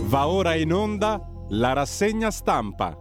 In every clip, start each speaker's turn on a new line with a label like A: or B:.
A: Va ora in onda la rassegna stampa.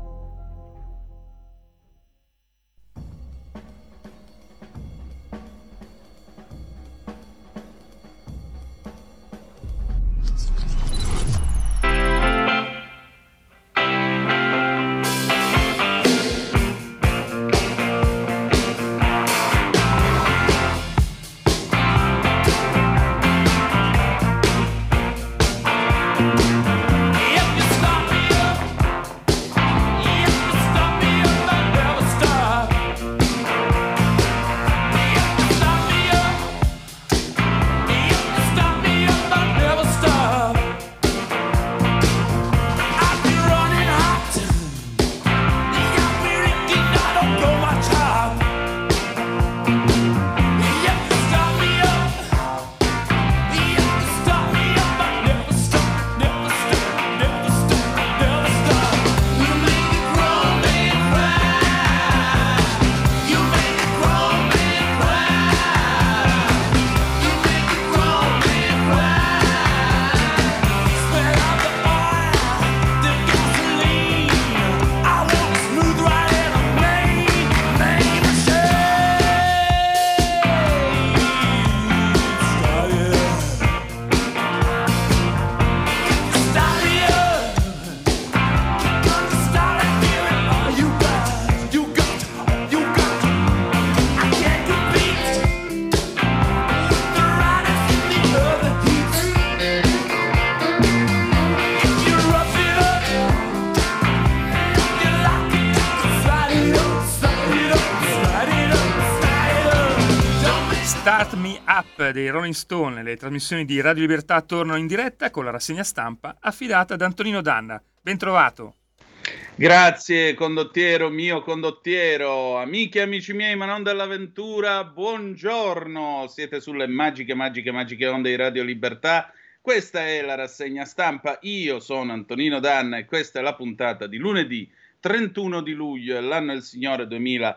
B: Start Me Up dei Rolling Stone. Le trasmissioni di Radio Libertà tornano in diretta con la rassegna stampa affidata ad Antonino Danna. Ben trovato.
C: Grazie condottiero, mio condottiero, amiche e amici miei, ma non dell'avventura, buongiorno, siete sulle magiche onde di Radio Libertà, questa è la rassegna stampa, io sono Antonino Danna e questa è la puntata di lunedì 31 di luglio, l'anno del Signore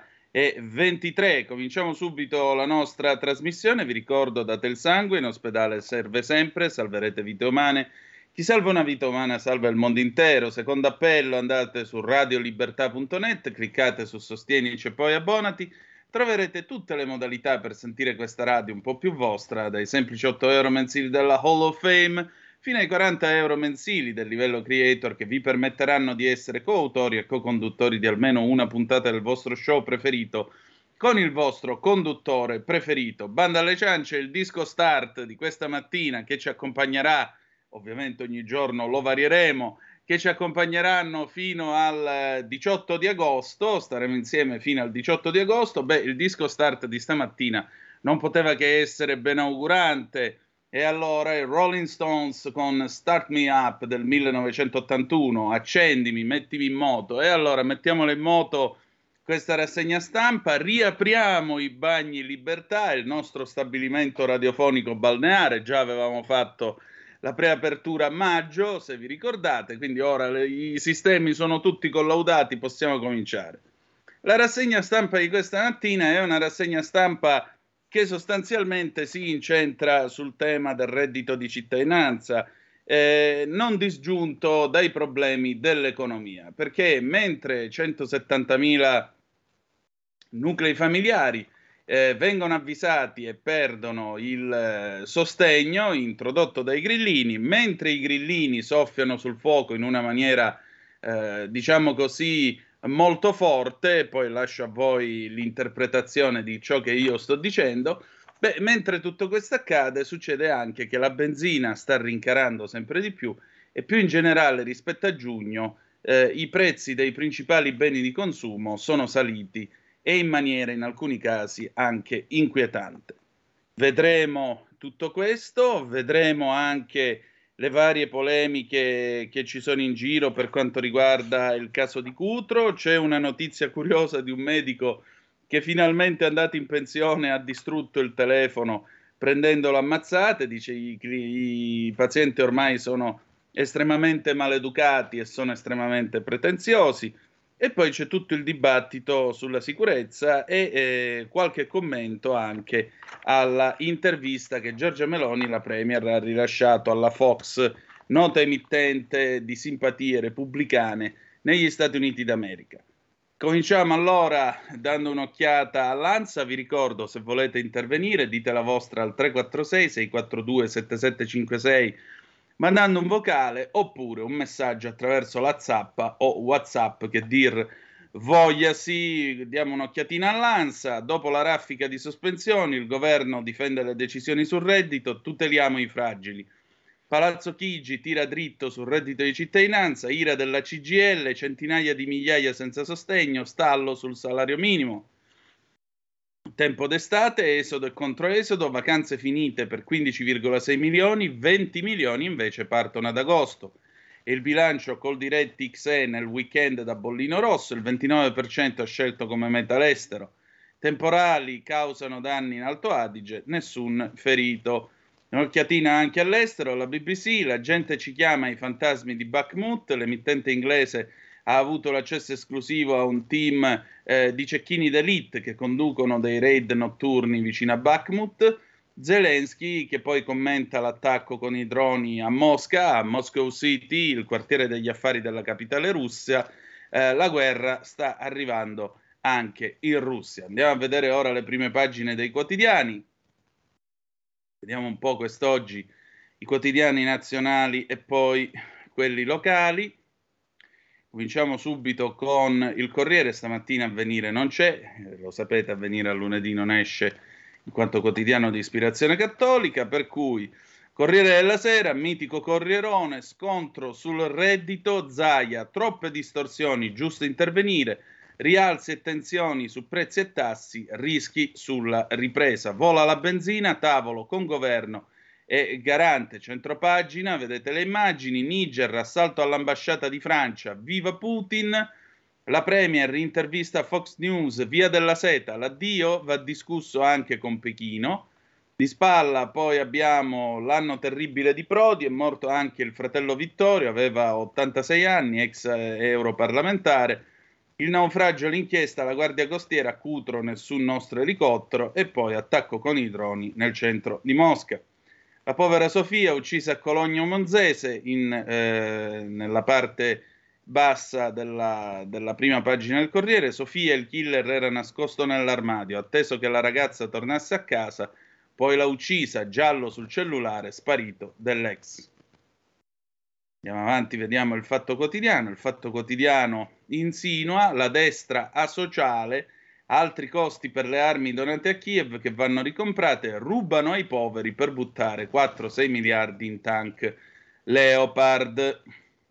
C: 2023, cominciamo subito la nostra trasmissione, vi ricordo date il sangue, in ospedale serve sempre, salverete vite umane. Chi salva una vita umana salva il mondo intero. Secondo appello, andate su radiolibertà.net, cliccate su Sostienici e poi abbonati. Troverete tutte le modalità per sentire questa radio un po' più vostra, dai semplici 8 euro mensili della Hall of Fame fino ai 40 euro mensili del livello creator che vi permetteranno di essere coautori e co-conduttori di almeno una puntata del vostro show preferito con il vostro conduttore preferito. Banda alle ciance, il disco start di questa mattina che ci accompagnerà, ovviamente ogni giorno lo varieremo, che ci accompagneranno fino al 18 di agosto, staremo insieme fino al 18 di agosto. Il disco start di stamattina non poteva che essere benaugurante, e allora i Rolling Stones con Start Me Up del 1981, accendimi, mettimi in moto, e allora mettiamola in moto questa rassegna stampa, riapriamo i Bagni Libertà, il nostro stabilimento radiofonico balneare, già avevamo fatto la preapertura a maggio, se vi ricordate, quindi ora i sistemi sono tutti collaudati, possiamo cominciare. La rassegna stampa di questa mattina è una rassegna stampa che sostanzialmente si incentra sul tema del reddito di cittadinanza, non disgiunto dai problemi dell'economia, perché mentre 170.000 nuclei familiari vengono avvisati e perdono il sostegno introdotto dai grillini, mentre i grillini soffiano sul fuoco in una maniera, diciamo così, molto forte, poi lascio a voi l'interpretazione di ciò che io sto dicendo. Mentre tutto questo accade, succede anche che la benzina sta rincarando sempre di più e più in generale rispetto a giugno i prezzi dei principali beni di consumo sono saliti e in maniera in alcuni casi anche inquietante. Vedremo tutto questo, vedremo anche le varie polemiche che ci sono in giro per quanto riguarda il caso di Cutro. C'è una notizia curiosa di un medico che finalmente è andato in pensione e ha distrutto il telefono prendendolo a mazzate, dice i pazienti ormai sono estremamente maleducati e sono estremamente pretenziosi. E poi c'è tutto il dibattito sulla sicurezza e qualche commento anche alla intervista che Giorgia Meloni, la Premier, ha rilasciato alla Fox nota emittente di simpatie repubblicane negli Stati Uniti d'America. Cominciamo allora dando un'occhiata all'ANSA. Vi ricordo, se volete intervenire, dite la vostra al 346-642-7756 mandando un vocale oppure un messaggio attraverso la Zappa o WhatsApp, che dir vogliasi. Diamo un'occhiatina all'ANSA. Dopo la raffica di sospensioni, il governo difende le decisioni sul reddito, tuteliamo i fragili. Palazzo Chigi tira dritto sul reddito di cittadinanza, ira della CGIL, centinaia di migliaia senza sostegno, stallo sul salario minimo. Tempo d'estate, esodo e controesodo, vacanze finite per 15,6 milioni, 20 milioni invece partono ad agosto. E il bilancio col DirectX nel weekend da bollino rosso, il 29% ha scelto come meta l'estero. Temporali causano danni in Alto Adige, nessun ferito. Un'occhiatina anche all'estero, la BBC, la gente ci chiama i fantasmi di Bakhmut, l'emittente inglese ha avuto l'accesso esclusivo a un team di cecchini d'élite che conducono dei raid notturni vicino a Bakhmut. Zelensky che poi commenta l'attacco con i droni a Mosca, a Moscow City, il quartiere degli affari della capitale Russia. La guerra sta arrivando anche in Russia. Andiamo a vedere ora le prime pagine dei quotidiani. Vediamo un po' quest'oggi i quotidiani nazionali e poi quelli locali. Cominciamo subito con il Corriere. Stamattina Avvenire non c'è, lo sapete, Avvenire a lunedì non esce in quanto quotidiano di ispirazione cattolica, per cui Corriere della Sera, mitico Corrierone, scontro sul reddito, Zaia, troppe distorsioni, giusto intervenire, rialzi e tensioni su prezzi e tassi, rischi sulla ripresa, vola la benzina, tavolo con governo e garante, centropagina, vedete le immagini, Niger, assalto all'ambasciata di Francia, viva Putin, la Premier intervista a Fox News, via della seta, l'addio va discusso anche con Pechino, di spalla poi abbiamo l'anno terribile di Prodi, è morto anche il fratello Vittorio, aveva 86 anni, ex europarlamentare, il naufragio, l'inchiesta, la guardia costiera a Cutro, nessun nostro elicottero e poi attacco con i droni nel centro di Mosca. La povera Sofia, uccisa a Cologno Monzese, nella parte bassa della prima pagina del Corriere. Sofia, il killer, era nascosto nell'armadio, atteso che la ragazza tornasse a casa, poi l'ha uccisa, giallo sul cellulare, sparito dell'ex. Andiamo avanti, vediamo il Fatto Quotidiano. Il Fatto Quotidiano insinua la destra asociale, altri costi per le armi donate a Kiev che vanno ricomprate, rubano ai poveri per buttare 4-6 miliardi in tank Leopard.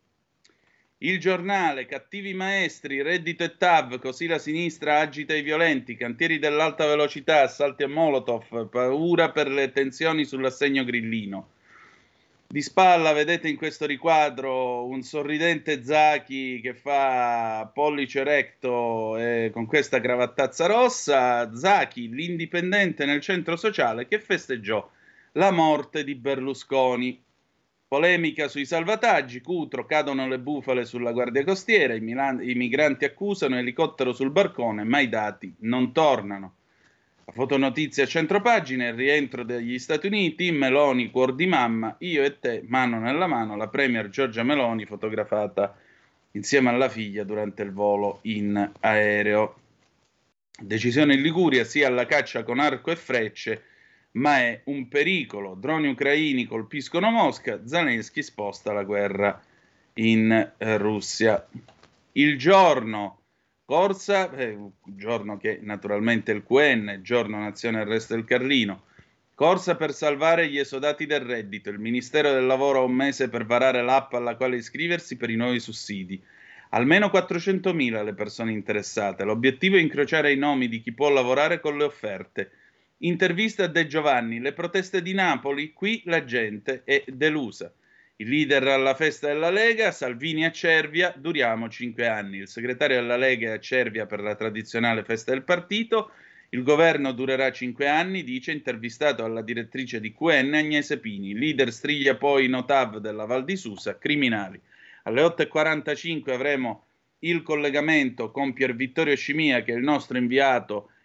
C: Il Giornale, cattivi maestri, reddito e TAV, così la sinistra agita i violenti, cantieri dell'alta velocità, assalti a Molotov, paura per le tensioni sull'assegno grillino. Di spalla vedete in questo riquadro un sorridente Zaki che fa pollice recto con questa cravattazza rossa. Zaki, l'indipendente nel centro sociale che festeggiò la morte di Berlusconi. Polemica sui salvataggi, Cutro, cadono le bufale sulla guardia costiera, i migranti accusano, elicottero sul barcone, ma i dati non tornano. La fotonotizia a centropagina, il rientro degli Stati Uniti, Meloni, cuor di mamma, io e te, mano nella mano, la premier Giorgia Meloni fotografata insieme alla figlia durante il volo in aereo. Decisione in Liguria, sia alla caccia con arco e frecce, ma è un pericolo. Droni ucraini colpiscono Mosca, Zelensky sposta la guerra in Russia. Il Giorno, corsa, giorno che naturalmente è il QN, giorno Nazione Arresto del Carlino, corsa per salvare gli esodati del reddito, il Ministero del Lavoro ha un mese per varare l'app alla quale iscriversi per i nuovi sussidi, almeno 400.000 le persone interessate, l'obiettivo è incrociare i nomi di chi può lavorare con le offerte. Intervista a De Giovanni, le proteste di Napoli, qui la gente è delusa. Il leader alla festa della Lega, Salvini a Cervia, duriamo 5 anni. Il segretario della Lega è a Cervia per la tradizionale festa del partito. Il governo durerà 5 anni, dice, intervistato alla direttrice di QN Agnese Pini. Il leader striglia poi Notav della Val di Susa, criminali. Alle 8.45 avremo il collegamento con Pier Vittorio Scimia, che è il nostro inviato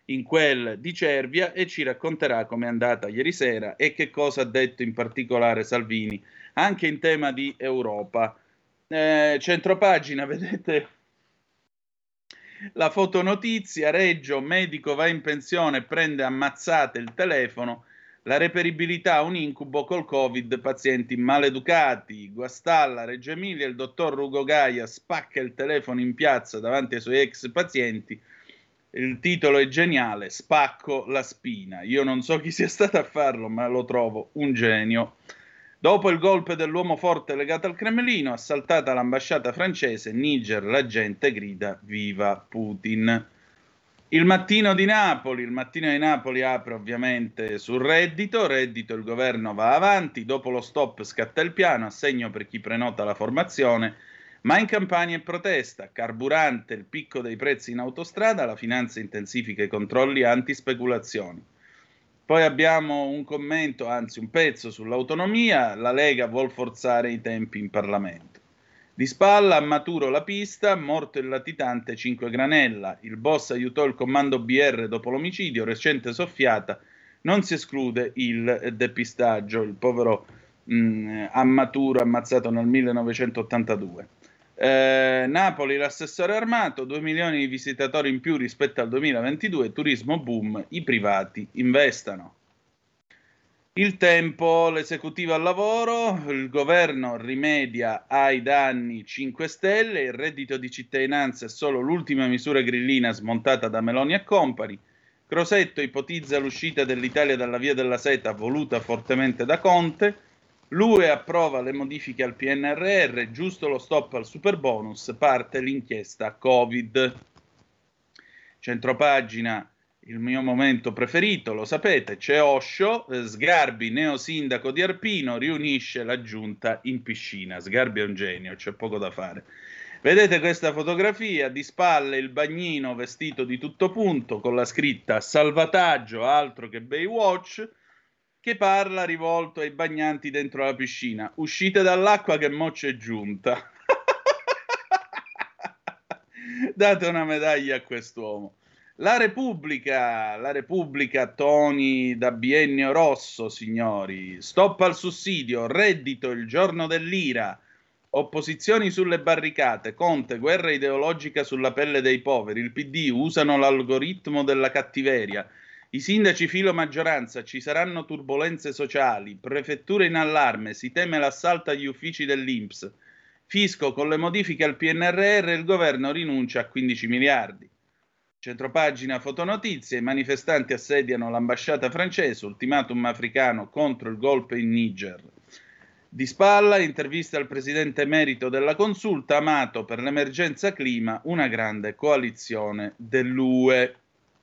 C: in quel di Cervia e ci racconterà com'è andata ieri sera e che cosa ha detto in particolare Salvini anche in tema di Europa. Centropagina, vedete la fotonotizia: Reggio, medico va in pensione e prende ammazzate il telefono, la reperibilità un incubo col Covid, pazienti maleducati. Guastalla, Reggio Emilia, il dottor Ugo Gaia spacca il telefono in piazza davanti ai suoi ex pazienti. Il titolo è geniale: spacco la spina. Io non so chi sia stato a farlo, ma lo trovo un genio. Dopo il golpe dell'uomo forte legato al Cremlino, assaltata l'ambasciata francese, Niger, la gente grida viva Putin. Il mattino di Napoli apre ovviamente sul reddito, il governo va avanti, dopo lo stop scatta il piano, assegno per chi prenota la formazione, ma in Campania è protesta, carburante, il picco dei prezzi in autostrada, la finanza intensifica i controlli anti-speculazioni. Poi abbiamo un commento, anzi un pezzo sull'autonomia, la Lega vuol forzare i tempi in Parlamento. Di spalla a Maturo la pista, morto il latitante 5 Granella, il boss aiutò il comando BR dopo l'omicidio, recente soffiata, non si esclude il depistaggio, il povero a Maturo ammazzato nel 1982. Napoli, l'assessore armato, 2 milioni di visitatori in più rispetto al 2022, turismo boom, i privati investano. Il Tempo, l'esecutivo al lavoro, il governo rimedia ai danni 5 Stelle, il reddito di cittadinanza è solo l'ultima misura grillina smontata da Meloni e Company, Crosetto ipotizza l'uscita dell'Italia dalla via della seta voluta fortemente da Conte, l'UE approva le modifiche al PNRR, giusto lo stop al superbonus, parte l'inchiesta Covid. Centropagina, il mio momento preferito, lo sapete, c'è Osho, Sgarbi, neosindaco di Arpino, riunisce la giunta in piscina. Sgarbi è un genio, c'è poco da fare. Vedete questa fotografia, di spalle il bagnino vestito di tutto punto, con la scritta salvataggio, altro che Baywatch, che parla rivolto ai bagnanti dentro la piscina. Uscite dall'acqua che mo c'è giunta. Date una medaglia a quest'uomo. La Repubblica, Toni da biennio rosso, signori. Stop al sussidio, reddito il giorno dell'ira. Opposizioni sulle barricate, Conte, guerra ideologica sulla pelle dei poveri. Il PD usano l'algoritmo della cattiveria. I sindaci filo maggioranza, ci saranno turbolenze sociali, prefetture in allarme, si teme l'assalto agli uffici dell'Inps. Fisco, con le modifiche al PNRR il governo rinuncia a 15 miliardi. Centropagina fotonotizie, i manifestanti assediano l'ambasciata francese, ultimatum africano contro il golpe in Niger. Di spalla, intervista al presidente emerito della Consulta, Amato per l'emergenza clima, una grande coalizione dell'UE.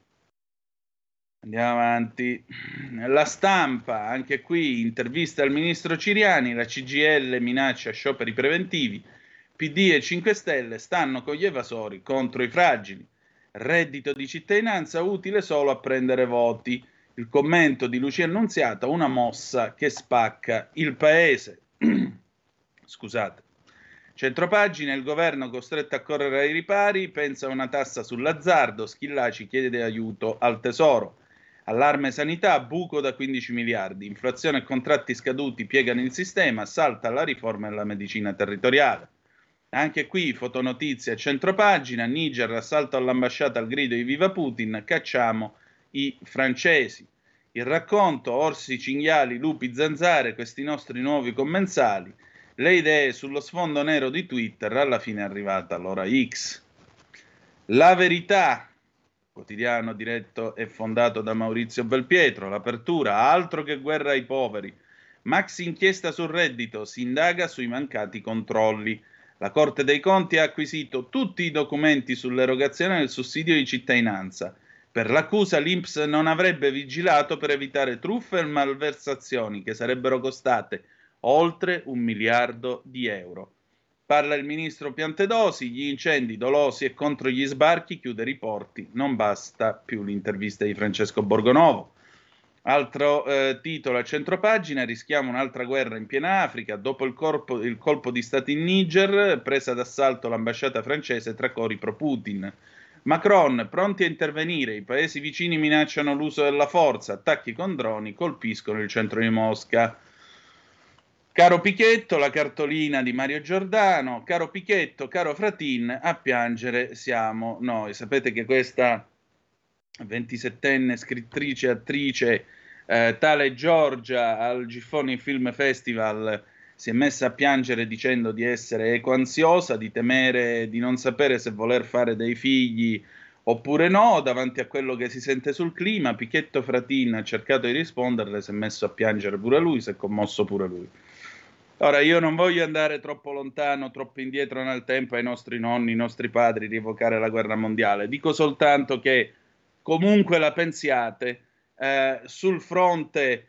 C: Andiamo avanti. La Stampa, anche qui intervista al ministro Ciriani, la CGIL minaccia scioperi preventivi, PD e 5 Stelle stanno con gli evasori contro i fragili, reddito di cittadinanza utile solo a prendere voti, il commento di Lucia Annunziata, una mossa che spacca il paese. Scusate. Centropagina, il governo costretto a correre ai ripari, pensa a una tassa sull'azzardo, Schillaci chiede aiuto al tesoro. Allarme sanità, buco da 15 miliardi, inflazione e contratti scaduti piegano il sistema, salta la riforma della medicina territoriale. Anche qui fotonotizia, centropagina, Niger, assalto all'ambasciata al grido di viva Putin, cacciamo i francesi. Il racconto, orsi, cinghiali, lupi, zanzare, questi nostri nuovi commensali, le idee sullo sfondo nero di Twitter, alla fine è arrivata l'ora X. La Verità, quotidiano diretto e fondato da Maurizio Belpietro, l'apertura, altro che guerra ai poveri. Maxi inchiesta sul reddito, si indaga sui mancati controlli. La Corte dei Conti ha acquisito tutti i documenti sull'erogazione del sussidio di cittadinanza. Per l'accusa l'Inps non avrebbe vigilato per evitare truffe e malversazioni che sarebbero costate oltre 1 miliardo di euro. Parla il ministro Piantedosi, gli incendi dolosi e contro gli sbarchi, chiudere i porti, non basta più l'intervista di Francesco Borgonovo. Altro titolo a centropagina, rischiamo un'altra guerra in piena Africa, dopo il colpo di stato in Niger, presa d'assalto l'ambasciata francese tra cori pro Putin. Macron, pronti a intervenire, i paesi vicini minacciano l'uso della forza, attacchi con droni colpiscono il centro di Mosca. Caro Pichetto, la cartolina di Mario Giordano, caro Pichetto, caro Fratin, a piangere siamo noi. Sapete che questa 27enne scrittrice e attrice, tale Giorgia, al Giffoni Film Festival si è messa a piangere dicendo di essere ecoansiosa, di temere, di non sapere se voler fare dei figli oppure no, davanti a quello che si sente sul clima. Pichetto Fratin ha cercato di risponderle, si è messo a piangere pure lui, si è commosso pure lui. Ora, io non voglio andare troppo lontano, troppo indietro nel tempo ai nostri nonni, ai nostri padri, rievocare la guerra mondiale. Dico soltanto che comunque la pensiate, sul fronte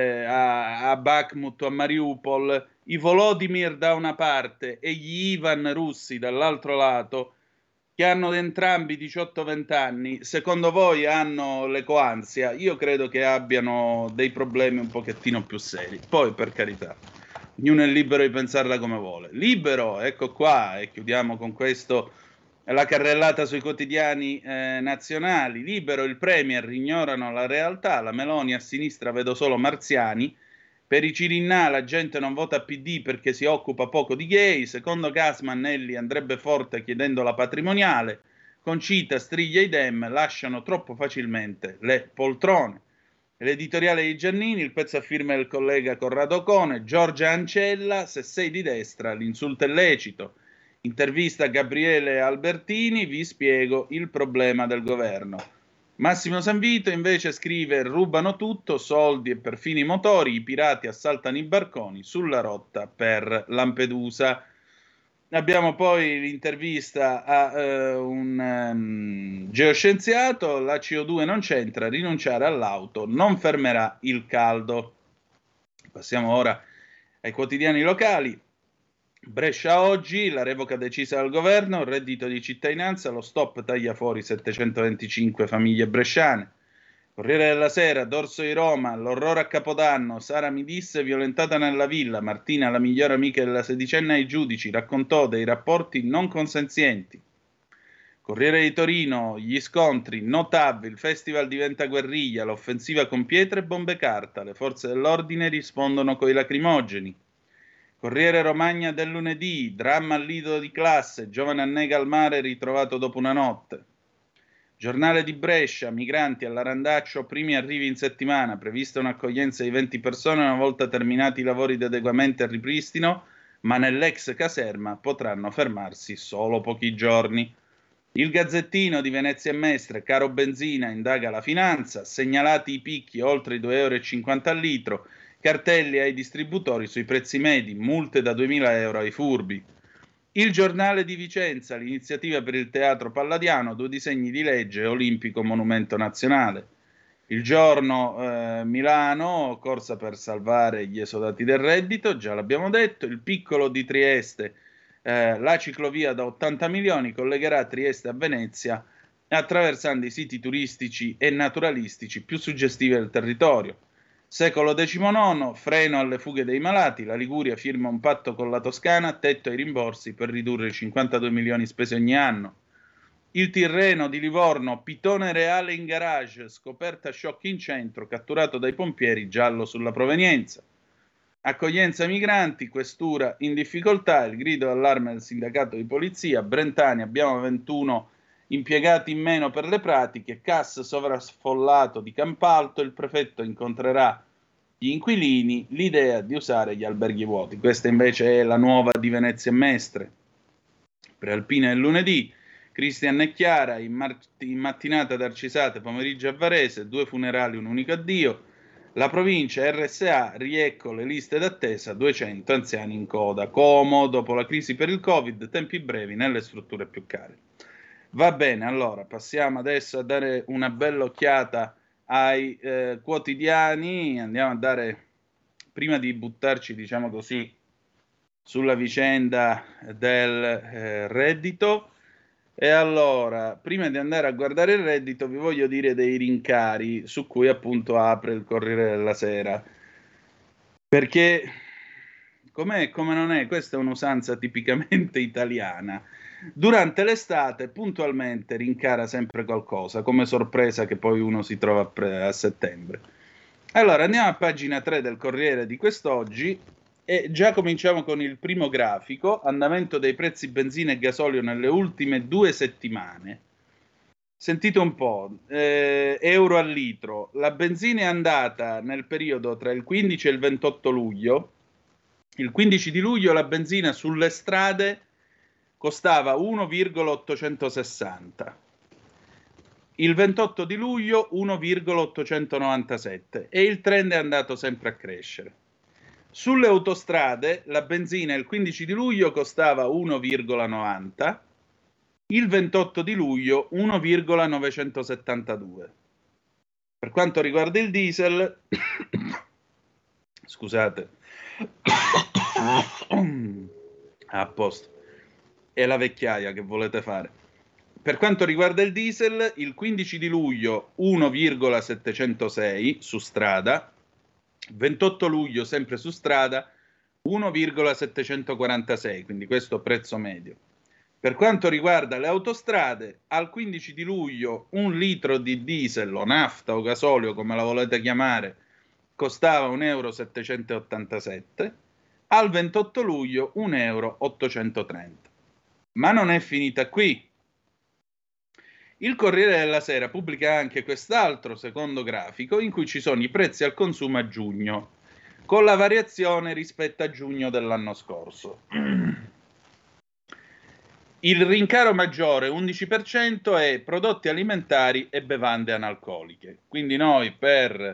C: a Bakhmut, a Mariupol, i Volodymyr da una parte e gli Ivan russi dall'altro lato, che hanno entrambi 18-20 anni, secondo voi hanno l'ecoansia? Io credo che abbiano dei problemi un pochettino più seri. Poi, per carità, ognuno è libero di pensarla come vuole. Libero, ecco qua, e chiudiamo con questo la carrellata sui quotidiani nazionali. Libero, il Premier, ignorano la realtà, la Meloni a sinistra vedo solo marziani, per i Cirinnà la gente non vota PD perché si occupa poco di gay, secondo Gasman Nelly andrebbe forte chiedendo la patrimoniale, Concita striglia i Dem, lasciano troppo facilmente le poltrone. L'editoriale di Giannini, il pezzo a firma del collega Corrado Cone, Giorgia Ancella, se sei di destra l'insulto è lecito. Intervista a Gabriele Albertini, vi spiego il problema del governo. Massimo Sanvito invece scrive: rubano tutto, soldi e perfino i motori, i pirati assaltano i barconi sulla rotta per Lampedusa. Abbiamo poi l'intervista a un geoscienziato, la CO2 non c'entra, rinunciare all'auto non fermerà il caldo. Passiamo ora ai quotidiani locali. Brescia oggi, la revoca decisa dal governo, il reddito di cittadinanza, lo stop taglia fuori 725 famiglie bresciane. Corriere della Sera, Dorso di Roma, l'orrore a Capodanno, Sara mi disse violentata nella villa, Martina, la migliore amica della sedicenne ai giudici, raccontò dei rapporti non consenzienti. Corriere di Torino, gli scontri, no TAV, il festival diventa guerriglia, l'offensiva con pietre e bombe carta, le forze dell'ordine rispondono coi lacrimogeni. Corriere Romagna del lunedì, dramma al lido di classe, giovane annega al mare ritrovato dopo una notte. Giornale di Brescia, migranti all'Arandaccio, primi arrivi in settimana, prevista un'accoglienza di 20 persone una volta terminati i lavori di adeguamento e ripristino, ma nell'ex caserma potranno fermarsi solo pochi giorni. Il Gazzettino di Venezia e Mestre, caro benzina, indaga la finanza, segnalati i picchi oltre i 2,50 € al litro, cartelli ai distributori sui prezzi medi, multe da 2.000 euro ai furbi. Il Giornale di Vicenza, l'iniziativa per il Teatro Palladiano, 2 disegni di legge, Olimpico Monumento Nazionale. Il Giorno, Milano, corsa per salvare gli esodati del reddito, già l'abbiamo detto. Il Piccolo di Trieste, la ciclovia da 80 milioni collegherà Trieste a Venezia attraversando i siti turistici e naturalistici più suggestivi del territorio. Secolo XIX, freno alle fughe dei malati, la Liguria firma un patto con la Toscana, tetto ai rimborsi per ridurre i 52 milioni spesi ogni anno. Il Tirreno di Livorno, pitone reale in garage, scoperta shock in centro, catturato dai pompieri, giallo sulla provenienza. Accoglienza migranti, questura in difficoltà, il grido d'allarme del sindacato di polizia, Brentani, abbiamo 21 impiegati in meno per le pratiche, CAS sovraffollato di Campalto, il prefetto incontrerà gli inquilini, l'idea di usare gli alberghi vuoti. Questa invece è la nuova di Venezia e Mestre. Prealpina il lunedì, Cristian e Chiara, in mattinata ad Arcisate, pomeriggio a Varese, 2 funerali, un unico addio. La provincia RSA, riecco le liste d'attesa, 200 anziani in coda. Como, dopo la crisi per il Covid, tempi brevi nelle strutture più care. Va bene, allora passiamo adesso a dare una bella occhiata ai quotidiani. Andiamo a dare, prima di buttarci, diciamo così, sulla vicenda del reddito. E allora, prima di andare a guardare il reddito, vi voglio dire dei rincari su cui appunto apre il Corriere della Sera. Perché com'è e come non è, questa è un'usanza tipicamente italiana. Durante l'estate puntualmente rincara sempre qualcosa, come sorpresa che poi uno si trova a settembre. Allora, andiamo a pagina 3 del Corriere di quest'oggi e già cominciamo con il primo grafico, andamento dei prezzi benzina e gasolio nelle ultime 2 settimane. Sentite un po', euro al litro. La benzina è andata nel periodo tra il 15 e il 28 luglio. Il 15 di luglio la benzina sulle strade costava 1,860. Il 28 di luglio 1,897 e il trend è andato sempre a crescere. Sulle autostrade la benzina il 15 di luglio costava 1,90, il 28 di luglio 1,972. Per quanto riguarda il diesel, scusate, a posto, è la vecchiaia che volete fare. Per quanto riguarda il diesel, il 15 di luglio 1,706 su strada, 28 luglio sempre su strada 1,746, quindi questo prezzo medio. Per quanto riguarda le autostrade, al 15 di luglio un litro di diesel o nafta o gasolio, come la volete chiamare, costava 1,787 euro, al 28 luglio 1,830 euro. Ma non è finita qui. Il Corriere della Sera pubblica anche quest'altro secondo grafico in cui ci sono i prezzi al consumo a giugno, con la variazione rispetto a giugno dell'anno scorso. Il rincaro maggiore, 11%, è prodotti alimentari e bevande analcoliche. Quindi noi per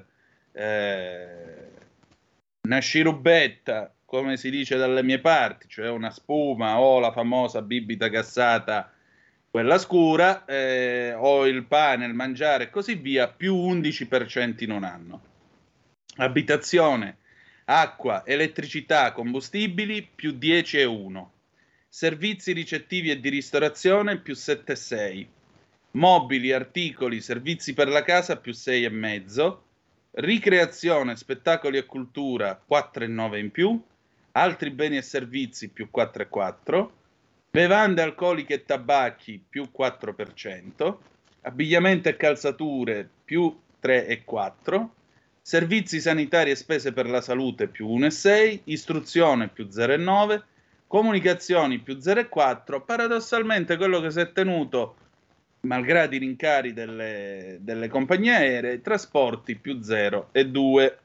C: una scirubetta, come si dice dalle mie parti, cioè una spuma o la famosa bibita gassata, quella scura, o il pane, il mangiare e così via, più 11% in un anno. Abitazione, acqua, elettricità, combustibili, più 10,1. Servizi ricettivi e di ristorazione, più 7,6. Mobili, articoli, servizi per la casa, più 6,5. Ricreazione, spettacoli e cultura, 4,9 in più. Altri beni e servizi, più 4,4. Bevande alcoliche e tabacchi, più 4%. Abbigliamento e calzature, più 3,4. Servizi sanitari e spese per la salute, più 1,6. Istruzione, più 0,9. Comunicazioni più 0,4, paradossalmente quello che si è tenuto, malgrado i rincari delle compagnie aeree, trasporti più 0,2.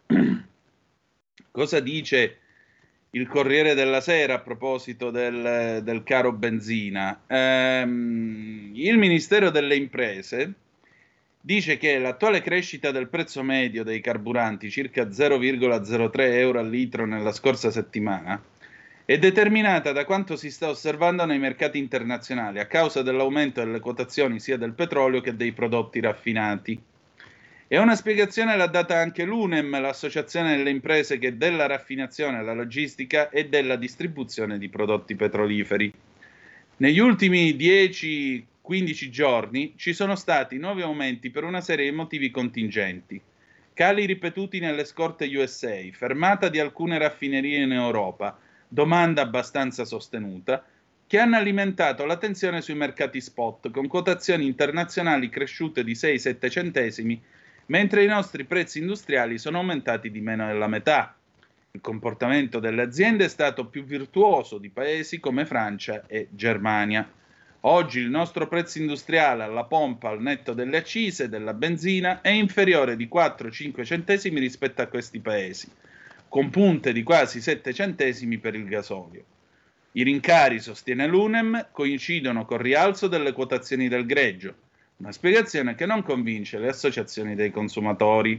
C: Cosa dice il Corriere della Sera a proposito del caro benzina? Il Ministero delle Imprese dice che l'attuale crescita del prezzo medio dei carburanti, circa 0,03 euro al litro nella scorsa settimana, è determinata da quanto si sta osservando nei mercati internazionali a causa dell'aumento delle quotazioni sia del petrolio che dei prodotti raffinati. E una spiegazione l'ha data anche l'UNEM, l'associazione delle imprese che della raffinazione, la logistica e della distribuzione di prodotti petroliferi. Negli ultimi 10-15 giorni ci sono stati nuovi aumenti per una serie di motivi contingenti. Cali ripetuti nelle scorte USA, fermata di alcune raffinerie in Europa, domanda abbastanza sostenuta, che hanno alimentato la tensione sui mercati spot, con quotazioni internazionali cresciute di 6-7 centesimi, mentre i nostri prezzi industriali sono aumentati di meno della metà. Il comportamento delle aziende è stato più virtuoso di paesi come Francia e Germania. Oggi il nostro prezzo industriale alla pompa al netto delle accise della benzina è inferiore di 4-5 centesimi rispetto a questi paesi, con punte di quasi 7 centesimi per il gasolio. I rincari, sostiene l'UNEM, coincidono col rialzo delle quotazioni del greggio, una spiegazione che non convince le associazioni dei consumatori.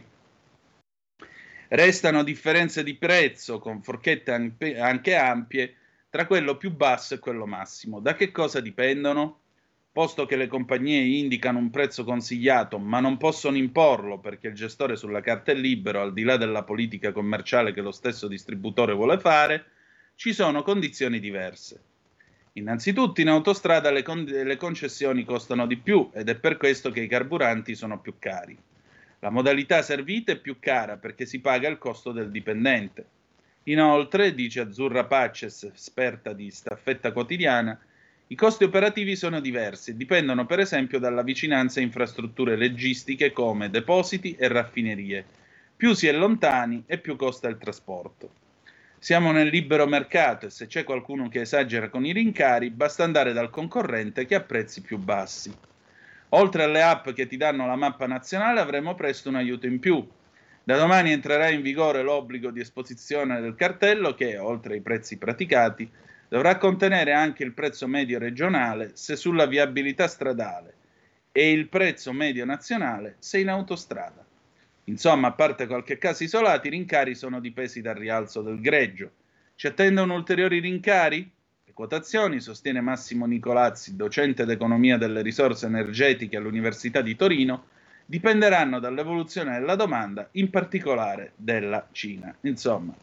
C: Restano differenze di prezzo con forchette anche ampie tra quello più basso e quello massimo. Da che cosa dipendono? Posto che le compagnie indicano un prezzo consigliato, ma non possono imporlo perché il gestore sulla carta è libero, al di là della politica commerciale che lo stesso distributore vuole fare, ci sono condizioni diverse. Innanzitutto in autostrada le concessioni costano di più ed è per questo che i carburanti sono più cari. La modalità servita è più cara perché si paga il costo del dipendente. Inoltre, dice Azzurra Paces, esperta di staffetta quotidiana, i costi operativi sono diversi e dipendono per esempio dalla vicinanza a infrastrutture logistiche come depositi e raffinerie. Più si è lontani e più costa il trasporto. Siamo nel libero mercato e se c'è qualcuno che esagera con i rincari, basta andare dal concorrente che ha prezzi più bassi. Oltre alle app che ti danno la mappa nazionale, avremo presto un aiuto in più. Da domani entrerà in vigore l'obbligo di esposizione del cartello che, oltre ai prezzi praticati, dovrà contenere anche il prezzo medio regionale se sulla viabilità stradale e il prezzo medio nazionale se in autostrada. Insomma, a parte qualche caso isolato, i rincari sono dipesi dal rialzo del greggio. Ci attendono ulteriori rincari? Le quotazioni, sostiene Massimo Nicolazzi, docente d'economia delle risorse energetiche all'Università di Torino, dipenderanno dall'evoluzione della domanda, in particolare della Cina. Insomma,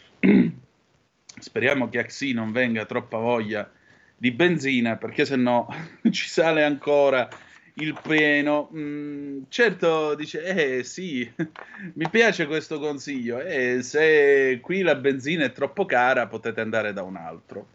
C: speriamo che a Xi non venga troppa voglia di benzina, perché se no ci sale ancora il pieno. Certo, dice, sì, mi piace questo consiglio, se qui la benzina è troppo cara potete andare da un altro.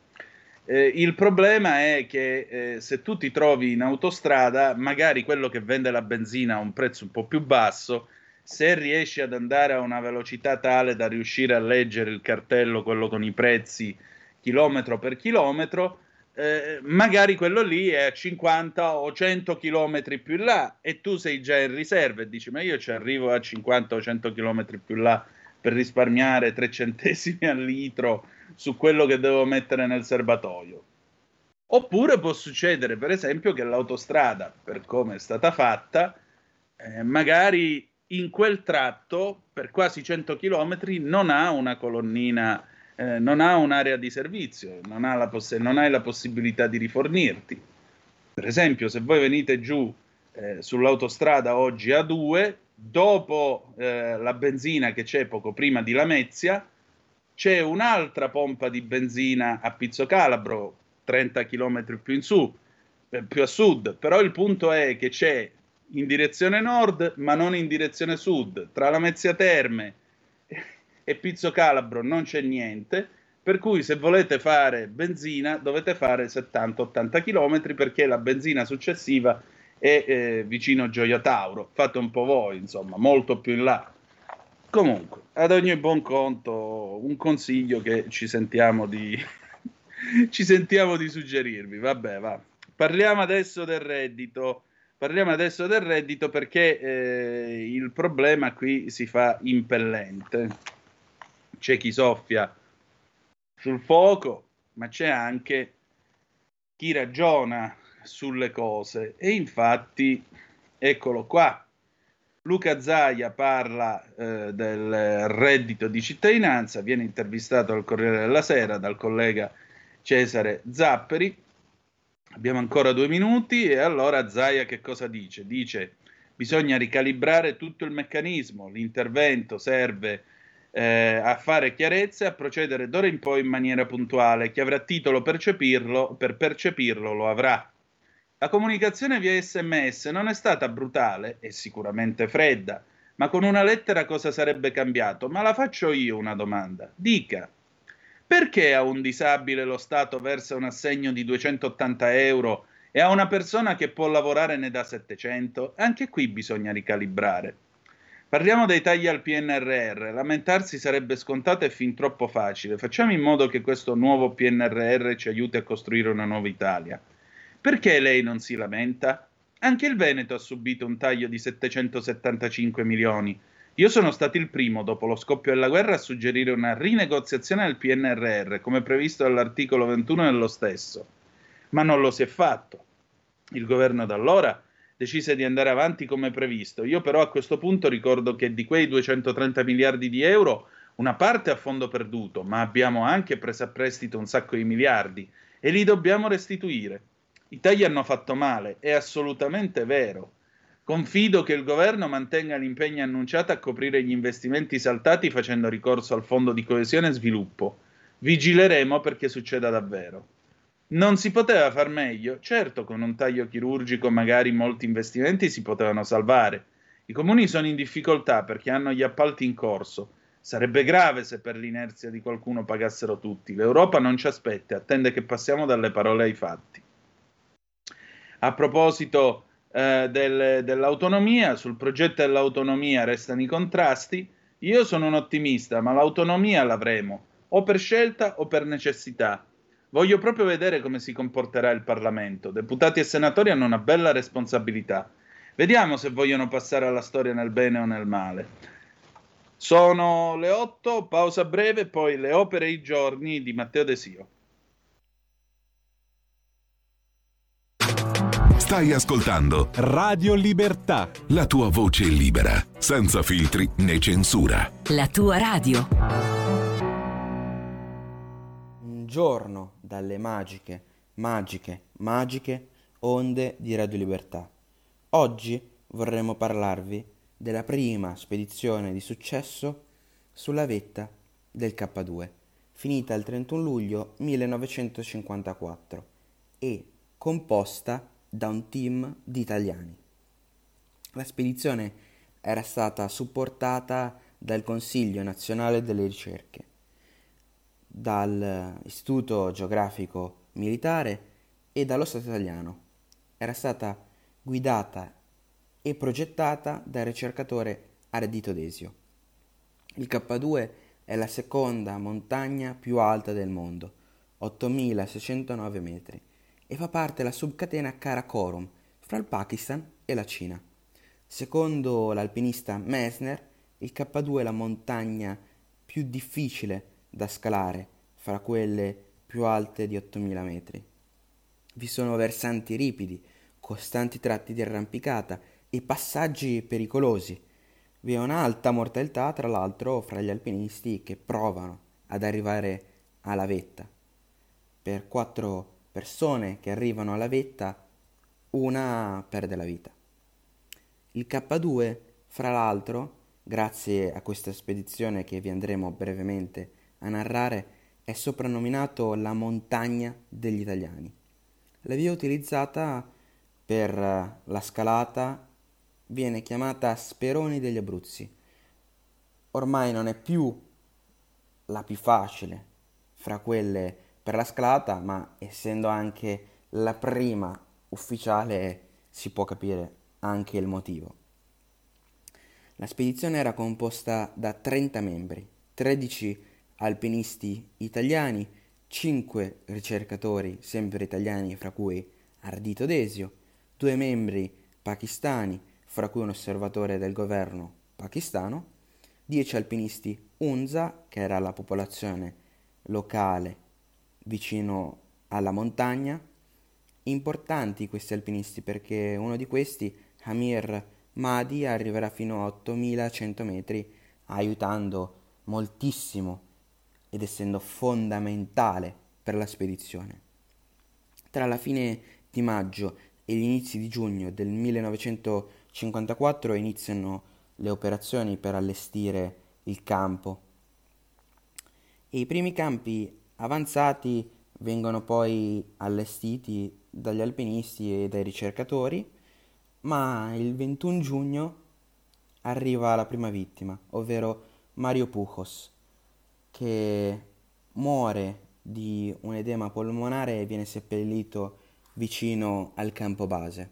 C: Il problema è che se tu ti trovi in autostrada, magari quello che vende la benzina a un prezzo un po' più basso, se riesci ad andare a una velocità tale da riuscire a leggere il cartello, quello con i prezzi chilometro per chilometro, magari quello lì è a 50 o 100 chilometri più in là e tu sei già in riserva e dici ma io ci arrivo a 50 o 100 chilometri più in là per risparmiare 3 centesimi al litro su quello che devo mettere nel serbatoio. Oppure può succedere per esempio che l'autostrada, per come è stata fatta, magari in quel tratto per quasi 100 chilometri non ha una colonnina, non ha un'area di servizio, non hai la possibilità di rifornirti. Per esempio, se voi venite giù sull'autostrada oggi A2, dopo la benzina che c'è poco prima di Lamezia, c'è un'altra pompa di benzina a Pizzo Calabro, 30 km più in su, più a sud, però il punto è che c'è in direzione nord, ma non in direzione sud. Tra Lamezia Terme e Pizzo Calabro non c'è niente, per cui se volete fare benzina dovete fare 70-80 km perché la benzina successiva è vicino Gioia Tauro. Fate un po' voi, insomma, molto più in là. Comunque, ad ogni buon conto, un consiglio che ci sentiamo di suggerirvi. Vabbè, va. Parliamo adesso del reddito perché il problema qui si fa impellente. C'è chi soffia sul fuoco, ma c'è anche chi ragiona sulle cose e infatti eccolo qua. Luca Zaia parla del reddito di cittadinanza, viene intervistato al Corriere della Sera dal collega Cesare Zapperi. Abbiamo ancora 2 minuti e allora Zaia che cosa dice? Dice bisogna ricalibrare tutto il meccanismo, l'intervento serve a fare chiarezza e a procedere d'ora in poi in maniera puntuale. Chi avrà titolo per percepirlo lo avrà. La comunicazione via SMS non è stata brutale e sicuramente fredda, ma con una lettera cosa sarebbe cambiato? Ma la faccio io una domanda. Dica, perché a un disabile lo Stato versa un assegno di 280 euro e a una persona che può lavorare ne dà 700? Anche qui bisogna ricalibrare. Parliamo dei tagli al PNRR. Lamentarsi sarebbe scontato e fin troppo facile. Facciamo in modo che questo nuovo PNRR ci aiuti a costruire una nuova Italia. Perché lei non si lamenta? Anche il Veneto ha subito un taglio di 775 milioni. Io sono stato il primo, dopo lo scoppio della guerra, a suggerire una rinegoziazione del PNRR, come previsto dall'articolo 21 dello stesso. Ma non lo si è fatto. Il governo da allora decise di andare avanti come previsto. Io però a questo punto ricordo che di quei 230 miliardi di euro, una parte a fondo perduto, ma abbiamo anche preso a prestito un sacco di miliardi e li dobbiamo restituire. I tagli hanno fatto male, è assolutamente vero. Confido che il governo mantenga l'impegno annunciato a coprire gli investimenti saltati facendo ricorso al Fondo di Coesione e Sviluppo. Vigileremo perché succeda davvero. Non si poteva far meglio? Certo, con un taglio chirurgico magari molti investimenti si potevano salvare. I comuni sono in difficoltà perché hanno gli appalti in corso, Sarebbe grave se per l'inerzia di qualcuno pagassero tutti. L'Europa non ci aspetta, attende che passiamo dalle parole ai fatti. A proposito dell'autonomia, sul progetto dell'autonomia restano i contrasti. Io sono un ottimista, ma l'autonomia l'avremo, o per scelta o per necessità. Voglio proprio vedere come si comporterà il Parlamento. Deputati e senatori hanno una bella responsabilità. Vediamo se vogliono passare alla storia nel bene o nel male. Sono le 8, pausa breve, poi le opere e i giorni di Matteo Desio.
D: Stai ascoltando
A: Radio Libertà.
D: la tua voce libera, senza filtri né censura.
E: La tua radio.
F: Un giorno dalle magiche onde di Radio Libertà. Oggi vorremmo parlarvi della prima spedizione di successo sulla vetta del K2, finita il 31 luglio 1954 e composta da un team di italiani. La spedizione era stata supportata dal Consiglio Nazionale delle Ricerche, dall'Istituto Geografico Militare e dallo Stato italiano. Era stata guidata e progettata dal ricercatore Ardito Desio. Il K2 è la seconda montagna più alta del mondo, 8.609 metri, e fa parte della subcatena Karakorum fra il Pakistan e la Cina. Secondo l'alpinista Messner, il K2 è la montagna più difficile da scalare fra quelle più alte di 8.000 metri. Vi sono versanti ripidi, costanti tratti di arrampicata e passaggi pericolosi. Vi è un'alta mortalità, tra l'altro, fra gli alpinisti che provano ad arrivare alla vetta. Per 4 persone che arrivano alla vetta, una perde la vita. Il K2, fra l'altro, grazie a questa spedizione che vi andremo brevemente a narrare, è soprannominato la montagna degli italiani. La via utilizzata per la scalata viene chiamata Speroni degli Abruzzi. Ormai non è più la più facile fra quelle per la scalata, ma essendo anche la prima ufficiale si può capire anche il motivo. La spedizione era composta da 30 membri, 13 alpinisti italiani, 5 ricercatori sempre italiani, fra cui Ardito Desio, 2 membri pakistani, fra cui un osservatore del governo pakistano, 10 alpinisti Unza, che era la popolazione locale vicino alla montagna. Importanti questi alpinisti perché uno di questi, Amir Mahdi, arriverà fino a 8.100 metri, aiutando moltissimo ed essendo fondamentale per la spedizione. Tra la fine di maggio e gli inizi di giugno del 1954 iniziano le operazioni per allestire il campo e i primi campi avanzati vengono poi allestiti dagli alpinisti e dai ricercatori, ma il 21 giugno arriva la prima vittima, ovvero Mario Pujols, che muore di un edema polmonare e viene seppellito vicino al campo base.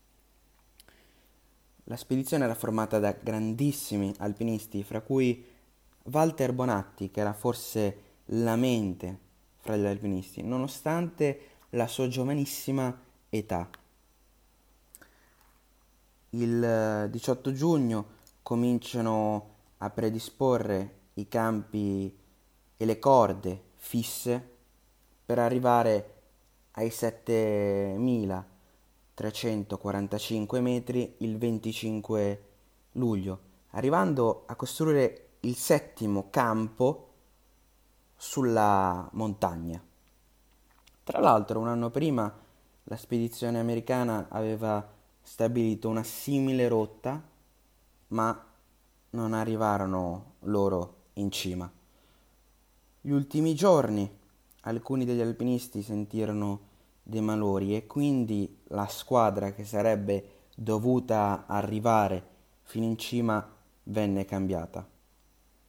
F: La spedizione era formata da grandissimi alpinisti, fra cui Walter Bonatti, che era forse la mente fra gli alpinisti, nonostante la sua giovanissima età. Il 18 giugno cominciano a predisporre i campi e le corde fisse per arrivare ai 7.345 metri il 25 luglio, arrivando a costruire il 7° campo sulla montagna. Tra l'altro, un anno prima la spedizione americana aveva stabilito una simile rotta, ma non arrivarono loro in cima. Gli ultimi giorni alcuni degli alpinisti sentirono dei malori e quindi la squadra che sarebbe dovuta arrivare fino in cima venne cambiata.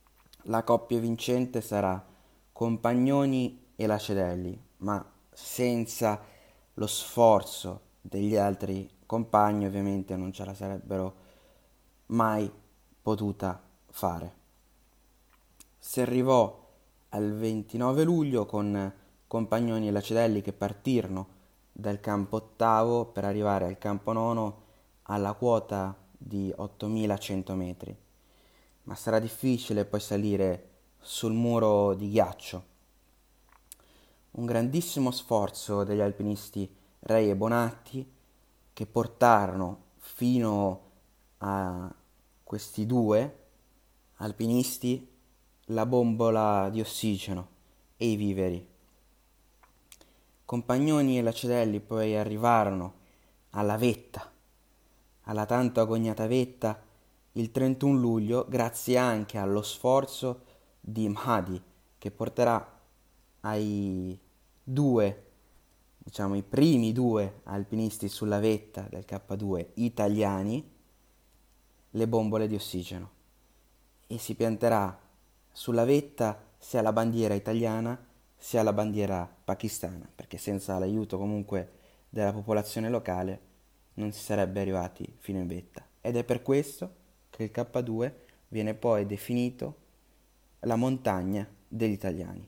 F: La coppia vincente sarà Compagnoni e Lacedelli, ma senza lo sforzo degli altri compagni ovviamente non ce la sarebbero mai potuta fare. Si arrivò al 29 luglio con Compagnoni e Lacedelli che partirono dal campo ottavo per arrivare al campo nono alla quota di 8100 metri, ma sarà difficile poi salire sul muro di ghiaccio. Un grandissimo sforzo degli alpinisti Rei e Bonatti che portarono fino a questi due alpinisti la bombola di ossigeno e i viveri. Compagnoni e Lacedelli poi arrivarono alla vetta, alla tanto agognata vetta, il 31 luglio, grazie anche allo sforzo di Mhadi, che porterà ai due, diciamo i primi due alpinisti sulla vetta del K2 italiani, le bombole di ossigeno, e si pianterà sulla vetta sia la bandiera italiana sia la bandiera pakistana, perché senza l'aiuto comunque della popolazione locale non si sarebbe arrivati fino in vetta. Ed è per questo che il K2 viene poi definito la montagna degli italiani.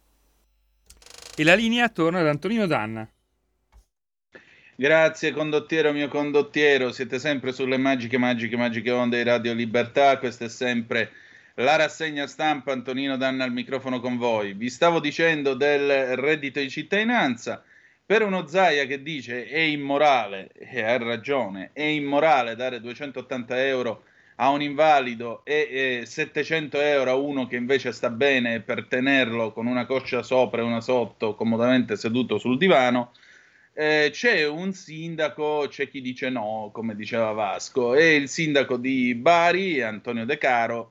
B: E la linea torna ad Antonino Danna.
C: Grazie condottiero, mio condottiero, siete sempre sulle magiche onde di Radio Libertà. Questa è sempre la rassegna stampa. Antonino Danna al microfono con voi. Vi stavo dicendo del reddito di cittadinanza. Per uno Zaia che dice è immorale, e ha ragione, è immorale dare 280 euro a un invalido e 700 euro a uno che invece sta bene per tenerlo con una coscia sopra e una sotto, comodamente seduto sul divano. C'è un sindaco, c'è chi dice no, come diceva Vasco, è il sindaco di Bari, Antonio De Caro,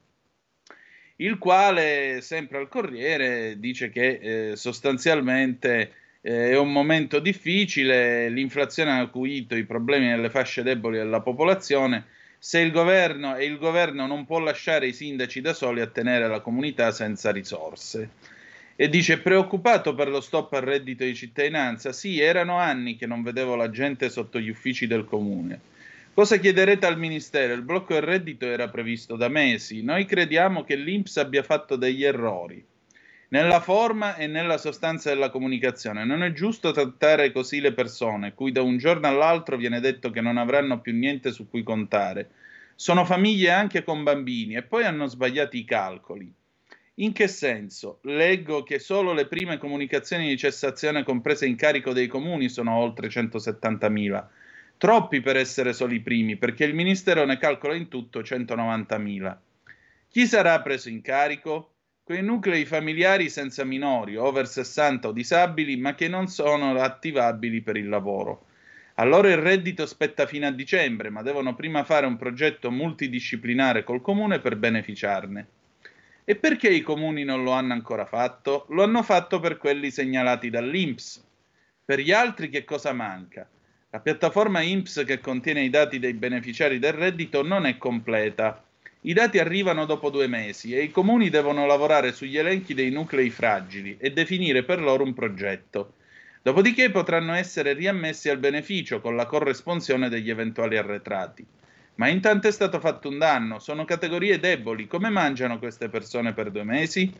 C: il quale, sempre al Corriere, dice che sostanzialmente è un momento difficile, l'inflazione ha acuito i problemi nelle fasce deboli della popolazione, se il governo non può lasciare i sindaci da soli a tenere la comunità senza risorse. E dice, preoccupato per lo stop al reddito di cittadinanza? Sì, erano anni che non vedevo la gente sotto gli uffici del comune. Cosa chiederete al Ministero? Il blocco del reddito era previsto da mesi. Noi crediamo che l'INPS abbia fatto degli errori nella forma e nella sostanza della comunicazione. Non è giusto trattare così le persone, cui da un giorno all'altro viene detto che non avranno più niente su cui contare. Sono famiglie anche con bambini e poi hanno sbagliato i calcoli. In che senso? Leggo che solo le prime comunicazioni di cessazione comprese in carico dei comuni sono oltre 170.000. Troppi per essere solo i primi, perché il Ministero ne calcola in tutto 190.000. Chi sarà preso in carico? Quei nuclei familiari senza minori, over 60 o disabili, ma che non sono attivabili per il lavoro. A loro il reddito spetta fino a dicembre, ma devono prima fare un progetto multidisciplinare col comune per beneficiarne. E perché i comuni non lo hanno ancora fatto? Lo hanno fatto per quelli segnalati dall'INPS. Per gli altri che cosa manca? La piattaforma INPS che contiene i dati dei beneficiari del reddito non è completa. I dati arrivano dopo 2 mesi e i comuni devono lavorare sugli elenchi dei nuclei fragili e definire per loro un progetto. Dopodiché potranno essere riammessi al beneficio con la corresponsione degli eventuali arretrati. Ma intanto è stato fatto un danno, sono categorie deboli, come mangiano queste persone per 2 mesi?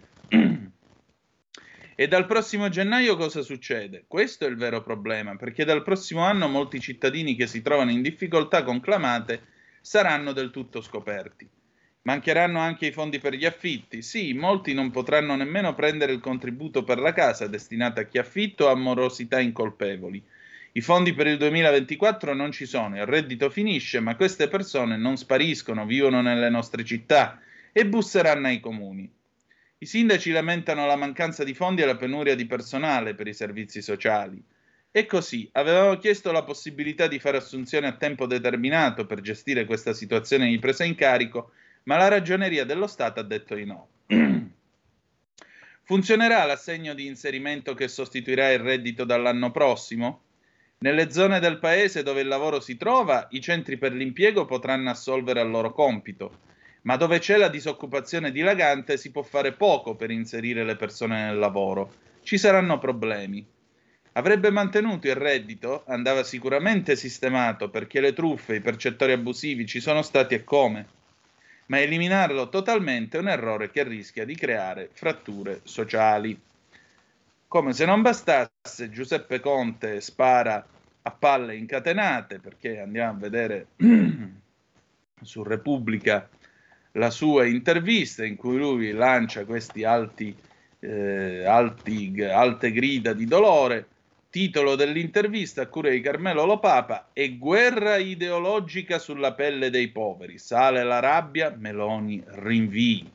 C: E dal prossimo gennaio cosa succede? Questo è il vero problema, perché dal prossimo anno molti cittadini che si trovano in difficoltà conclamate saranno del tutto scoperti. Mancheranno anche i fondi per gli affitti. Sì, molti non potranno nemmeno prendere il contributo per la casa destinato a chi affitto o a morosità incolpevoli. I fondi per il 2024 non ci sono, il reddito finisce, ma queste persone non spariscono, vivono nelle nostre città e busseranno ai comuni. I sindaci lamentano la mancanza di fondi e la penuria di personale per i servizi sociali. E così, avevamo chiesto la possibilità di fare assunzioni a tempo determinato per gestire questa situazione di presa in carico, ma la Ragioneria dello Stato ha detto di no. Funzionerà l'assegno di inserimento che sostituirà il reddito dall'anno prossimo? Nelle zone del paese dove il lavoro si trova, i centri per l'impiego potranno assolvere al loro compito, ma dove c'è la disoccupazione dilagante si può fare poco per inserire le persone nel lavoro. Ci saranno problemi. Avrebbe mantenuto il reddito? Andava sicuramente sistemato, perché le truffe, i percettori abusivi ci sono stati e come. Ma eliminarlo totalmente è un errore che rischia di creare fratture sociali. Come se non bastasse, Giuseppe Conte spara a palle incatenate, perché andiamo a vedere su Repubblica la sua intervista in cui lui lancia questi alte grida di dolore. Titolo dell'intervista a cura di Carmelo Lopapa: è guerra ideologica sulla pelle dei poveri, sale la rabbia, Meloni rinvii.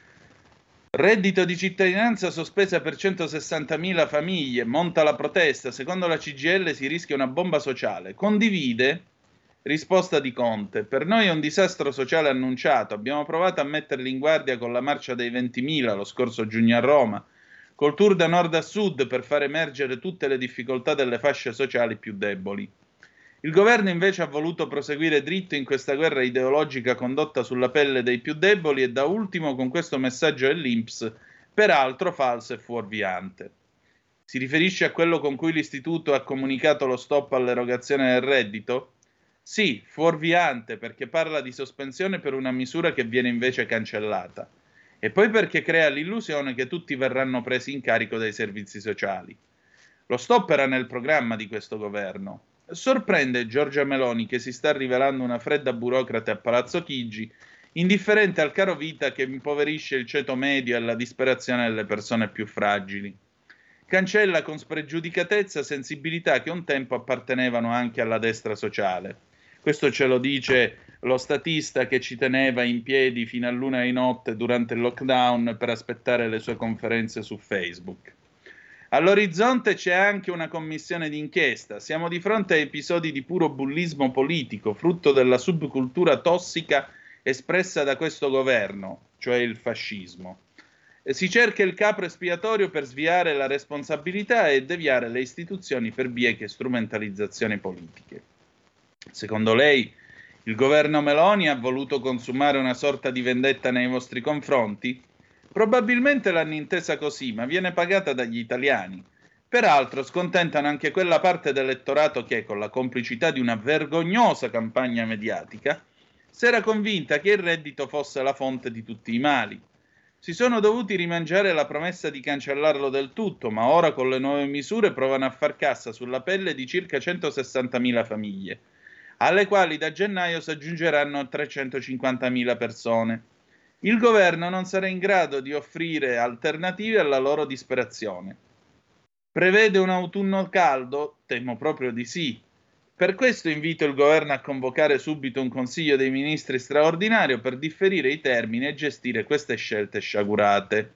C: Reddito di cittadinanza sospesa per 160.000 famiglie, monta la protesta, secondo la CGIL si rischia una bomba sociale. Condivide? Risposta di Conte: per noi è un disastro sociale annunciato, abbiamo provato a metterli in guardia con la marcia dei 20.000 lo scorso giugno a Roma, col tour da nord a sud per far emergere tutte le difficoltà delle fasce sociali più deboli. Il governo invece ha voluto proseguire dritto in questa guerra ideologica condotta sulla pelle dei più deboli e da ultimo con questo messaggio dell'INPS, peraltro falso e fuorviante. Si riferisce a quello con cui l'istituto ha comunicato lo stop all'erogazione del reddito? Sì, fuorviante, perché parla di sospensione per una misura che viene invece cancellata. E poi perché crea l'illusione che tutti verranno presi in carico dai servizi sociali. Lo stop era nel programma di questo governo. Sorprende Giorgia Meloni, che si sta rivelando una fredda burocrate a Palazzo Chigi, indifferente al caro vita che impoverisce il ceto medio e alla disperazione delle persone più fragili. Cancella con spregiudicatezza sensibilità che un tempo appartenevano anche alla destra sociale. Questo ce lo dice lo statista che ci teneva in piedi fino all'una di notte durante il lockdown per aspettare le sue conferenze su Facebook. All'orizzonte c'è anche una commissione d'inchiesta. Siamo di fronte a episodi di puro bullismo politico, frutto della subcultura tossica espressa da questo governo, cioè il fascismo. Si cerca il capro espiatorio per sviare la responsabilità e deviare le istituzioni per bieche strumentalizzazioni politiche. Secondo lei, il governo Meloni ha voluto consumare una sorta di vendetta nei vostri confronti? Probabilmente l'hanno intesa così, ma viene pagata dagli italiani. Peraltro scontentano anche quella parte dell'elettorato che, con la complicità di una vergognosa campagna mediatica, si era convinta che il reddito fosse la fonte di tutti i mali. Si sono dovuti rimangiare la promessa di cancellarlo del tutto, ma ora con le nuove misure provano a far cassa sulla pelle di circa 160.000 famiglie, alle quali da gennaio si aggiungeranno 350.000 persone. Il governo non sarà in grado di offrire alternative alla loro disperazione. Prevede un autunno caldo? Temo proprio di sì. Per questo invito il governo a convocare subito un Consiglio dei Ministri straordinario per differire i termini e gestire queste scelte sciagurate.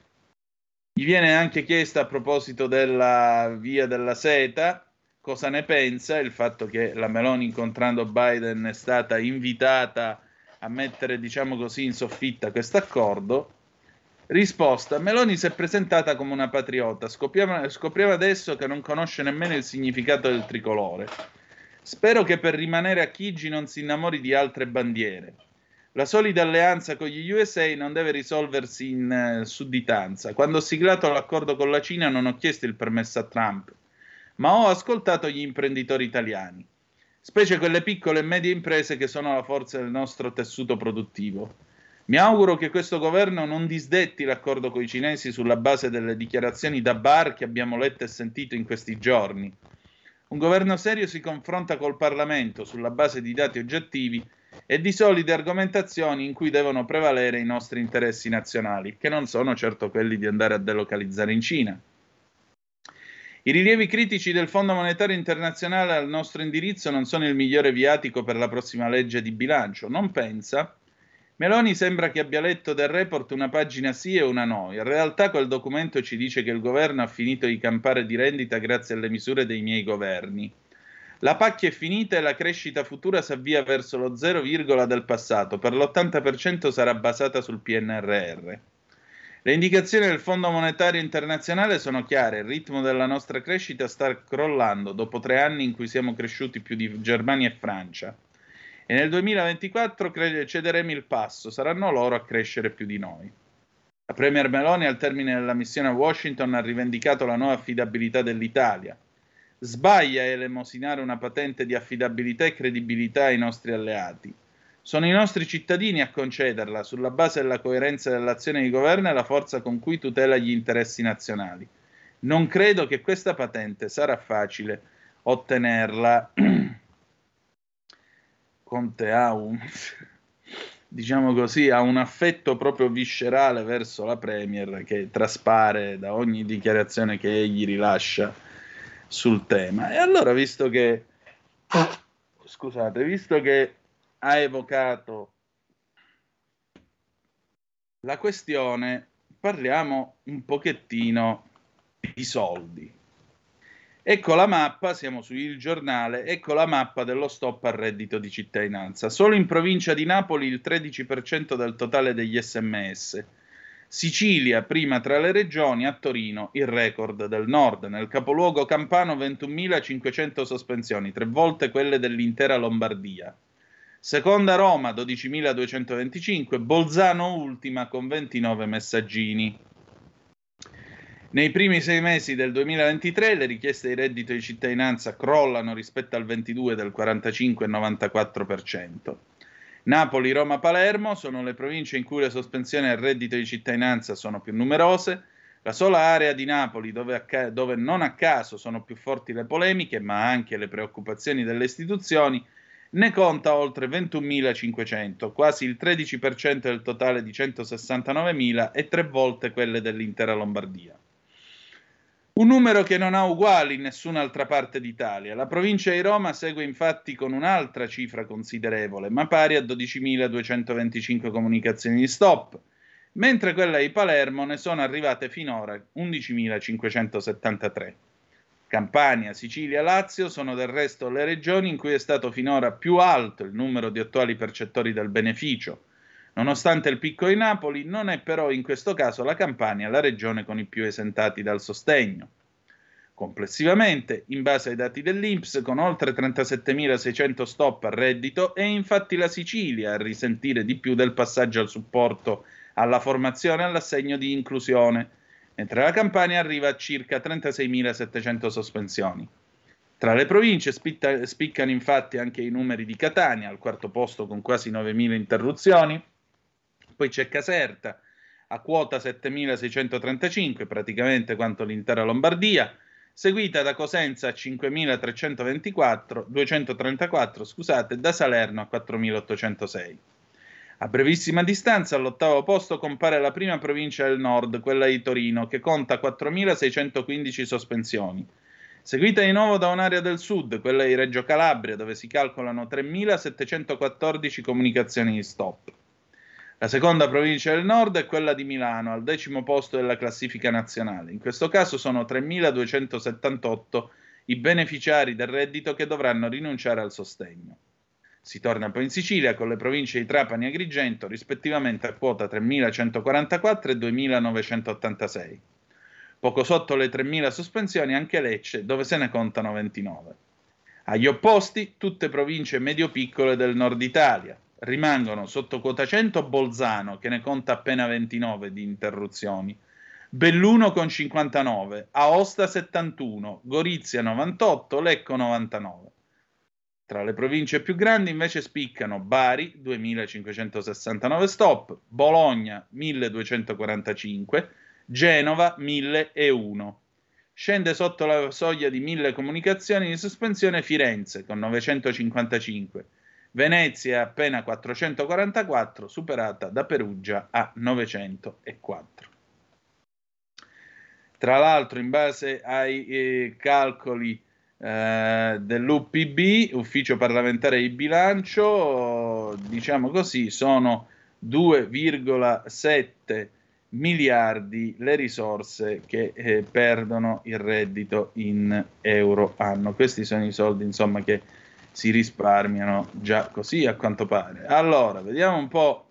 C: Gli viene anche chiesta a proposito della Via della Seta cosa ne pensa, il fatto che la Meloni incontrando Biden è stata invitata a mettere, diciamo così, in soffitta questo accordo. Risposta: Meloni si è presentata come una patriota, scopriamo adesso che non conosce nemmeno il significato del tricolore. Spero che per rimanere a Chigi non si innamori di altre bandiere. La solida alleanza con gli USA non deve risolversi in sudditanza. Quando ho siglato l'accordo con la Cina non ho chiesto il permesso a Trump, ma ho ascoltato gli imprenditori italiani, specie quelle piccole e medie imprese che sono la forza del nostro tessuto produttivo. Mi auguro che questo governo non disdetti l'accordo con i cinesi sulla base delle dichiarazioni da bar che abbiamo letto e sentito in questi giorni. Un governo serio si confronta col Parlamento sulla base di dati oggettivi e di solide argomentazioni in cui devono prevalere i nostri interessi nazionali, che non sono certo quelli di andare a delocalizzare in Cina. I rilievi critici del Fondo Monetario Internazionale al nostro indirizzo non sono il migliore viatico per la prossima legge di bilancio, non pensa? Meloni sembra che abbia letto del report una pagina sì e una no. In realtà quel documento ci dice che il governo ha finito di campare di rendita grazie alle misure dei miei governi. La pacchia è finita e la crescita futura si avvia verso lo 0, del passato. Per l'80% sarà basata sul PNRR. Le indicazioni del Fondo Monetario Internazionale sono chiare. Il ritmo della nostra crescita sta crollando dopo 3 anni in cui siamo cresciuti più di Germania e Francia. e nel 2024 cederemo il passo, saranno loro a crescere più di noi. La Premier Meloni al termine della missione a Washington ha rivendicato la nuova affidabilità dell'Italia. Sbaglia a elemosinare una patente di affidabilità e credibilità ai nostri alleati. Sono i nostri cittadini a concederla sulla base della coerenza dell'azione di governo e la forza con cui tutela gli interessi nazionali. Non credo che questa patente sarà facile ottenerla. Conte ha diciamo così, ha un affetto proprio viscerale verso la Premier che traspare da ogni dichiarazione che egli rilascia sul tema. E allora, visto che ha evocato la questione, parliamo un pochettino di soldi. Ecco la mappa, siamo su Il Giornale, ecco la mappa dello stop al reddito di cittadinanza. Solo in provincia di Napoli il 13% del totale degli SMS. Sicilia, prima tra le regioni, a Torino il record del nord. Nel capoluogo campano 21.500 sospensioni, 3 volte quelle dell'intera Lombardia. Seconda Roma, 12.225, Bolzano ultima con 29 messaggini. Nei primi 6 mesi del 2023 le richieste di reddito di cittadinanza crollano rispetto al 22 del 45,94%. Napoli, Roma, Palermo sono le province in cui le sospensioni al reddito di cittadinanza sono più numerose. La sola area di Napoli dove non a caso sono più forti le polemiche, ma anche le preoccupazioni delle istituzioni, ne conta oltre 21.500, quasi il 13% del totale di 169.000 e 3 volte quelle dell'intera Lombardia. Un numero che non ha uguali in nessun'altra parte d'Italia. La provincia di Roma segue infatti con un'altra cifra considerevole, ma pari a 12.225 comunicazioni di stop, mentre quella di Palermo ne sono arrivate finora 11.573. Campania, Sicilia e Lazio sono del resto le regioni in cui è stato finora più alto il numero di attuali percettori del beneficio. Nonostante il picco di Napoli, non è però in questo caso la Campania la regione con i più esentati dal sostegno. Complessivamente, in base ai dati dell'INPS, con oltre 37.600 stop al reddito, è infatti la Sicilia a risentire di più del passaggio al supporto alla formazione e all'assegno di inclusione, mentre la Campania arriva a circa 36.700 sospensioni. Tra le province spiccano infatti anche i numeri di Catania, al quarto posto con quasi 9.000 interruzioni, poi c'è Caserta, a quota 7.635, praticamente quanto l'intera Lombardia, seguita da Cosenza a 5.334, e da Salerno a 4.806. A brevissima distanza, all'ottavo posto, compare la prima provincia del nord, quella di Torino, che conta 4.615 sospensioni, seguita di nuovo da un'area del sud, quella di Reggio Calabria, dove si calcolano 3.714 comunicazioni di stop. La seconda provincia del nord è quella di Milano, al 10° posto della classifica nazionale. In questo caso sono 3.278 i beneficiari del reddito che dovranno rinunciare al sostegno. Si torna poi in Sicilia con le province di Trapani e Agrigento, rispettivamente a quota 3.144 e 2.986. Poco sotto le 3.000 sospensioni anche Lecce, dove se ne contano 29. Agli opposti, tutte province medio-piccole del nord Italia. Rimangono sotto quota 100 Bolzano, che ne conta appena 29 di interruzioni, Belluno con 59, Aosta 71, Gorizia 98, Lecco 99. Tra le province più grandi invece spiccano Bari, 2.569 stop, Bologna, 1.245, Genova, 1.001. Scende sotto la soglia di 1.000 comunicazioni di sospensione Firenze, con 955. Venezia appena 444, superata da Perugia a 904. Tra l'altro, in base ai calcoli dell'UPB, Ufficio Parlamentare di Bilancio, diciamo così, sono 2,7 miliardi le risorse che perdono il reddito in euro anno. Questi sono i soldi, insomma, che si risparmiano già così, a quanto pare. Allora, vediamo un po'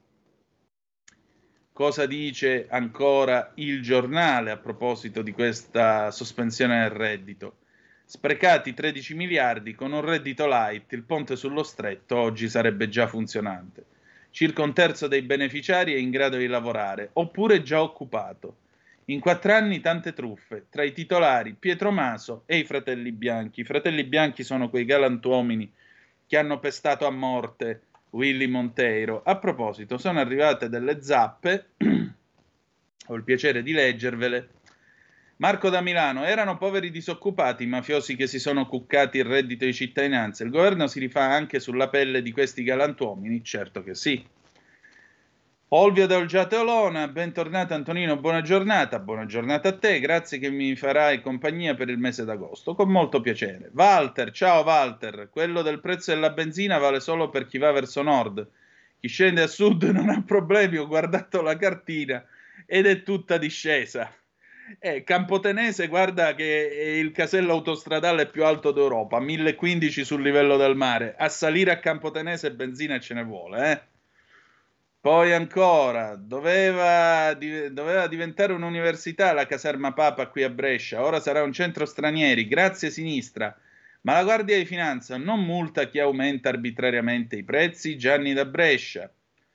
C: cosa dice ancora Il Giornale a proposito di questa sospensione del reddito. Sprecati 13 miliardi, con un reddito light, il ponte sullo stretto oggi sarebbe già funzionante. Circa un terzo dei beneficiari è in grado di lavorare, oppure già occupato. In 4 anni tante truffe, tra i titolari Pietro Maso e i fratelli Bianchi. I fratelli Bianchi sono quei galantuomini che hanno pestato a morte Willy Monteiro. A proposito, sono arrivate delle zappe, ho il piacere di leggervele. Marco da Milano: erano poveri disoccupati i mafiosi che si sono cuccati il reddito di cittadinanza. Il governo si rifà anche sulla pelle di questi galantuomini? Certo che sì. Olvio da Olgiate Olona: bentornato Antonino, buona giornata a te, grazie che mi farai compagnia per il mese d'agosto, con molto piacere. Walter: ciao Walter, quello del prezzo della benzina vale solo per chi va verso nord, chi scende a sud non ha problemi, ho guardato la cartina ed è tutta discesa. Campotenese, guarda che è il casello autostradale più alto d'Europa, 1015 sul livello del mare. A salire a Campotenese benzina ce ne vuole, Poi ancora, doveva diventare un'università la caserma Papa qui a Brescia, ora sarà un centro stranieri, grazie sinistra. Ma la Guardia di Finanza non multa chi aumenta arbitrariamente i prezzi? Gianni da Brescia.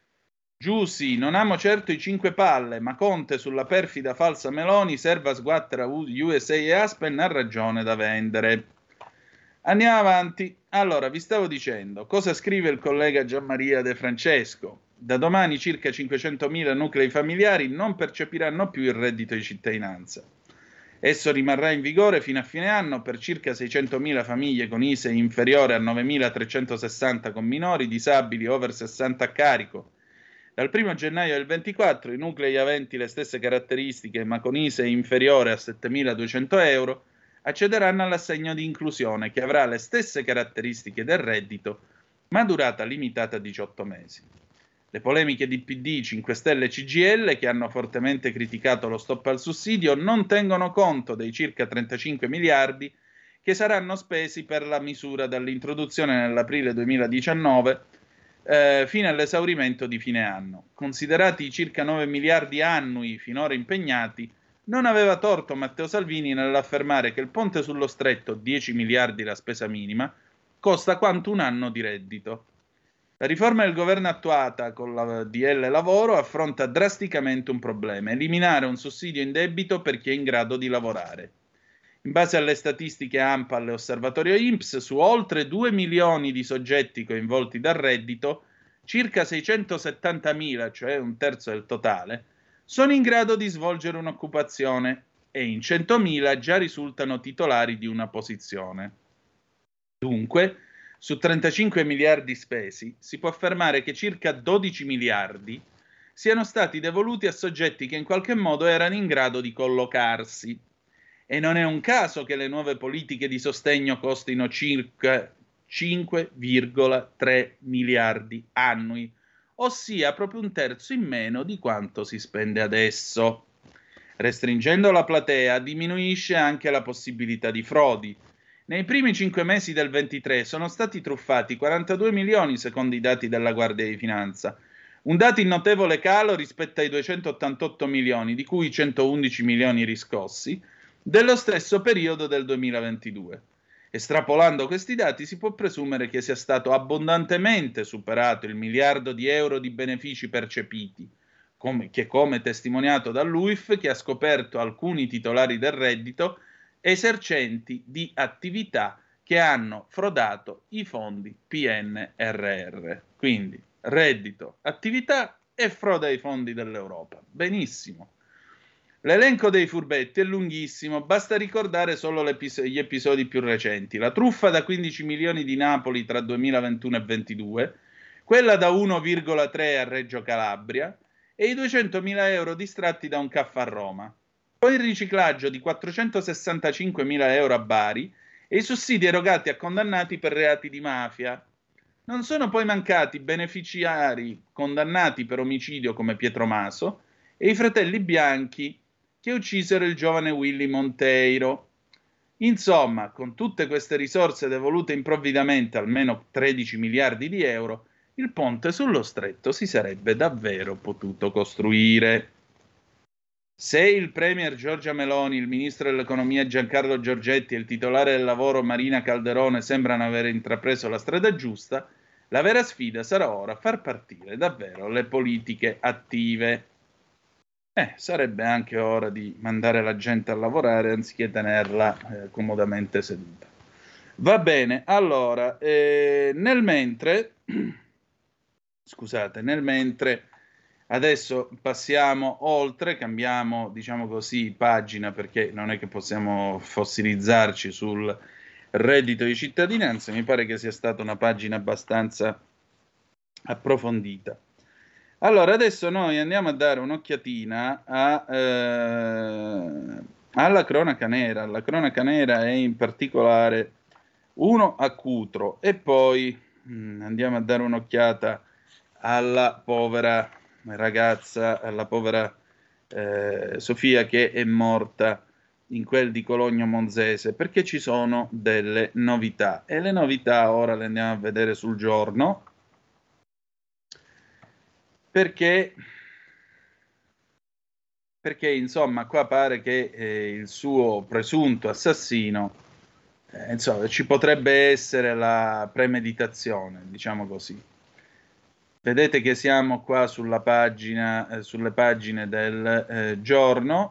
C: Giussi: non amo certo i 5 palle, ma Conte sulla perfida falsa Meloni serve a sguattere a USA e Aspen, ha ragione da vendere. Andiamo avanti. Allora, vi stavo dicendo, cosa scrive il collega Gianmaria De Francesco? Da domani circa 500.000 nuclei familiari non percepiranno più il reddito di cittadinanza. Esso rimarrà in vigore fino a fine anno per circa 600.000 famiglie con ISEE inferiore a 9.360 con minori, disabili over 60 a carico. Dal 1 gennaio del 24 i nuclei aventi le stesse caratteristiche ma con ISEE inferiore a 7.200 euro accederanno all'assegno di inclusione, che avrà le stesse caratteristiche del reddito ma durata limitata a 18 mesi. Le polemiche di PD, 5 Stelle e CGIL, che hanno fortemente criticato lo stop al sussidio, non tengono conto dei circa 35 miliardi che saranno spesi per la misura dall'introduzione nell'aprile 2019 fino all'esaurimento di fine anno. Considerati i circa 9 miliardi annui finora impegnati, non aveva torto Matteo Salvini nell'affermare che il ponte sullo stretto, 10 miliardi la spesa minima, costa quanto un anno di reddito. La riforma del governo attuata con la DL Lavoro affronta drasticamente un problema: eliminare un sussidio in debito per chi è in grado di lavorare. In base alle statistiche ANPAL e Osservatorio INPS, su oltre 2 milioni di soggetti coinvolti dal reddito, circa 670.000, cioè un terzo del totale, sono in grado di svolgere un'occupazione e in 100.000 già risultano titolari di una posizione. Dunque, su 35 miliardi spesi, si può affermare che circa 12 miliardi siano stati devoluti a soggetti che in qualche modo erano in grado di collocarsi. E non è un caso che le nuove politiche di sostegno costino circa 5,3 miliardi annui, ossia proprio un terzo in meno di quanto si spende adesso. Restringendo la platea diminuisce anche la possibilità di frodi. Nei primi 5 mesi del 23 sono stati truffati 42 milioni secondo i dati della Guardia di Finanza, un dato in notevole calo rispetto ai 288 milioni, di cui 111 milioni riscossi, dello stesso periodo del 2022. Estrapolando questi dati si può presumere che sia stato abbondantemente superato il miliardo di euro di benefici percepiti, come testimoniato dall'UIF, che ha scoperto alcuni titolari del reddito esercenti di attività che hanno frodato i fondi PNRR. Quindi reddito, attività e froda ai fondi dell'Europa. Benissimo. L'elenco dei furbetti è lunghissimo, basta ricordare solo gli episodi più recenti. La truffa da 15 milioni di Napoli tra 2021 e 2022, quella da 1,3 a Reggio Calabria e i 200.000 euro distratti da un caffè a Roma. Poi il riciclaggio di 465.000 euro a Bari e i sussidi erogati a condannati per reati di mafia. Non sono poi mancati beneficiari condannati per omicidio come Pietro Maso e i fratelli Bianchi che uccisero il giovane Willy Monteiro. Insomma, con tutte queste risorse devolute improvvidamente, almeno 13 miliardi di euro, il ponte sullo stretto si sarebbe davvero potuto costruire. Se il premier Giorgia Meloni, il ministro dell'economia Giancarlo Giorgetti e il titolare del lavoro Marina Calderone sembrano aver intrapreso la strada giusta, la vera sfida sarà ora far partire davvero le politiche attive. Sarebbe anche ora di mandare la gente a lavorare anziché tenerla comodamente seduta. Va bene, allora, nel mentre adesso passiamo oltre, cambiamo, diciamo così, pagina, perché non è che possiamo fossilizzarci sul reddito di cittadinanza, mi pare che sia stata una pagina abbastanza approfondita. Allora, adesso noi andiamo a dare un'occhiatina alla cronaca nera. La cronaca nera è in particolare uno a Cutro e poi andiamo a dare un'occhiata alla povera ragazza, alla povera Sofia che è morta in quel di Cologno Monzese, perché ci sono delle novità e le novità ora le andiamo a vedere sul giorno, perché insomma qua pare che il suo presunto assassino, insomma, ci potrebbe essere la premeditazione, diciamo così. Vedete che siamo qua sulla pagina, sulle pagine del giorno.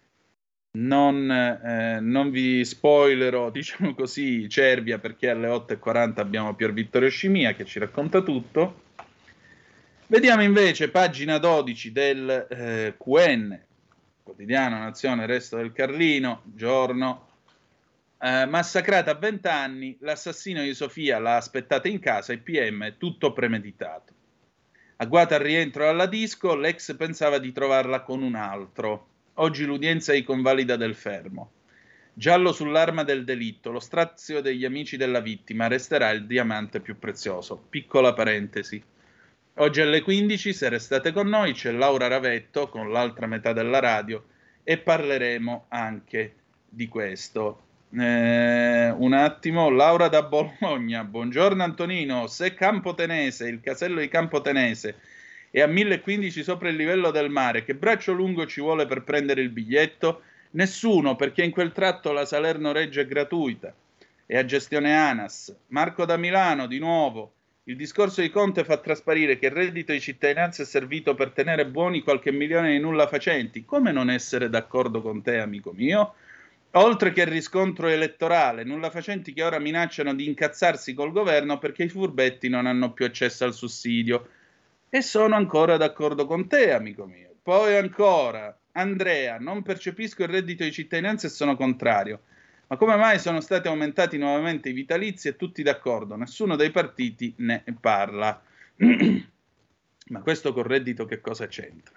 C: Non vi spoilerò, diciamo così, Cervia, perché alle 8:40 abbiamo Pier Vittorio Scimia che ci racconta tutto. Vediamo invece pagina 12 del QN, quotidiano Nazione, Resto del Carlino, giorno. Massacrata a 20 anni, l'assassino di Sofia l'ha aspettata in casa, il PM è tutto premeditato. Agguata al rientro alla disco, l'ex pensava di trovarla con un altro. Oggi l'udienza è convalida del fermo. Giallo sull'arma del delitto, lo strazio degli amici della vittima resterà il diamante più prezioso. Piccola parentesi. Oggi alle 15, se restate con noi, c'è Laura Ravetto con l'altra metà della radio e parleremo anche di questo. Un attimo, Laura da Bologna, buongiorno Antonino, se Campotenese, il casello di Campotenese è a 1015 sopra il livello del mare, che braccio lungo ci vuole per prendere il biglietto? Nessuno, perché in quel tratto la Salerno-Reggio è gratuita, è a gestione ANAS. Marco da Milano, di nuovo, il discorso di Conte fa trasparire che il reddito di cittadinanza è servito per tenere buoni qualche milione di nulla facenti. Come non essere d'accordo con te, amico mio? Oltre che il riscontro elettorale, nulla facenti che ora minacciano di incazzarsi col governo perché i furbetti non hanno più accesso al sussidio. E sono ancora d'accordo con te, amico mio. Poi ancora, Andrea, non percepisco il reddito di cittadinanza e sono contrario. Ma come mai sono stati aumentati nuovamente i vitalizi e tutti d'accordo? Nessuno dei partiti ne parla. Ma questo col reddito che cosa c'entra?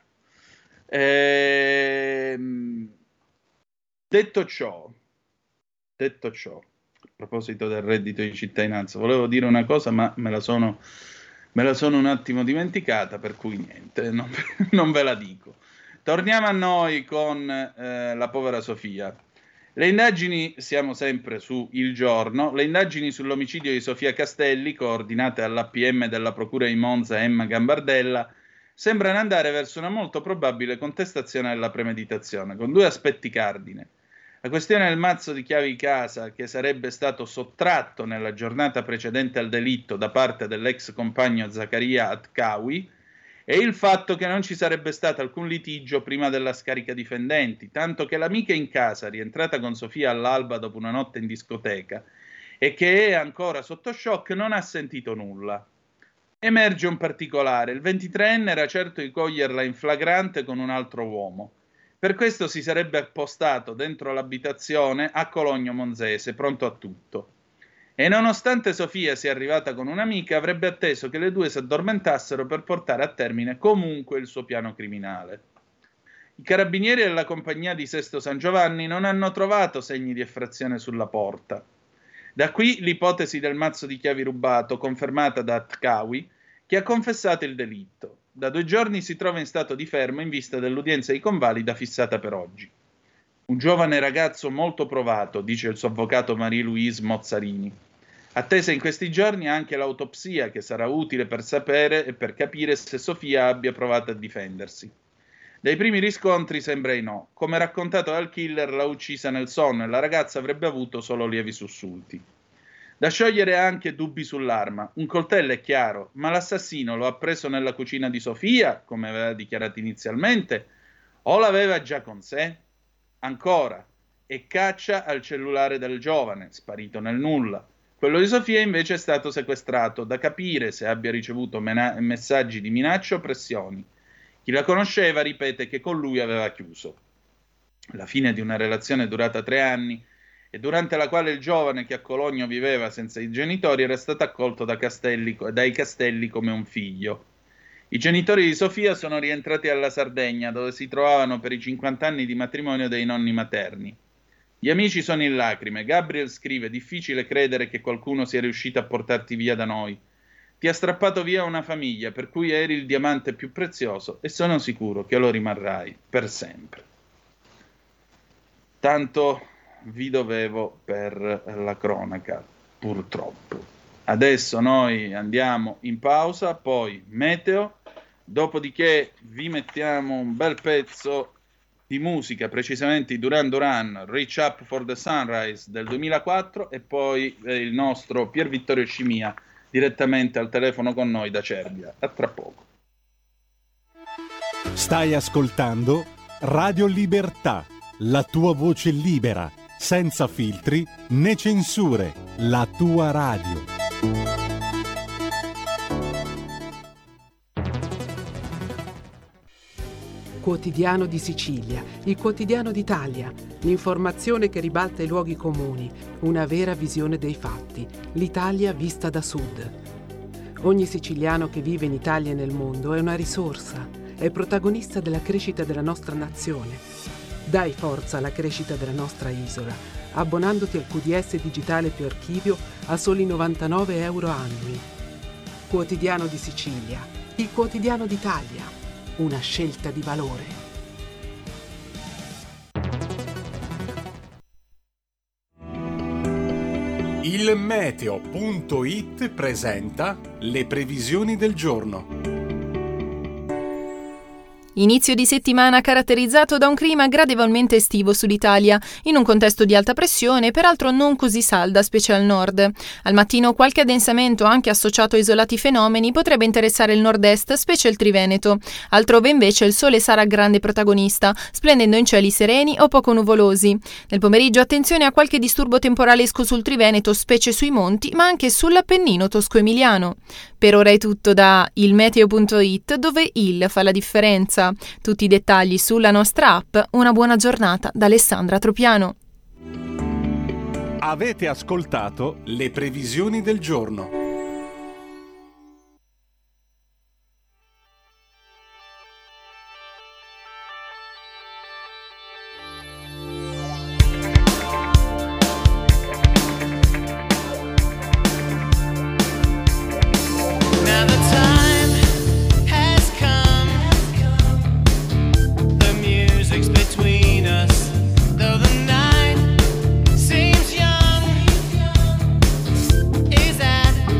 C: Detto ciò, a proposito del reddito di cittadinanza, volevo dire una cosa, ma me la sono un attimo dimenticata, per cui niente, non ve la dico. Torniamo a noi con la povera Sofia. Le indagini, siamo sempre su Il Giorno, le indagini sull'omicidio di Sofia Castelli, coordinate dall'APM della Procura di Monza Emma Gambardella, sembrano andare verso una molto probabile contestazione della premeditazione, con due aspetti cardine. La questione del mazzo di chiavi di casa, che sarebbe stato sottratto nella giornata precedente al delitto da parte dell'ex compagno Zaccaria Atkawi, e il fatto che non ci sarebbe stato alcun litigio prima della scarica difendenti, tanto che l'amica in casa, rientrata con Sofia all'alba dopo una notte in discoteca, e che è ancora sotto shock, non ha sentito nulla. Emerge un particolare: il 23enne era certo di coglierla in flagrante con un altro uomo. Per questo si sarebbe appostato dentro l'abitazione a Cologno Monzese, pronto a tutto. E nonostante Sofia sia arrivata con un'amica, avrebbe atteso che le due si addormentassero per portare a termine comunque il suo piano criminale. I carabinieri della compagnia di Sesto San Giovanni non hanno trovato segni di effrazione sulla porta. Da qui l'ipotesi del mazzo di chiavi rubato, confermata da Atkawi, che ha confessato il delitto. Da 2 giorni si trova in stato di fermo in vista dell'udienza di convalida fissata per oggi. Un giovane ragazzo molto provato, dice il suo avvocato Marie-Louise Mozzarini. Attesa in questi giorni anche l'autopsia, che sarà utile per sapere e per capire se Sofia abbia provato a difendersi. Dai primi riscontri sembra di no. Come raccontato dal killer, l'ha uccisa nel sonno e la ragazza avrebbe avuto solo lievi sussulti. Da sciogliere anche dubbi sull'arma. Un coltello è chiaro, ma l'assassino lo ha preso nella cucina di Sofia, come aveva dichiarato inizialmente, o l'aveva già con sé? Ancora, e caccia al cellulare del giovane, sparito nel nulla. Quello di Sofia invece è stato sequestrato, da capire se abbia ricevuto messaggi di minaccia o pressioni. Chi la conosceva ripete che con lui aveva chiuso. La fine di una relazione durata 3 anni e durante la quale il giovane, che a Cologno viveva senza i genitori, era stato accolto dai Castelli come un figlio. I genitori di Sofia sono rientrati alla Sardegna, dove si trovavano per i 50 anni di matrimonio dei nonni materni. Gli amici sono in lacrime. Gabriel scrive: difficile credere che qualcuno sia riuscito a portarti via da noi. Ti ha strappato via una famiglia per cui eri il diamante più prezioso e sono sicuro che lo rimarrai per sempre. Tanto vi dovevo per la cronaca, purtroppo. Adesso noi andiamo in pausa, poi meteo, dopodiché vi mettiamo un bel pezzo di musica, precisamente i Duran Duran, Reach Up for the Sunrise del 2004, e poi il nostro Pier Vittorio Scimia direttamente al telefono con noi da Cervia. A tra poco.
A: Stai ascoltando Radio Libertà, la tua voce libera, senza filtri né censure, la tua radio.
E: Quotidiano di Sicilia, il quotidiano d'Italia, l'informazione che ribalta i luoghi comuni, una vera visione dei fatti, l'Italia vista da sud. Ogni siciliano che vive in Italia e nel mondo è una risorsa, è protagonista della crescita della nostra nazione. Dai forza alla crescita della nostra isola, abbonandoti al QDS digitale più archivio a soli 99 euro annui. Quotidiano di Sicilia, il quotidiano d'Italia. Una scelta di valore.
A: Il meteo.it presenta le previsioni del giorno.
G: Inizio di settimana caratterizzato da un clima gradevolmente estivo sull'Italia, in un contesto di alta pressione, peraltro non così salda, specie al nord. Al mattino qualche addensamento, anche associato a isolati fenomeni, potrebbe interessare il nord-est, specie il Triveneto. Altrove invece il sole sarà grande protagonista, splendendo in cieli sereni o poco nuvolosi. Nel pomeriggio attenzione a qualche disturbo temporalesco sul Triveneto, specie sui monti, ma anche sull'Appennino tosco-emiliano. Per ora è tutto da ilmeteo.it, dove il fa la differenza. Tutti i dettagli sulla nostra app. Una buona giornata da Alessandra Tropiano.
A: Avete ascoltato le previsioni del giorno.
H: Is that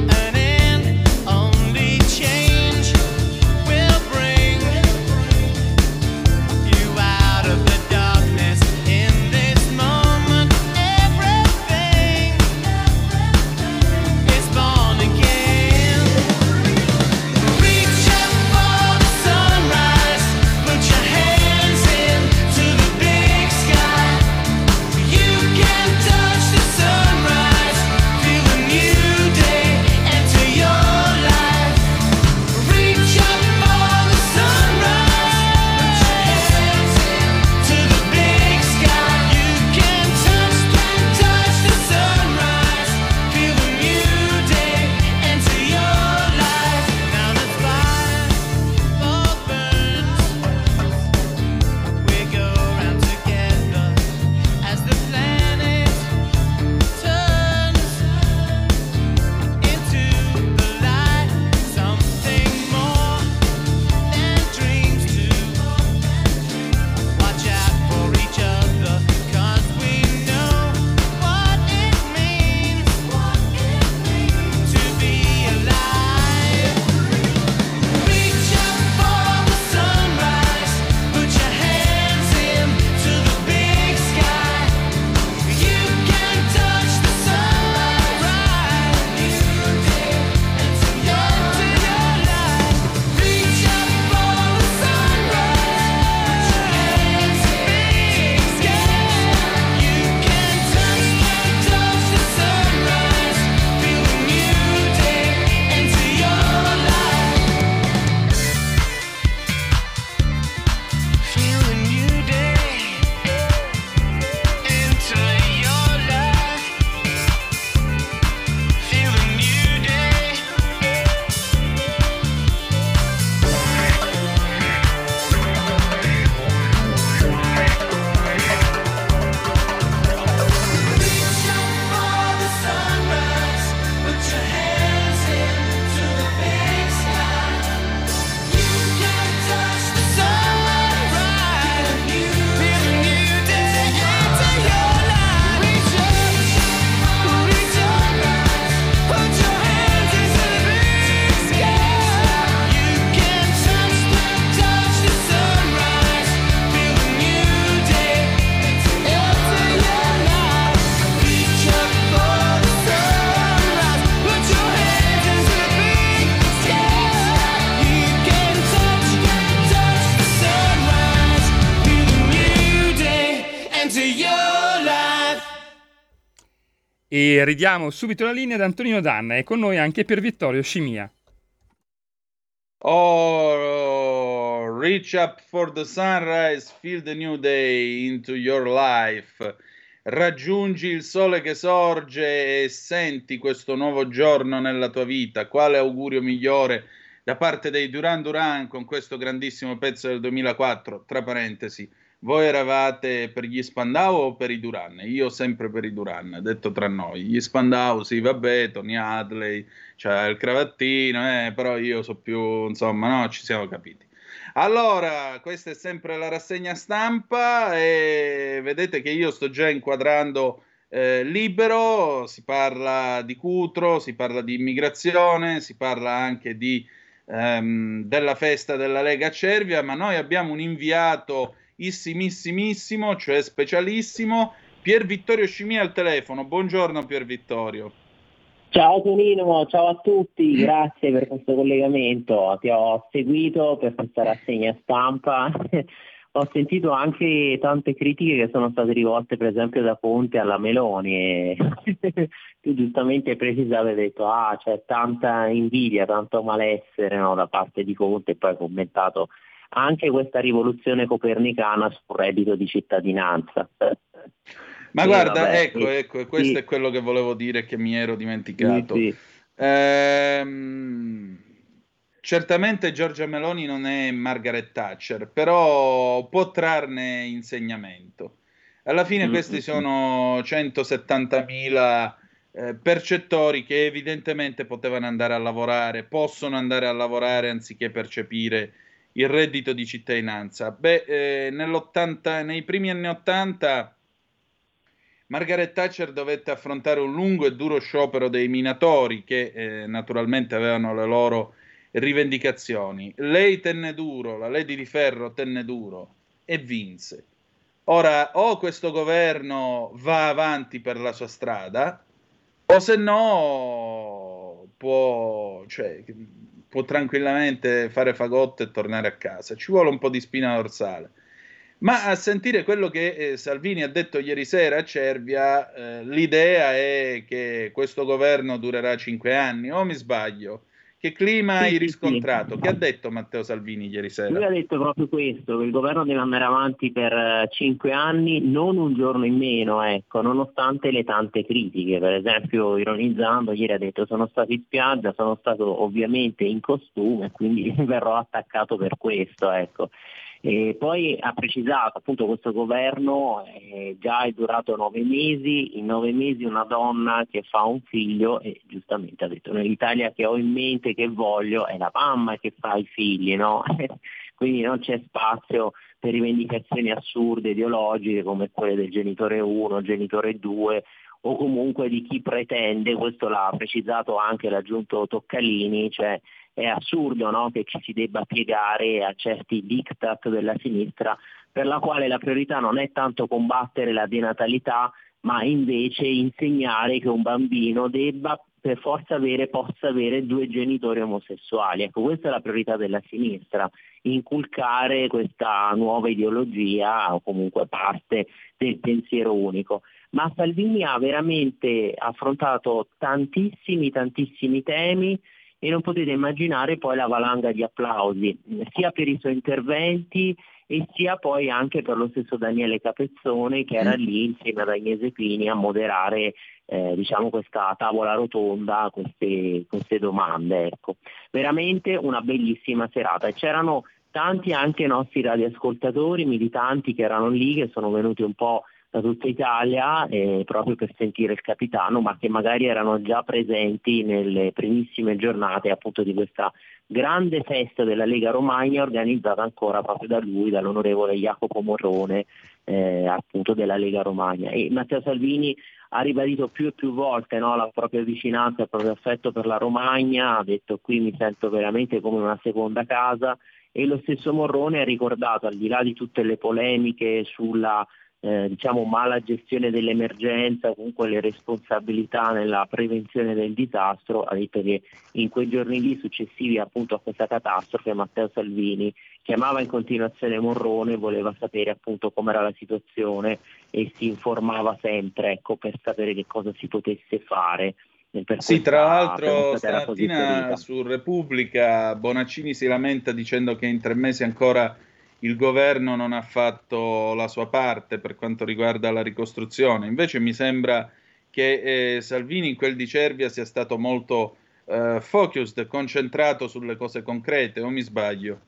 B: E ridiamo subito la linea ad Antonino Danna e con noi anche Pier Vittorio Scimia.
C: Oh, reach up for the sunrise, feel the new day into your life. Raggiungi il sole che sorge e senti questo nuovo giorno nella tua vita. Quale augurio migliore da parte dei Duran Duran con questo grandissimo pezzo del 2004? Tra parentesi, voi eravate per gli Spandau o per i Duran? Io sempre per i Duran, detto tra noi. Gli Spandau, sì, vabbè, Tony Hadley, c'è il cravattino, però io so più, insomma, no, ci siamo capiti. Allora, questa è sempre la rassegna stampa e vedete che io sto già inquadrando Libero, si parla di Cutro, si parla di immigrazione, si parla anche della festa della Lega a Cervia, ma noi abbiamo un inviato issimissimissimo, cioè specialissimo, Pier Vittorio Scimia al telefono. Buongiorno Pier Vittorio.
H: Ciao Tonino, ciao a tutti, grazie per questo collegamento, ti ho seguito per questa rassegna stampa, ho sentito anche tante critiche che sono state rivolte per esempio da Conte alla Meloni e tu giustamente precisavi, hai detto c'è tanta invidia, tanto malessere, no, da parte di Conte, e poi hai commentato anche questa rivoluzione copernicana sul reddito di cittadinanza.
C: Ma guarda,
H: vabbè,
C: ecco, questo
H: sì,
C: è quello che volevo dire che mi ero dimenticato.
H: sì.
C: Certamente Giorgia Meloni non è Margaret Thatcher, però può trarne insegnamento. Alla fine questi sono 170.000 percettori che evidentemente potevano andare a lavorare, possono andare a lavorare anziché percepire il reddito di cittadinanza. Nei primi anni 80 Margaret Thatcher dovette affrontare un lungo e duro sciopero dei minatori che naturalmente avevano le loro rivendicazioni. Lei tenne duro, la Lady di Ferro tenne duro e vinse. Ora, o questo governo va avanti per la sua strada, o se no può tranquillamente fare fagotto e tornare a casa. Ci vuole un po' di spina dorsale. Ma a sentire quello che Salvini ha detto ieri sera a Cervia, l'idea è che questo governo durerà 5 anni, o mi sbaglio? Che clima hai
H: Sì.
C: riscontrato? Che ha detto Matteo Salvini ieri sera?
H: Lui ha detto proprio questo, che il governo deve andare avanti per 5 anni, non un giorno in meno, ecco, nonostante le tante critiche. Per esempio, ironizzando, ieri ha detto sono stato in spiaggia, sono stato ovviamente in costume, quindi verrò attaccato per questo, ecco. E poi ha precisato, appunto, questo governo già è durato 9 mesi, in 9 mesi una donna che fa un figlio, e giustamente ha detto nell'Italia che ho in mente, che voglio, è la mamma che fa i figli, no? Quindi non c'è spazio per rivendicazioni assurde, ideologiche, come quelle del genitore 1, genitore 2, o comunque di chi pretende, questo l'ha precisato anche l'aggiunto Toccalini, cioè è assurdo, no, che ci si debba piegare a certi diktat della sinistra, per la quale la priorità non è tanto combattere la denatalità, ma invece insegnare che un bambino debba per forza possa avere 2 genitori omosessuali. Ecco, questa è la priorità della sinistra, inculcare questa nuova ideologia o comunque parte del pensiero unico. Ma Salvini ha veramente affrontato tantissimi temi e non potete immaginare poi la valanga di applausi, sia per i suoi interventi e sia poi anche per lo stesso Daniele Capezzone, che era lì insieme ad Agnese Pini a moderare questa tavola rotonda, queste domande. Ecco. Veramente una bellissima serata, e c'erano tanti anche nostri radioascoltatori, militanti che erano lì, che sono venuti un po' da tutta Italia proprio per sentire il capitano, ma che magari erano già presenti nelle primissime giornate appunto di questa grande festa della Lega Romagna, organizzata ancora proprio da lui, dall'onorevole Jacopo Morrone, appunto della Lega Romagna. E Matteo Salvini ha ribadito più e più volte, no, la propria vicinanza, il proprio affetto per la Romagna, ha detto: qui mi sento veramente come una seconda casa. E lo stesso Morrone ha ricordato, al di là di tutte le polemiche sulla diciamo mala gestione dell'emergenza, comunque le responsabilità nella prevenzione del disastro. Ha detto che in quei giorni lì successivi appunto a questa catastrofe Matteo Salvini chiamava in continuazione Morrone, voleva sapere appunto com'era la situazione e si informava sempre, ecco, per sapere che cosa si potesse fare.
C: Sì, tra l'altro
H: questa terra così
C: stamattina
H: ferita.
C: su Repubblica Bonaccini si lamenta dicendo che in 3 mesi ancora il governo non ha fatto la sua parte per quanto riguarda la ricostruzione. Invece mi sembra che Salvini in quel di Cervia sia stato molto focused, concentrato sulle cose concrete, o mi sbaglio?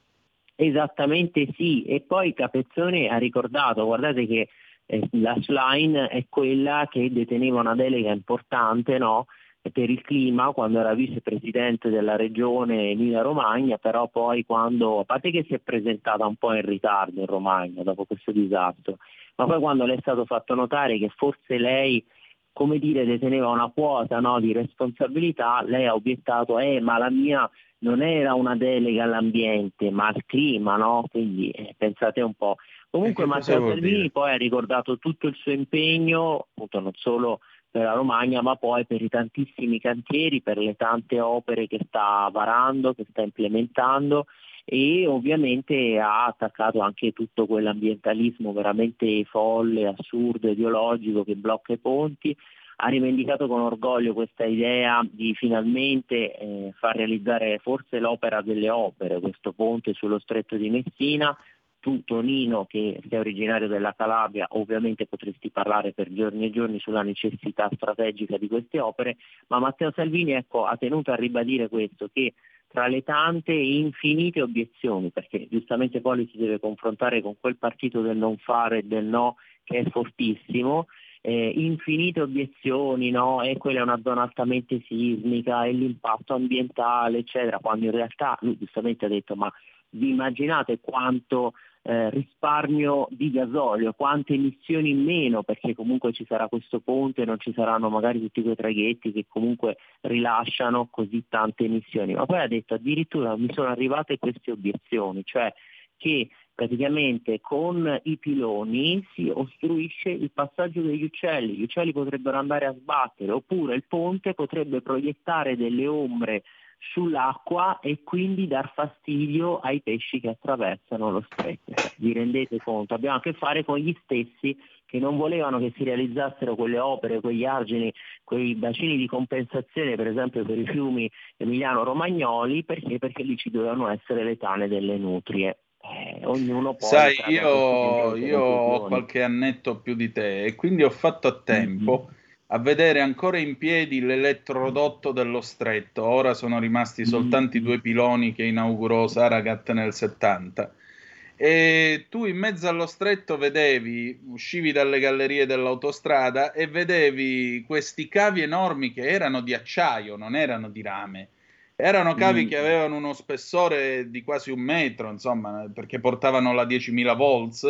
H: Esattamente sì, e poi Capezzone ha ricordato, guardate che la Schlein è quella che deteneva una delega importante, no, per il clima quando era vicepresidente della regione Emilia-Romagna, però poi quando, a parte che si è presentata un po' in ritardo in Romagna dopo questo disastro, ma poi quando le è stato fatto notare che forse lei, come dire, deteneva una quota, no, di responsabilità, lei ha obiettato, ma la mia non era una delega all'ambiente, ma al clima, no? Quindi pensate un po'. Comunque
C: Che cosa
H: Matteo
C: vuol
H: Salvini
C: dire?
H: poi ha ricordato tutto il suo impegno, appunto non solo per la Romagna, ma poi per i tantissimi cantieri, per le tante opere che sta varando, che sta implementando, e ovviamente ha attaccato anche tutto quell'ambientalismo veramente folle, assurdo, ideologico che blocca i ponti. Ha rivendicato con orgoglio questa idea di finalmente far realizzare forse l'opera delle opere, questo ponte sullo stretto di Messina. Tu, Tonino, che sei originario della Calabria, ovviamente potresti parlare per giorni e giorni sulla necessità strategica di queste opere, ma Matteo Salvini, ecco, ha tenuto a ribadire questo, che tra le tante e infinite obiezioni, perché giustamente poi si deve confrontare con quel partito del non fare e del no che è fortissimo, infinite obiezioni, no? E quella è una zona altamente sismica e l'impatto ambientale, eccetera, quando in realtà lui giustamente ha detto, ma vi immaginate quanto risparmio di gasolio, quante emissioni in meno, perché comunque ci sarà questo ponte, non ci saranno magari tutti quei traghetti che comunque rilasciano così tante emissioni. Ma poi ha detto addirittura mi sono arrivate queste obiezioni, cioè che praticamente con i piloni si ostruisce il passaggio degli uccelli, gli uccelli potrebbero andare a sbattere, oppure il ponte potrebbe proiettare delle ombre sull'acqua e quindi dar fastidio ai pesci che attraversano lo stretto. Vi rendete conto? Abbiamo a che fare con gli stessi che non volevano che si realizzassero quelle opere, quegli argini, quei bacini di compensazione, per esempio per i fiumi emiliano-romagnoli, perché lì ci dovevano essere le tane delle nutrie. Ognuno poi
C: Sai,
H: traga queste tediose
C: io ho
H: conclusioni.
C: qualche annetto più di te e quindi ho fatto a
H: Mhm.
C: tempo a vedere ancora in piedi l'elettrodotto dello stretto. Ora sono rimasti soltanto i
H: Mhm.
C: 2 piloni che inaugurò Saragat nel 70. E tu in mezzo allo stretto vedevi, uscivi dalle gallerie dell'autostrada e vedevi questi cavi enormi che erano di acciaio, non erano di rame. Erano cavi che
H: Mhm.
C: avevano uno spessore di quasi 1 metro, insomma, perché portavano la 10.000 volts,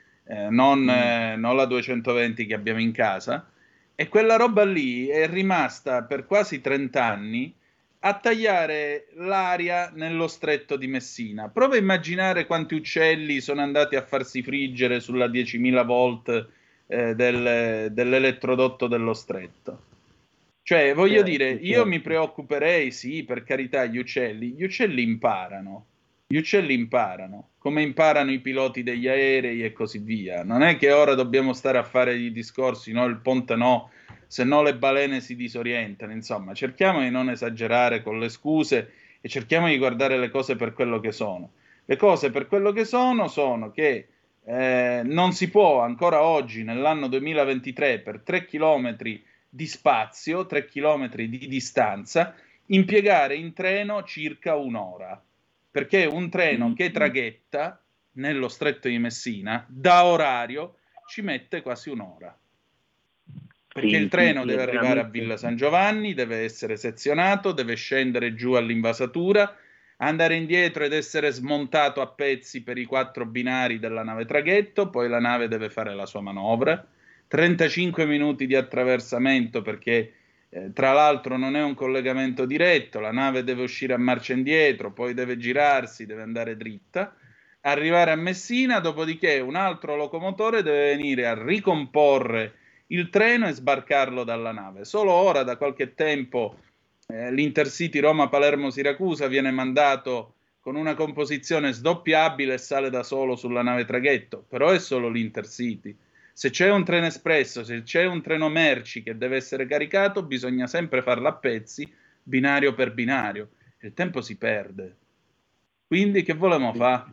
H: Mhm.
C: non la 220 che abbiamo in casa. E quella roba lì è rimasta per quasi 30 anni a tagliare l'aria nello stretto di Messina. Prova a immaginare quanti uccelli sono andati a farsi friggere sulla 10.000 volt dell'elettrodotto dello stretto. Cioè, voglio dire,
H: Certo,
C: io mi
H: certo.
C: preoccuperei, sì, per carità, gli uccelli imparano, gli uccelli imparano, come imparano i piloti degli aerei e così via. Non è che ora dobbiamo stare a fare i discorsi, no, il ponte no, se no le balene si disorientano, insomma, cerchiamo di non esagerare con le scuse e cerchiamo di guardare le cose per quello che sono. Le cose per quello che sono che non si può ancora oggi, nell'anno 2023, per 3 chilometri di spazio, 3 chilometri di distanza, impiegare in treno circa un'ora. Perché un treno che
H: Mhm.
C: traghetta nello stretto di Messina, da orario, ci mette quasi un'ora. Perché il
H: Sì, sì,
C: treno
H: sì, è
C: deve arrivare a
H: veramente.
C: Villa San Giovanni, deve essere sezionato, deve scendere giù all'invasatura, andare indietro ed essere smontato a pezzi per i 4 binari della nave traghetto, poi la nave deve fare la sua manovra, 35 minuti di attraversamento perché tra l'altro non è un collegamento diretto, la nave deve uscire a marcia indietro, poi deve girarsi, deve andare dritta, arrivare a Messina, dopodiché un altro locomotore deve venire a ricomporre il treno e sbarcarlo dalla nave. Solo ora, da qualche tempo, l'Intercity Roma-Palermo-Siracusa viene mandato con una composizione sdoppiabile e sale da solo sulla nave traghetto, però è solo l'Intercity. Se c'è un treno espresso, se c'è un treno merci che deve essere caricato, bisogna sempre farlo a pezzi, binario per binario. Il tempo si perde. Quindi che volevamo fare?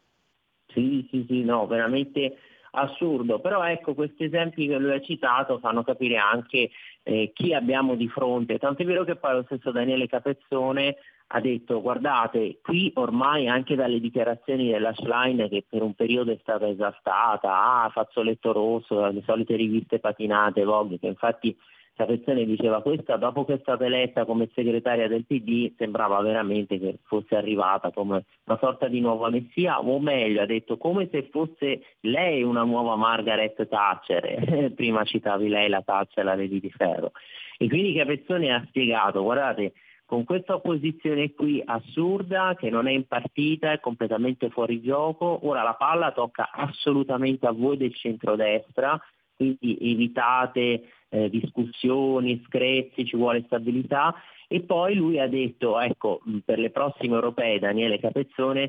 H: Sì, no, veramente assurdo. Però ecco, questi esempi che lui ha citato fanno capire anche chi abbiamo di fronte. Tant'è vero che poi lo stesso Daniele Capezzone ha detto: guardate, qui ormai anche dalle dichiarazioni della Schlein, che per un periodo è stata esaltata, fazzoletto rosso, le solite riviste patinate, Vogue, che infatti Capezzone diceva questa, dopo che è stata eletta come segretaria del PD, sembrava veramente che fosse arrivata come una sorta di nuova messia, o meglio, ha detto come se fosse lei una nuova Margaret Thatcher. Prima citavi lei la Thatcher, la Lady di Ferro. E quindi Capezzone ha spiegato: guardate, con questa opposizione qui assurda, che non è impartita, è completamente fuori gioco, ora la palla tocca assolutamente a voi del centrodestra, quindi evitate discussioni, screzi, ci vuole stabilità. E poi lui ha detto, ecco, per le prossime europee, Daniele Capezzone,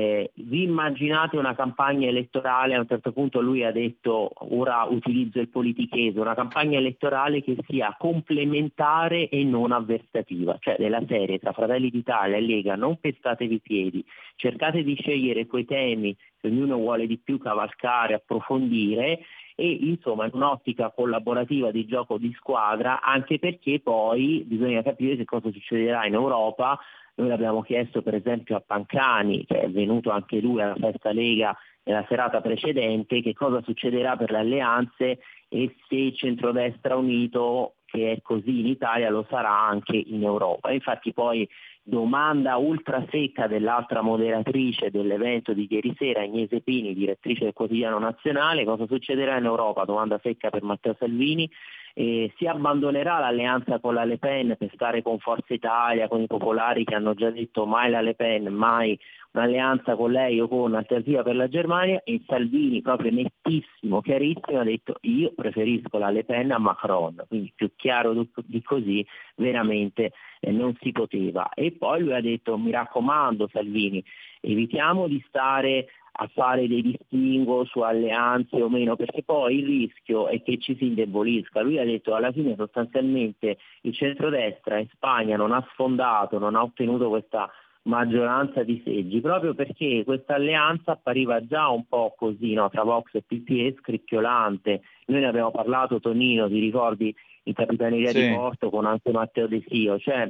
H: vi immaginate una campagna elettorale, a un certo punto lui ha detto, ora utilizzo il politichese, una campagna elettorale che sia complementare e non avversativa, cioè della serie tra Fratelli d'Italia e Lega, non pestatevi i piedi, cercate di scegliere quei temi che ognuno vuole di più cavalcare, approfondire, e insomma in un'ottica collaborativa di gioco di squadra, anche perché poi bisogna capire che cosa succederà in Europa. Noi l'abbiamo chiesto per esempio a Pancani, che è venuto anche lui alla festa Lega nella serata precedente, che cosa succederà per le alleanze e se il centrodestra unito, che è così in Italia, lo sarà anche in Europa. Infatti poi domanda ultra secca dell'altra moderatrice dell'evento di ieri sera, Agnese Pini, direttrice del Quotidiano Nazionale: cosa succederà in Europa? Domanda secca per Matteo Salvini. Si abbandonerà l'alleanza con la Le Pen per stare con Forza Italia, con i popolari che hanno già detto mai la Le Pen, mai un'alleanza con lei o con Alternativa per la Germania, e Salvini, proprio nettissimo, chiarissimo, ha detto: io preferisco la Le Pen a Macron. Quindi più chiaro di così veramente non si poteva. E poi lui ha detto: mi raccomando Salvini, evitiamo di stare a fare dei distinguo su alleanze o meno, perché poi il rischio è che ci si indebolisca. Lui ha detto alla fine sostanzialmente il centrodestra in Spagna non ha sfondato, non ha ottenuto questa maggioranza di seggi, proprio perché questa alleanza appariva già un po' così, no? Tra Vox e PPE, scricchiolante. Noi ne abbiamo parlato, Tonino, ti ricordi, in Capitaneria di Porto con anche Matteo De Sio, cioè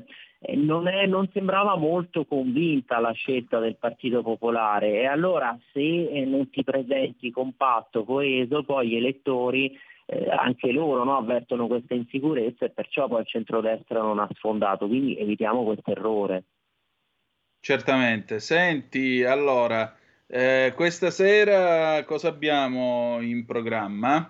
H: non sembrava molto convinta la scelta del Partito Popolare, e allora se non ti presenti compatto, coeso, poi gli elettori anche loro, no, avvertono questa insicurezza, e perciò poi il centrodestra non ha sfondato. Quindi evitiamo questo errore.
C: Certamente. Senti, allora, questa sera cosa abbiamo in programma?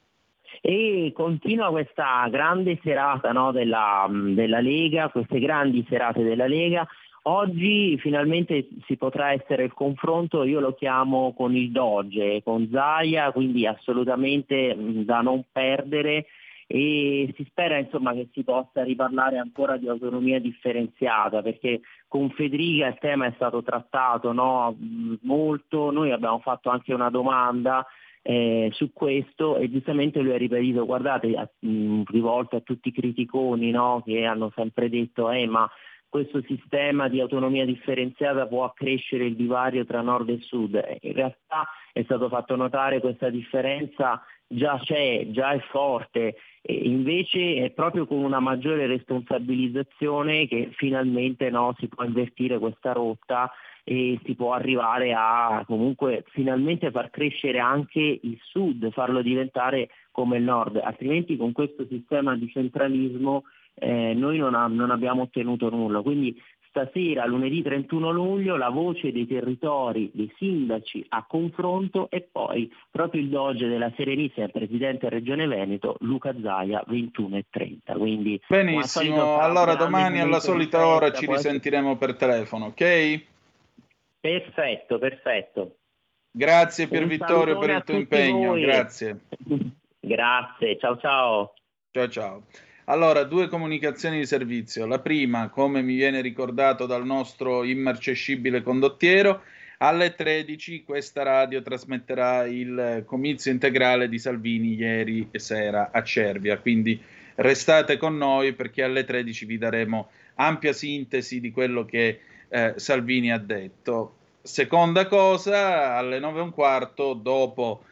H: E continua questa grande serata, no, della Lega, queste grandi serate della Lega. Oggi finalmente si potrà essere il confronto, io lo chiamo con il Doge, con Zaia, quindi assolutamente da non perdere, e si spera insomma che si possa riparlare ancora di autonomia differenziata, perché con Federica il tema è stato trattato, no, molto. Noi abbiamo fatto anche una domanda su questo, e giustamente lui ha ribadito: guardate, rivolto a tutti i criticoni, no, che hanno sempre detto ma questo sistema di autonomia differenziata può accrescere il divario tra nord e sud. In realtà è stato fatto notare questa differenza già c'è, già è forte, e invece è proprio con una maggiore responsabilizzazione che finalmente, no, si può invertire questa rotta e si può arrivare a comunque finalmente far crescere anche il sud, farlo diventare come il nord. Altrimenti con questo sistema di centralismo noi non abbiamo ottenuto nulla. Quindi stasera, lunedì 31 luglio, la voce dei territori, dei sindaci a confronto, e poi proprio il Doge della Serenissima, il presidente Regione Veneto, Luca Zaia, 21:30. Quindi
C: benissimo, allora domani alla solita ora ci risentiremo per telefono, ok?
H: Perfetto.
C: Grazie Pier Vittorio per il tuo impegno,
H: voi.
C: Grazie.
H: Grazie, ciao ciao.
C: Ciao ciao. Allora, 2 comunicazioni di servizio. La prima, come mi viene ricordato dal nostro immarcescibile condottiero, alle 13 questa radio trasmetterà il comizio integrale di Salvini ieri sera a Cervia, quindi restate con noi perché alle 13 vi daremo ampia sintesi di quello che Salvini ha detto. Seconda cosa, alle 9:15, dopo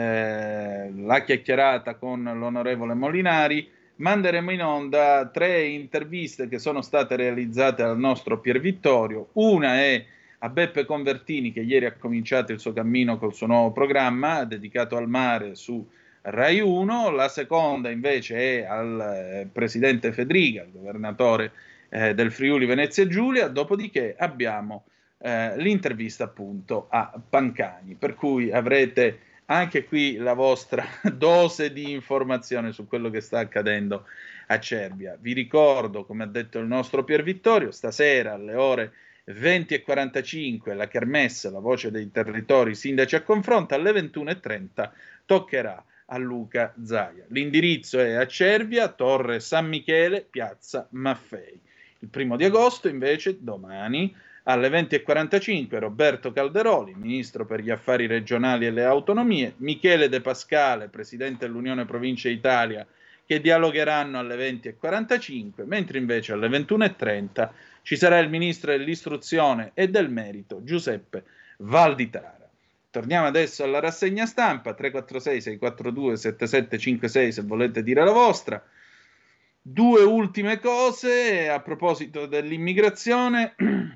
C: la chiacchierata con l'onorevole Molinari, manderemo in onda 3 interviste che sono state realizzate dal nostro Pier Vittorio. Una è a Beppe Convertini, che ieri ha cominciato il suo cammino col suo nuovo programma dedicato al mare su Rai 1. La seconda invece è al presidente Fedriga, il governatore del Friuli Venezia Giulia. Dopodiché abbiamo l'intervista appunto a Pancani, per cui avrete anche qui la vostra dose di informazione su quello che sta accadendo a Cervia. Vi ricordo, come ha detto il nostro Pier Vittorio, stasera alle ore 20:45 la Kermesse, la voce dei territori, sindaci a confronto, alle 21:30 toccherà a Luca Zaia. L'indirizzo è a Cervia, Torre San Michele, piazza Maffei. Il 1° agosto invece, domani, alle 20:45 Roberto Calderoli, ministro per gli affari regionali e le autonomie, Michele De Pascale, presidente dell'Unione Province Italia, che dialogheranno alle 20:45, mentre invece alle 21:30 ci sarà il ministro dell'istruzione e del merito, Giuseppe Valditara. Torniamo adesso alla rassegna stampa, 346-642-7756 se volete dire la vostra. 2 ultime cose a proposito dell'immigrazione.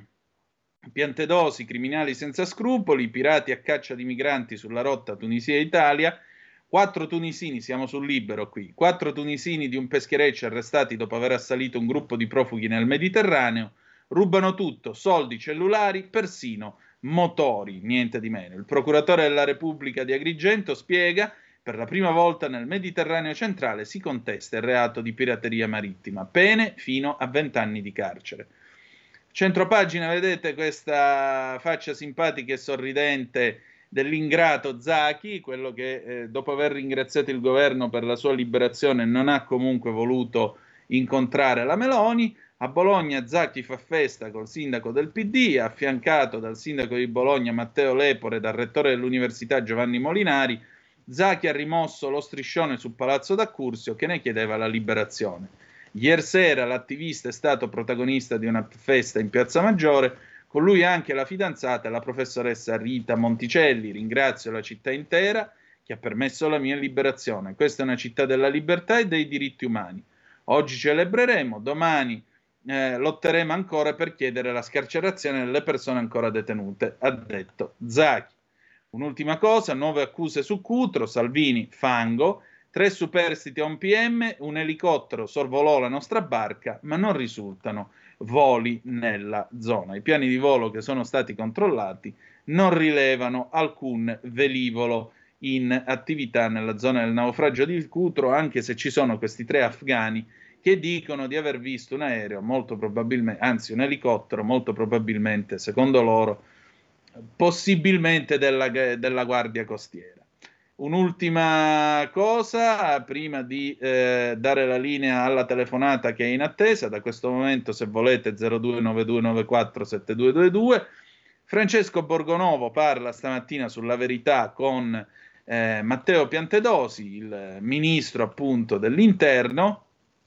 C: Piantedosi, criminali senza scrupoli, pirati a caccia di migranti sulla rotta Tunisia-Italia. 4 tunisini, siamo sul Libero qui, 4 tunisini di un peschereccio arrestati dopo aver assalito un gruppo di profughi nel Mediterraneo, rubano tutto, soldi, cellulari, persino motori, niente di meno. Il procuratore della Repubblica di Agrigento spiega: per la prima volta nel Mediterraneo centrale si contesta il reato di pirateria marittima, pene fino a 20 anni di carcere. Centropagina, vedete questa faccia simpatica e sorridente dell'ingrato Zaki, quello che dopo aver ringraziato il governo per la sua liberazione non ha comunque voluto incontrare la Meloni. A Bologna Zaki fa festa col sindaco del PD, affiancato dal sindaco di Bologna Matteo Lepore e dal rettore dell'università Giovanni Molinari. Zaki ha rimosso lo striscione su Palazzo d'Accursio che ne chiedeva la liberazione. Ieri sera l'attivista è stato protagonista di una festa in Piazza Maggiore, con lui anche la fidanzata, la professoressa Rita Monticelli. Ringrazio la città intera che ha permesso la mia liberazione. Questa è una città della libertà e dei diritti umani. Oggi celebreremo, domani lotteremo ancora per chiedere la scarcerazione delle persone ancora detenute, ha detto Zaki. Un'ultima cosa, 9 accuse su Cutro, Salvini, fango, 3 superstiti a un PM, un elicottero sorvolò la nostra barca, ma non risultano voli nella zona. I piani di volo che sono stati controllati non rilevano alcun velivolo in attività nella zona del naufragio di Cutro, anche se ci sono questi 3 afghani che dicono di aver visto un aereo, molto probabilmente, anzi un elicottero, molto probabilmente, secondo loro, possibilmente della Guardia Costiera. Un'ultima cosa, prima di dare la linea alla telefonata che è in attesa, da questo momento se volete 0292947222, Francesco Borgonovo parla stamattina sulla Verità con Matteo Piantedosi, il ministro appunto dell'interno.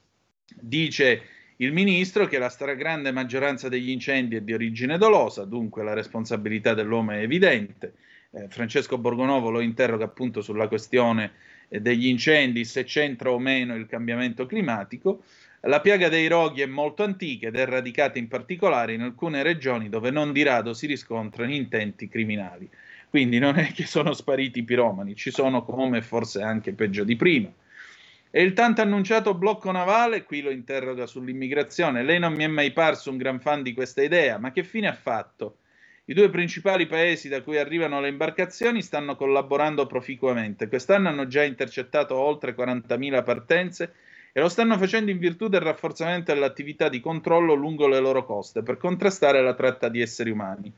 C: Dice il ministro che la stragrande maggioranza degli incendi è di origine dolosa, dunque la responsabilità dell'uomo è evidente. Francesco Borgonovo lo interroga appunto sulla questione degli incendi, se c'entra o meno il cambiamento climatico. La piaga dei roghi è molto antica ed è radicata in particolare in alcune regioni dove non di rado si riscontrano intenti criminali. Quindi non è che sono spariti i piromani, ci sono come forse anche peggio di prima. E il tanto annunciato blocco navale, qui lo interroga sull'immigrazione. Lei non mi è mai parso un gran fan di questa idea, ma che fine ha fatto? I 2 principali paesi da cui arrivano le imbarcazioni stanno collaborando proficuamente. Quest'anno hanno già intercettato oltre 40.000 partenze e lo stanno facendo in virtù del rafforzamento dell'attività di controllo lungo le loro coste per contrastare la tratta di esseri umani.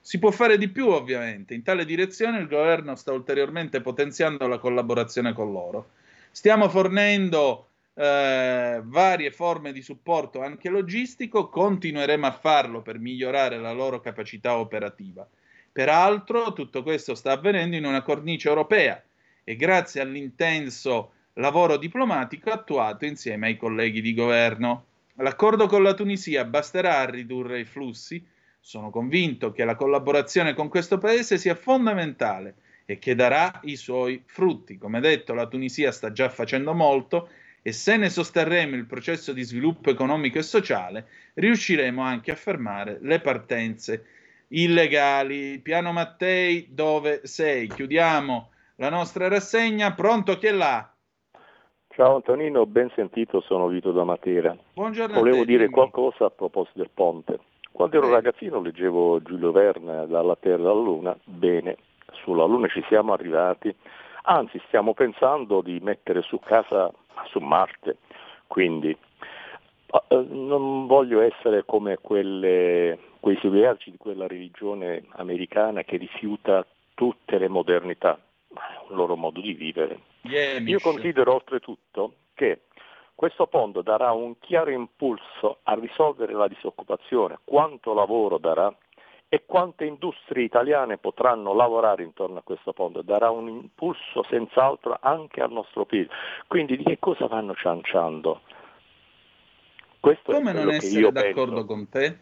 C: Si può fare di più, ovviamente. In tale direzione il governo sta ulteriormente potenziando la collaborazione con loro. Stiamo fornendo varie forme di supporto anche logistico, continueremo a farlo per migliorare la loro capacità operativa. Peraltro tutto questo sta avvenendo in una cornice europea e grazie all'intenso lavoro diplomatico attuato insieme ai colleghi di governo. L'accordo con la Tunisia basterà a ridurre i flussi. Sono convinto che la collaborazione con questo paese sia fondamentale e che darà i suoi frutti. Come detto, la Tunisia sta già facendo molto e se ne sosterremo il processo di sviluppo economico e sociale, riusciremo anche a fermare le partenze illegali. Piano Mattei, dove sei? Chiudiamo la nostra rassegna. Pronto, chi è là?
I: Ciao Antonino, ben sentito, sono Vito da Matera.
C: Buongiorno.
I: Volevo dire
C: dimmi
I: qualcosa a proposito del ponte. Quando ero ragazzino leggevo Giulio Verne, Dalla Terra alla Luna. Bene, sulla Luna ci siamo arrivati, anzi stiamo pensando di mettere su casa su Marte, quindi non voglio essere come quei seguaci di quella religione americana che rifiuta tutte le modernità, ma è un loro modo di vivere. Io considero oltretutto che questo ponte darà un chiaro impulso a risolvere la disoccupazione, quanto lavoro darà e quante industrie italiane potranno lavorare intorno a questo ponte, darà un impulso senz'altro anche al nostro PIL. Quindi di che cosa vanno cianciando? Questo
C: Come
I: è
C: non
I: quello che
C: essere
I: io
C: d'accordo
I: penso.
C: con te?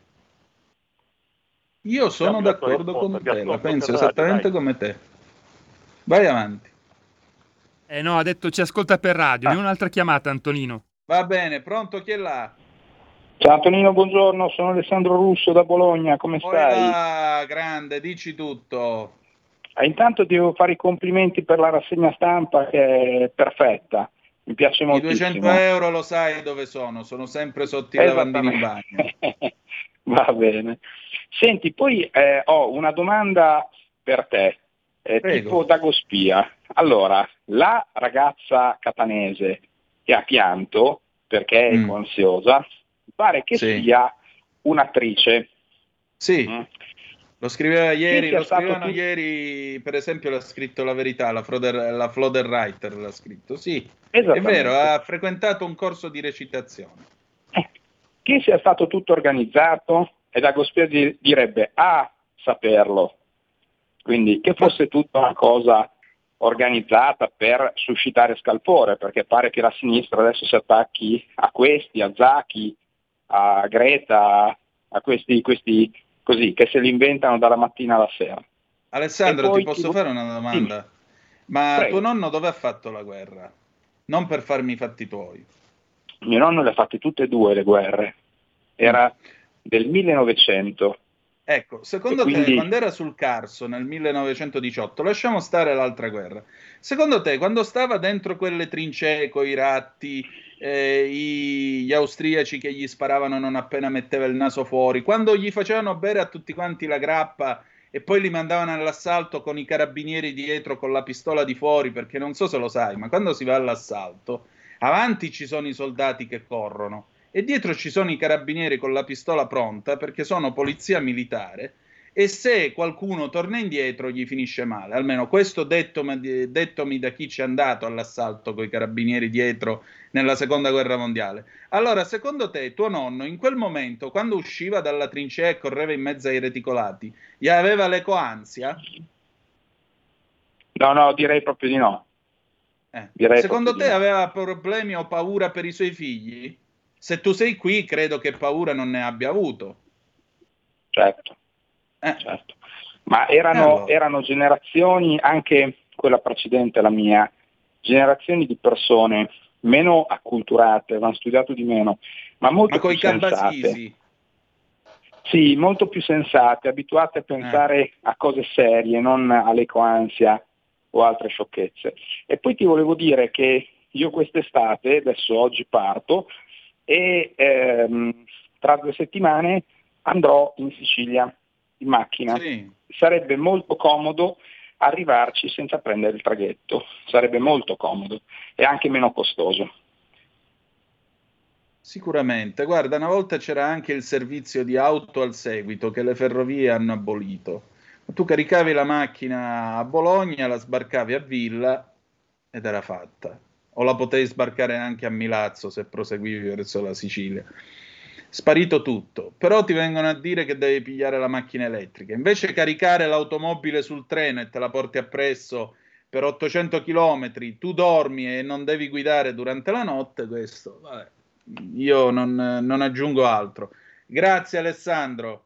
C: Io sono
I: Dammi la tua
C: d'accordo
I: risposta,
C: con
I: ti
C: te, la
I: ascolto
C: penso
I: per radio,
C: esattamente
I: dai.
C: come te. Vai avanti.
B: No, ha detto ci ascolta per radio. Ne ho un'altra chiamata, Antonino.
C: Va bene, pronto, chi è là?
J: Ciao Antonino, buongiorno, sono Alessandro Russo da Bologna, come stai?
C: Ah, grande, dici tutto.
J: Intanto ti devo fare i complimenti per la rassegna stampa che è perfetta, mi piace
C: I
J: moltissimo.
C: 200 euro lo sai dove sono sempre sotto i lavandini in bagno.
J: Va bene. Senti, poi ho una domanda per te, tipo Dagospia. Allora, la ragazza catanese che ha pianto perché è ansiosa, pare che sia un'attrice.
C: Sì, lo scriveva ieri,
J: Sì,
C: lo scrivevano ieri, per esempio l'ha scritto La Verità, la Floder Writer l'ha scritto, sì, è vero, ha frequentato un corso di recitazione.
J: Che sia stato tutto organizzato, e Dagospia direbbe saperlo, quindi che fosse tutta una cosa organizzata per suscitare scalpore, perché pare che la sinistra adesso si attacchi a questi, a Zaki, a Greta, a questi così, che se li inventano dalla mattina alla sera.
C: Alessandro, ti posso fare una domanda?
J: Dimmi.
C: Ma
J: Prego.
C: tuo nonno dove ha fatto la guerra? Non per farmi i fatti tuoi.
J: Mio nonno le ha fatte tutte e due le guerre, era del 1900.
C: Ecco, secondo te, quando era sul Carso nel 1918, lasciamo stare l'altra guerra, secondo te, quando stava dentro quelle trincee coi i ratti, gli austriaci che gli sparavano non appena metteva il naso fuori, quando gli facevano bere a tutti quanti la grappa e poi li mandavano all'assalto con i carabinieri dietro con la pistola di fuori, perché non so se lo sai, ma quando si va all'assalto, avanti ci sono i soldati che corrono, e dietro ci sono i carabinieri con la pistola pronta perché sono polizia militare e se qualcuno torna indietro gli finisce male, almeno questo dettomi da chi ci è andato all'assalto con i carabinieri dietro nella seconda guerra mondiale. Allora, secondo te, tuo nonno in quel momento, quando usciva dalla trincea e correva in mezzo ai reticolati, gli aveva l'ecoansia?
J: No, direi proprio di no.
C: Secondo te aveva problemi o paura per i suoi figli? Se tu sei qui, credo che paura non ne abbia avuto.
J: Certo. Ma erano generazioni, anche quella precedente alla mia, generazioni di persone meno acculturate, avevano studiato di meno, ma molto più sensate. Sì, molto più sensate, abituate a pensare a cose serie, non all'ecoansia o altre sciocchezze. E poi ti volevo dire che io quest'estate, adesso oggi parto, e tra 2 settimane andrò in Sicilia in macchina. Sarebbe molto comodo arrivarci senza prendere il traghetto, sarebbe molto comodo e anche meno costoso.
C: Sicuramente, guarda, una volta c'era anche il servizio di auto al seguito che le ferrovie hanno abolito Tu caricavi la macchina a Bologna, la sbarcavi a Villa ed era fatta. O la potevi sbarcare anche a Milazzo se proseguivi verso la Sicilia. Sparito tutto. Però ti vengono a dire che devi pigliare la macchina elettrica. Invece caricare l'automobile sul treno e te la porti appresso per 800 chilometri, tu dormi e non devi guidare durante la notte, questo, vabbè, io non aggiungo altro. Grazie Alessandro.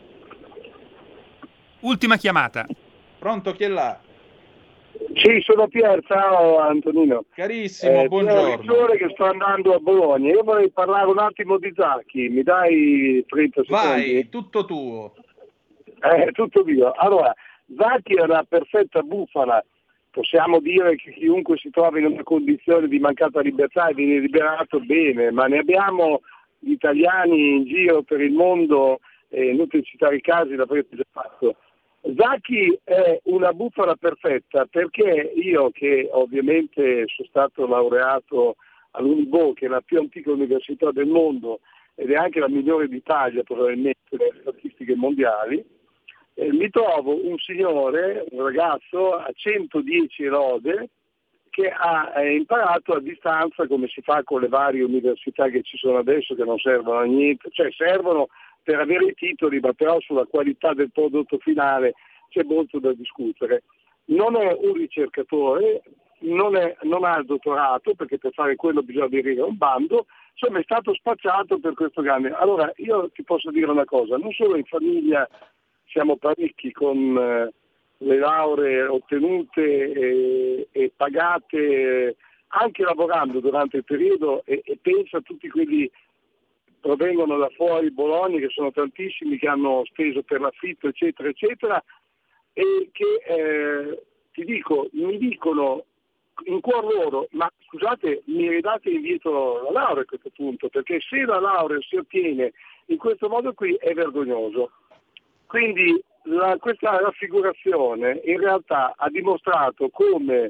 B: Ultima chiamata.
C: Pronto, chi è là?
K: Sì, sono Pier, ciao Antonino.
C: Carissimo, buongiorno.
K: Che sto andando a Bologna, io vorrei parlare un attimo di Zacchi, mi dai 30 secondi?
C: Vai, tutto tuo.
K: Tutto mio. Allora, Zacchi è una perfetta bufala, possiamo dire che chiunque si trova in una condizione di mancata libertà viene liberato bene, ma ne abbiamo gli italiani in giro per il mondo, inutile citare i casi, l'avrete già fatto. Zacchi è una bufala perfetta perché io, che ovviamente sono stato laureato all'Unibo, che è la più antica università del mondo ed è anche la migliore d'Italia probabilmente nelle statistiche mondiali, mi trovo un signore, un ragazzo a 110 lode che ha imparato a distanza come si fa con le varie università che ci sono adesso, che non servono a niente, cioè servono per avere i titoli, ma però sulla qualità del prodotto finale c'è molto da discutere. Non è un ricercatore, non ha il dottorato, perché per fare quello bisogna avere un bando, insomma è stato spacciato per questo grande. Allora io ti posso dire una cosa, non solo in famiglia siamo parecchi con le lauree ottenute e pagate anche lavorando durante il periodo, e pensa a tutti quelli provengono da fuori Bologna, che sono tantissimi, che hanno speso per l'affitto eccetera eccetera, e che mi dicono in cuor loro, ma scusate, mi ridate indietro la laurea a questo punto, perché se la laurea si ottiene in questo modo qui è vergognoso. Quindi questa raffigurazione in realtà ha dimostrato come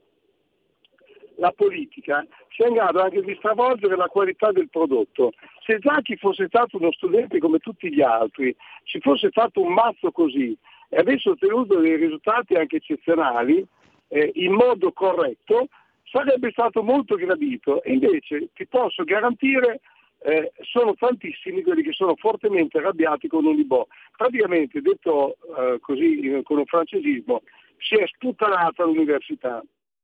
K: la politica sia in grado anche di stravolgere la qualità del prodotto. Se Zacchi fosse stato uno studente come tutti gli altri, ci fosse fatto un mazzo così e avesse ottenuto dei risultati anche eccezionali in modo corretto, sarebbe stato molto gradito. E invece ti posso garantire sono tantissimi quelli che sono fortemente arrabbiati con Unibo. Praticamente, detto così con un francesismo, si è sputtanata l'università.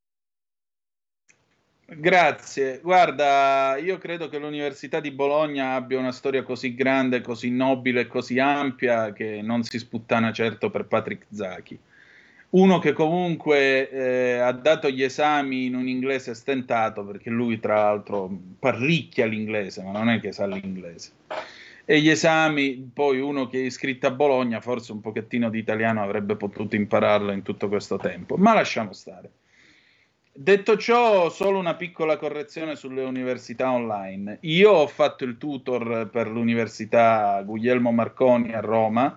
C: Grazie. Guarda, io credo che l'Università di Bologna abbia una storia così grande, così nobile e così ampia che non si sputtana certo per Patrick Zacchi. Uno che comunque ha dato gli esami in un inglese stentato, perché lui tra l'altro parricchia l'inglese, ma non è che sa l'inglese. E gli esami, poi uno che è iscritto a Bologna, forse un pochettino di italiano avrebbe potuto impararlo in tutto questo tempo, ma lasciamo stare. Detto ciò, solo una piccola correzione sulle università online. Io ho fatto il tutor per l'Università Guglielmo Marconi a Roma,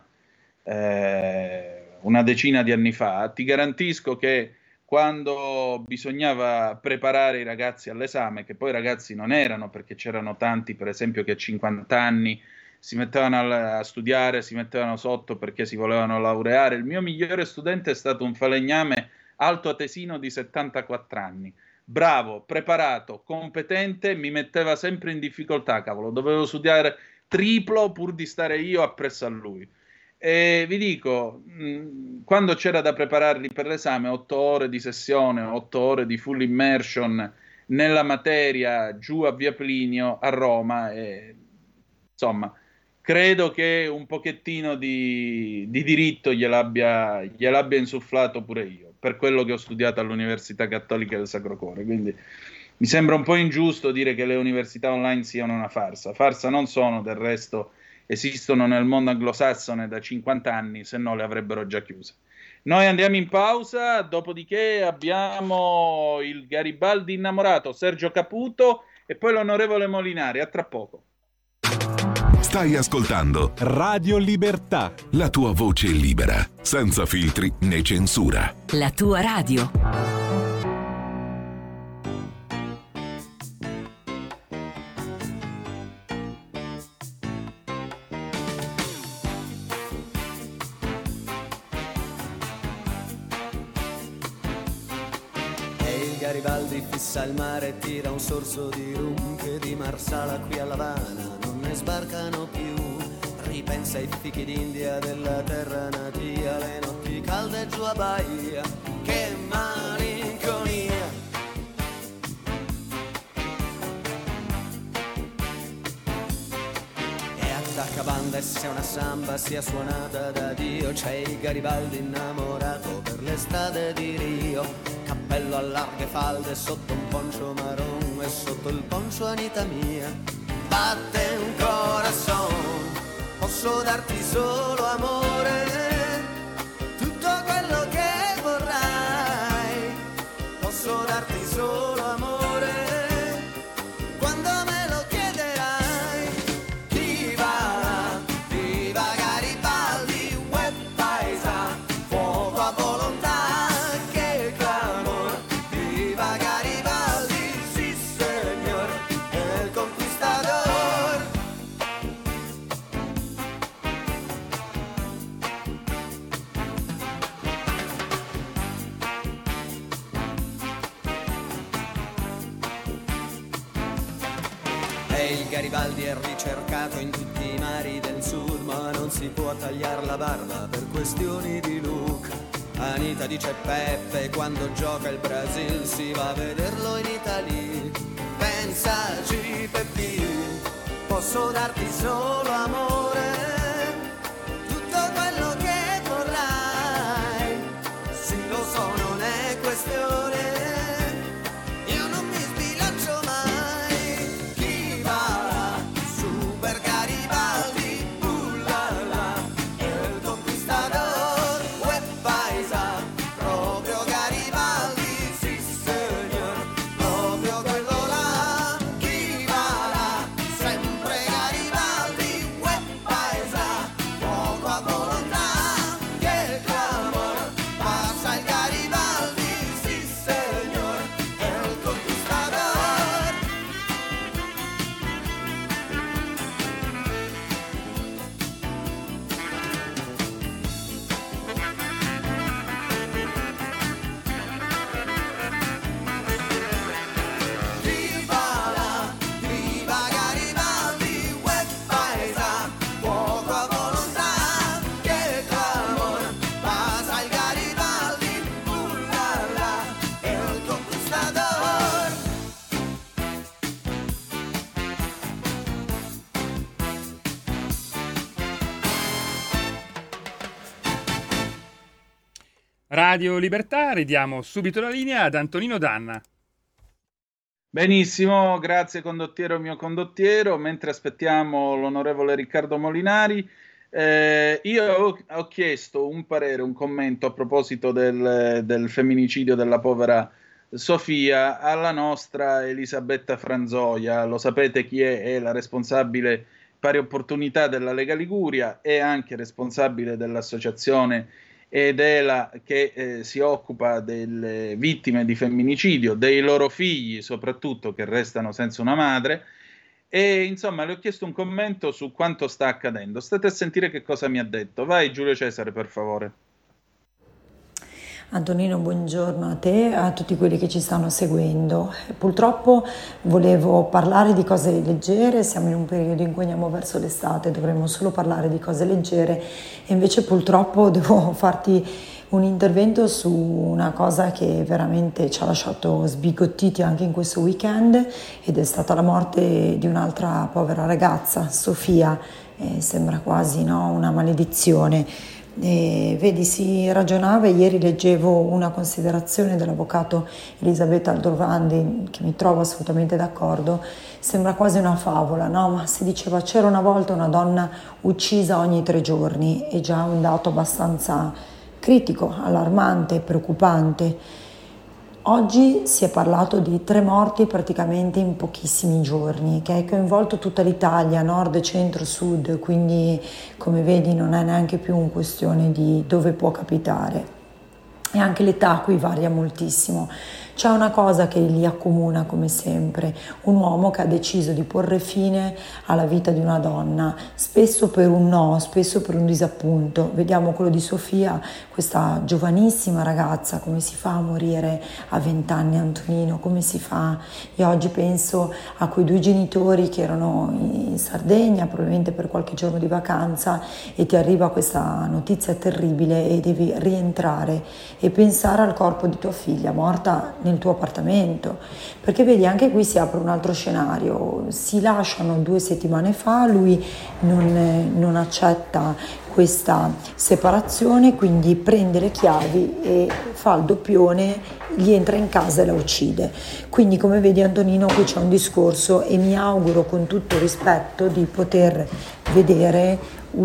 C: una decina di anni fa. Ti garantisco che quando bisognava preparare i ragazzi all'esame, che poi ragazzi non erano, perché c'erano tanti, per esempio, che a 50 anni si mettevano a studiare, si mettevano sotto perché si volevano laureare. Il mio migliore studente è stato un falegname altoatesino di 74 anni, bravo, preparato, competente, mi metteva sempre in difficoltà, cavolo, dovevo studiare triplo pur di stare io appresso a lui. E vi dico, quando c'era da prepararli per l'esame, 8 ore di sessione, 8 ore di full immersion nella materia giù a Via Plinio a Roma, insomma, credo che un pochettino di diritto gliel'abbia insufflato pure io, per quello che ho studiato all'Università Cattolica del Sacro Cuore. Quindi mi sembra un po' ingiusto dire che le università online siano una farsa. Farsa non sono, del resto esistono nel mondo anglosassone da 50 anni, se no le avrebbero già chiuse. Noi andiamo in pausa, dopodiché abbiamo il Garibaldi innamorato, Sergio Caputo e poi l'onorevole Molinari. A tra poco.
D: Stai ascoltando
A: Radio Libertà,
D: la tua voce libera, senza filtri né censura.
L: La tua radio. Garibaldi fissa il mare e tira un sorso di rum che di Marsala qui all'Havana non ne sbarcano più. Ripensa ai fichi d'India della terra natia, le notti calde giù a Bahia, che malinconia. Attacca banda e sia una samba sia suonata da Dio, c'è il Garibaldi innamorato per le strade di Rio, cappello a larghe falde sotto un poncio marron e sotto il poncio Anita mia, batte un corazon, posso darti solo amore, tutto quello che vorrai, posso darti solo amore. Garibaldi è ricercato in tutti i mari del sud, ma non si può tagliare la barba per questioni di look. Anita dice Peppe, quando gioca il Brasil si va a vederlo in Italia. Pensaci Peppi, posso darti solo amore, tutto quello che vorrai, sì lo so non è questione.
B: Radio Libertà, ridiamo subito la linea ad Antonino Danna.
C: Benissimo, grazie condottiero mio condottiero. Mentre aspettiamo l'onorevole Riccardo Molinari, io ho chiesto un parere, un commento a proposito del femminicidio della povera Sofia alla nostra Elisabetta Franzoia. Lo sapete chi è la responsabile pari opportunità della Lega Liguria, è anche responsabile dell'associazione EDELA che si occupa delle vittime di femminicidio, dei loro figli soprattutto che restano senza una madre, e insomma le ho chiesto un commento su quanto sta accadendo. State a sentire che cosa mi ha detto. Vai Giulio Cesare, per favore.
M: Antonino, buongiorno a te e a tutti quelli che ci stanno seguendo. Purtroppo volevo parlare di cose leggere, siamo in un periodo in cui andiamo verso l'estate, dovremmo solo parlare di cose leggere e invece purtroppo devo farti un intervento su una cosa che veramente ci ha lasciato sbigottiti anche in questo weekend ed è stata la morte di un'altra povera ragazza, Sofia, sembra quasi una maledizione. Vedi, si ragionava, ieri leggevo una considerazione dell'avvocato Elisabetta Aldrovandi che mi trovo assolutamente d'accordo, sembra quasi una favola, no? Ma si diceva c'era una volta una donna uccisa ogni 3 giorni, è già un dato abbastanza critico, allarmante, preoccupante. Oggi si è parlato di 3 morti praticamente in pochissimi giorni, che è coinvolto tutta l'Italia, nord, centro, sud, quindi come vedi non è neanche più una questione di dove può capitare. E anche l'età qui varia moltissimo, C'è una cosa che li accomuna come sempre, un uomo che ha deciso di porre fine alla vita di una donna, spesso per un no, spesso per un disappunto. Vediamo quello di Sofia, questa giovanissima ragazza, come si fa a morire a 20 anni, Antonino, come si fa? Io oggi penso a quei 2 genitori che erano in Sardegna, probabilmente per qualche giorno di vacanza, e ti arriva questa notizia terribile e devi rientrare e pensare al corpo di tua figlia morta nel tuo appartamento, perché vedi, anche qui si apre un altro scenario. Si lasciano 2 settimane fa, lui non accetta questa separazione, quindi prende le chiavi e fa il doppione, gli entra in casa e la uccide. Quindi, come vedi, Antonino, qui c'è un discorso, e mi auguro con tutto rispetto di poter vedere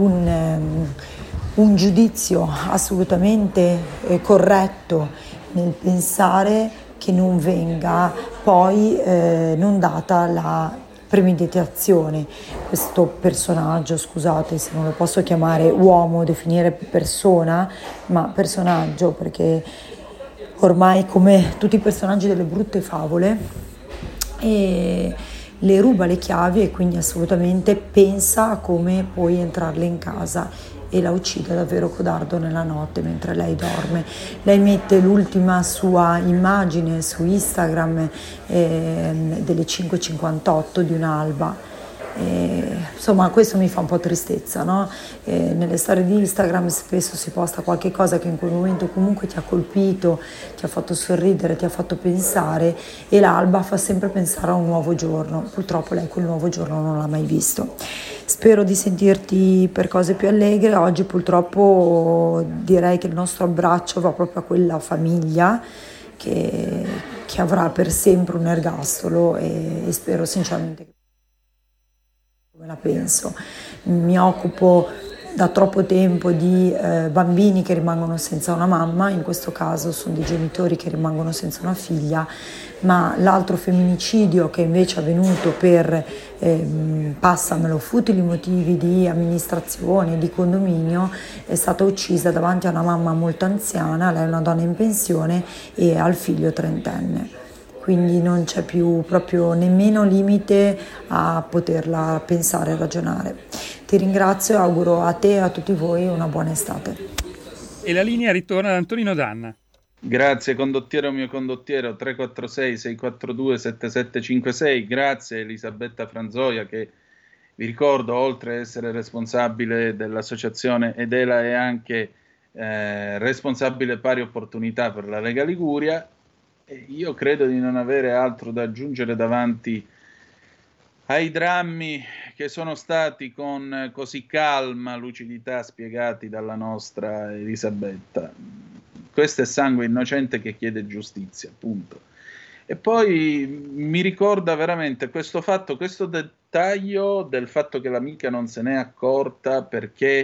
M: un giudizio assolutamente corretto nel pensare che non venga poi non data la premeditazione. Questo personaggio, scusate se non lo posso chiamare uomo, definire persona, ma personaggio, perché ormai, come tutti i personaggi delle brutte favole, e le ruba le chiavi, e quindi assolutamente pensa a come puoi entrarle in casa, e la uccide davvero codardo nella notte mentre lei dorme. Lei mette l'ultima sua immagine su Instagram delle 5:58 di un'alba. Insomma, questo mi fa un po' tristezza, no? Nelle storie di Instagram spesso si posta qualche cosa che in quel momento comunque ti ha colpito, ti ha fatto sorridere, ti ha fatto pensare, e l'alba fa sempre pensare a un nuovo giorno. Purtroppo lei quel nuovo giorno non l'ha mai visto. Spero di sentirti per cose più allegre. Oggi purtroppo direi che il nostro abbraccio va proprio a quella famiglia che avrà per sempre un ergastolo, e spero sinceramente che come la penso. Mi occupo da troppo tempo di bambini che rimangono senza una mamma, in questo caso sono dei genitori che rimangono senza una figlia, ma l'altro femminicidio che invece è avvenuto per, passamelo, futili motivi di amministrazione, di condominio, è stata uccisa davanti a una mamma molto anziana, lei è una donna in pensione e ha il figlio 30enne. Quindi non c'è più proprio nemmeno limite a poterla pensare e ragionare. Ti ringrazio e auguro a te e a tutti voi una buona estate.
B: E la linea ritorna ad Antonino Danna.
C: Grazie condottiero mio condottiero, 346-642-7756. Grazie Elisabetta Franzoia, che vi ricordo, oltre ad essere responsabile dell'associazione Edela, è anche responsabile pari opportunità per la Lega Liguria. Io credo di non avere altro da aggiungere davanti ai drammi che sono stati con così calma lucidità spiegati dalla nostra Elisabetta. Questo è sangue innocente che chiede giustizia, punto. E poi mi ricorda veramente questo fatto, questo dettaglio del fatto che l'amica non se n'è accorta perché,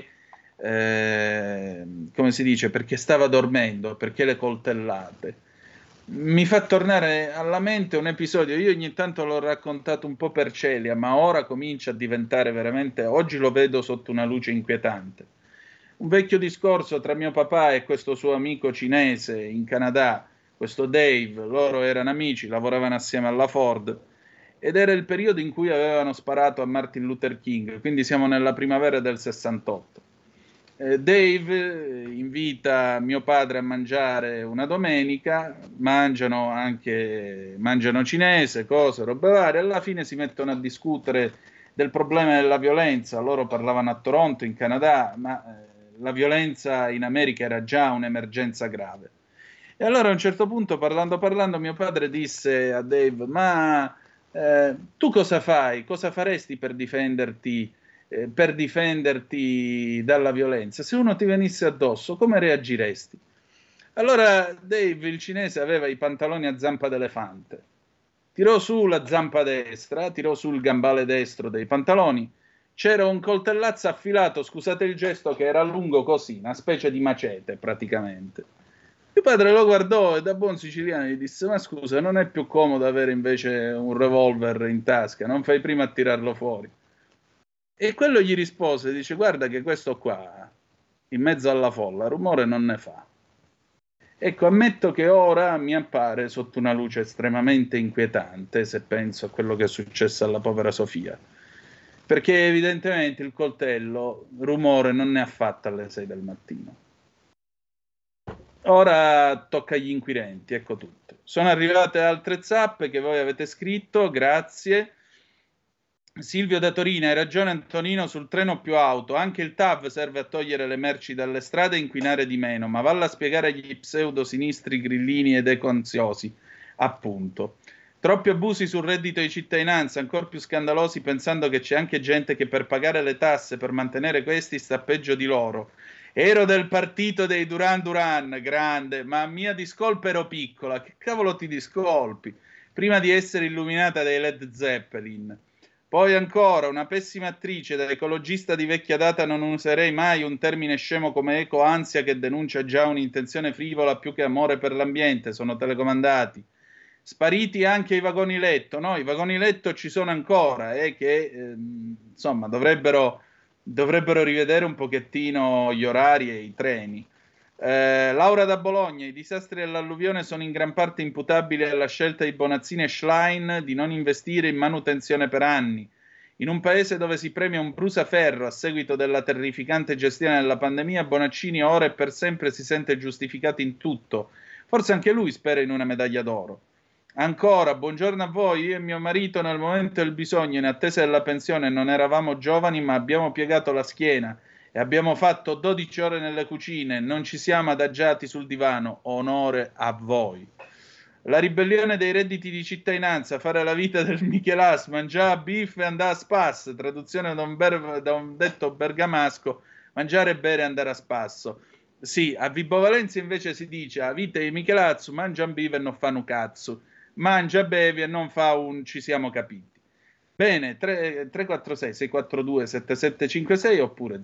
C: come si dice, perché stava dormendo, perché le coltellate. Mi fa tornare alla mente un episodio, io ogni tanto l'ho raccontato un po' per Celia, ma ora comincia a diventare veramente, oggi lo vedo sotto una luce inquietante. Un vecchio discorso tra mio papà e questo suo amico cinese in Canada, questo Dave. Loro erano amici, lavoravano assieme alla Ford, ed era il periodo in cui avevano sparato a Martin Luther King, quindi siamo nella primavera del 68. Dave invita mio padre a mangiare una domenica, mangiano cinese, cose, robe varie, alla fine si mettono a discutere del problema della violenza. Loro parlavano a Toronto, in Canada, ma la violenza in America era già un'emergenza grave. E allora a un certo punto, parlando, mio padre disse a Dave: ma tu cosa fai? Cosa faresti per difenderti dalla violenza? Se uno ti venisse addosso, come reagiresti? Allora Dave, il cinese, aveva i pantaloni a zampa d'elefante, tirò su la zampa destra, tirò su il gambale destro dei pantaloni, c'era un coltellazzo affilato, scusate il gesto, che era lungo così, una specie di macete praticamente. Mio padre lo guardò e da buon siciliano gli disse: ma scusa, non è più comodo avere invece un revolver in tasca? Non fai prima a tirarlo fuori? E quello gli rispose, dice: guarda che questo qua, in mezzo alla folla, rumore non ne fa. Ecco, ammetto che ora mi appare sotto una luce estremamente inquietante se penso a quello che è successo alla povera Sofia, perché evidentemente il coltello rumore non ne ha fatto alle 6 del mattino. Ora tocca agli inquirenti, ecco tutto. Sono arrivate altre zappe che voi avete scritto, grazie. Silvio da Torino, hai ragione Antonino sul treno più auto, anche il TAV serve a togliere le merci dalle strade e inquinare di meno, ma valla a spiegare agli pseudo-sinistri grillini ed econziosi, appunto. Troppi abusi sul reddito di cittadinanza, ancora più scandalosi pensando che c'è anche gente che per pagare le tasse, per mantenere questi, sta peggio di loro. Ero del partito dei Duran Duran, grande, ma mia discolpa ero piccola, che cavolo ti discolpi? Prima di essere illuminata dai Led Zeppelin. Poi ancora, una pessima attrice, da ecologista di vecchia data non userei mai un termine scemo come eco-ansia che denuncia già un'intenzione frivola più che amore per l'ambiente, sono telecomandati. Spariti anche i vagoni letto, no? I vagoni letto ci sono ancora insomma dovrebbero rivedere un pochettino gli orari e i treni. Laura da Bologna, i disastri dell'alluvione sono in gran parte imputabili alla scelta di Bonazzini e Schlein di non investire in manutenzione per anni. In un paese dove si premia un brusaferro a seguito della terrificante gestione della pandemia, Bonaccini ora e per sempre si sente giustificato in tutto. Forse anche lui spera in una medaglia d'oro. Ancora, buongiorno a voi, io e mio marito nel momento del bisogno, in attesa della pensione, non eravamo giovani ma abbiamo piegato la schiena e abbiamo fatto 12 ore nelle cucine, non ci siamo adagiati sul divano, onore a voi. La ribellione dei redditi di cittadinanza, fare la vita del Michelas, mangiare a biff e andare a spas, traduzione da un detto bergamasco, mangiare e bere e andare a spasso. Sì, a Vibo Valentia invece si dice, a vita di Michelazzo, mangia un biff e non fa un cazzo, mangia, bevi e non fa un ci siamo capiti. Bene, 346 642 7756 oppure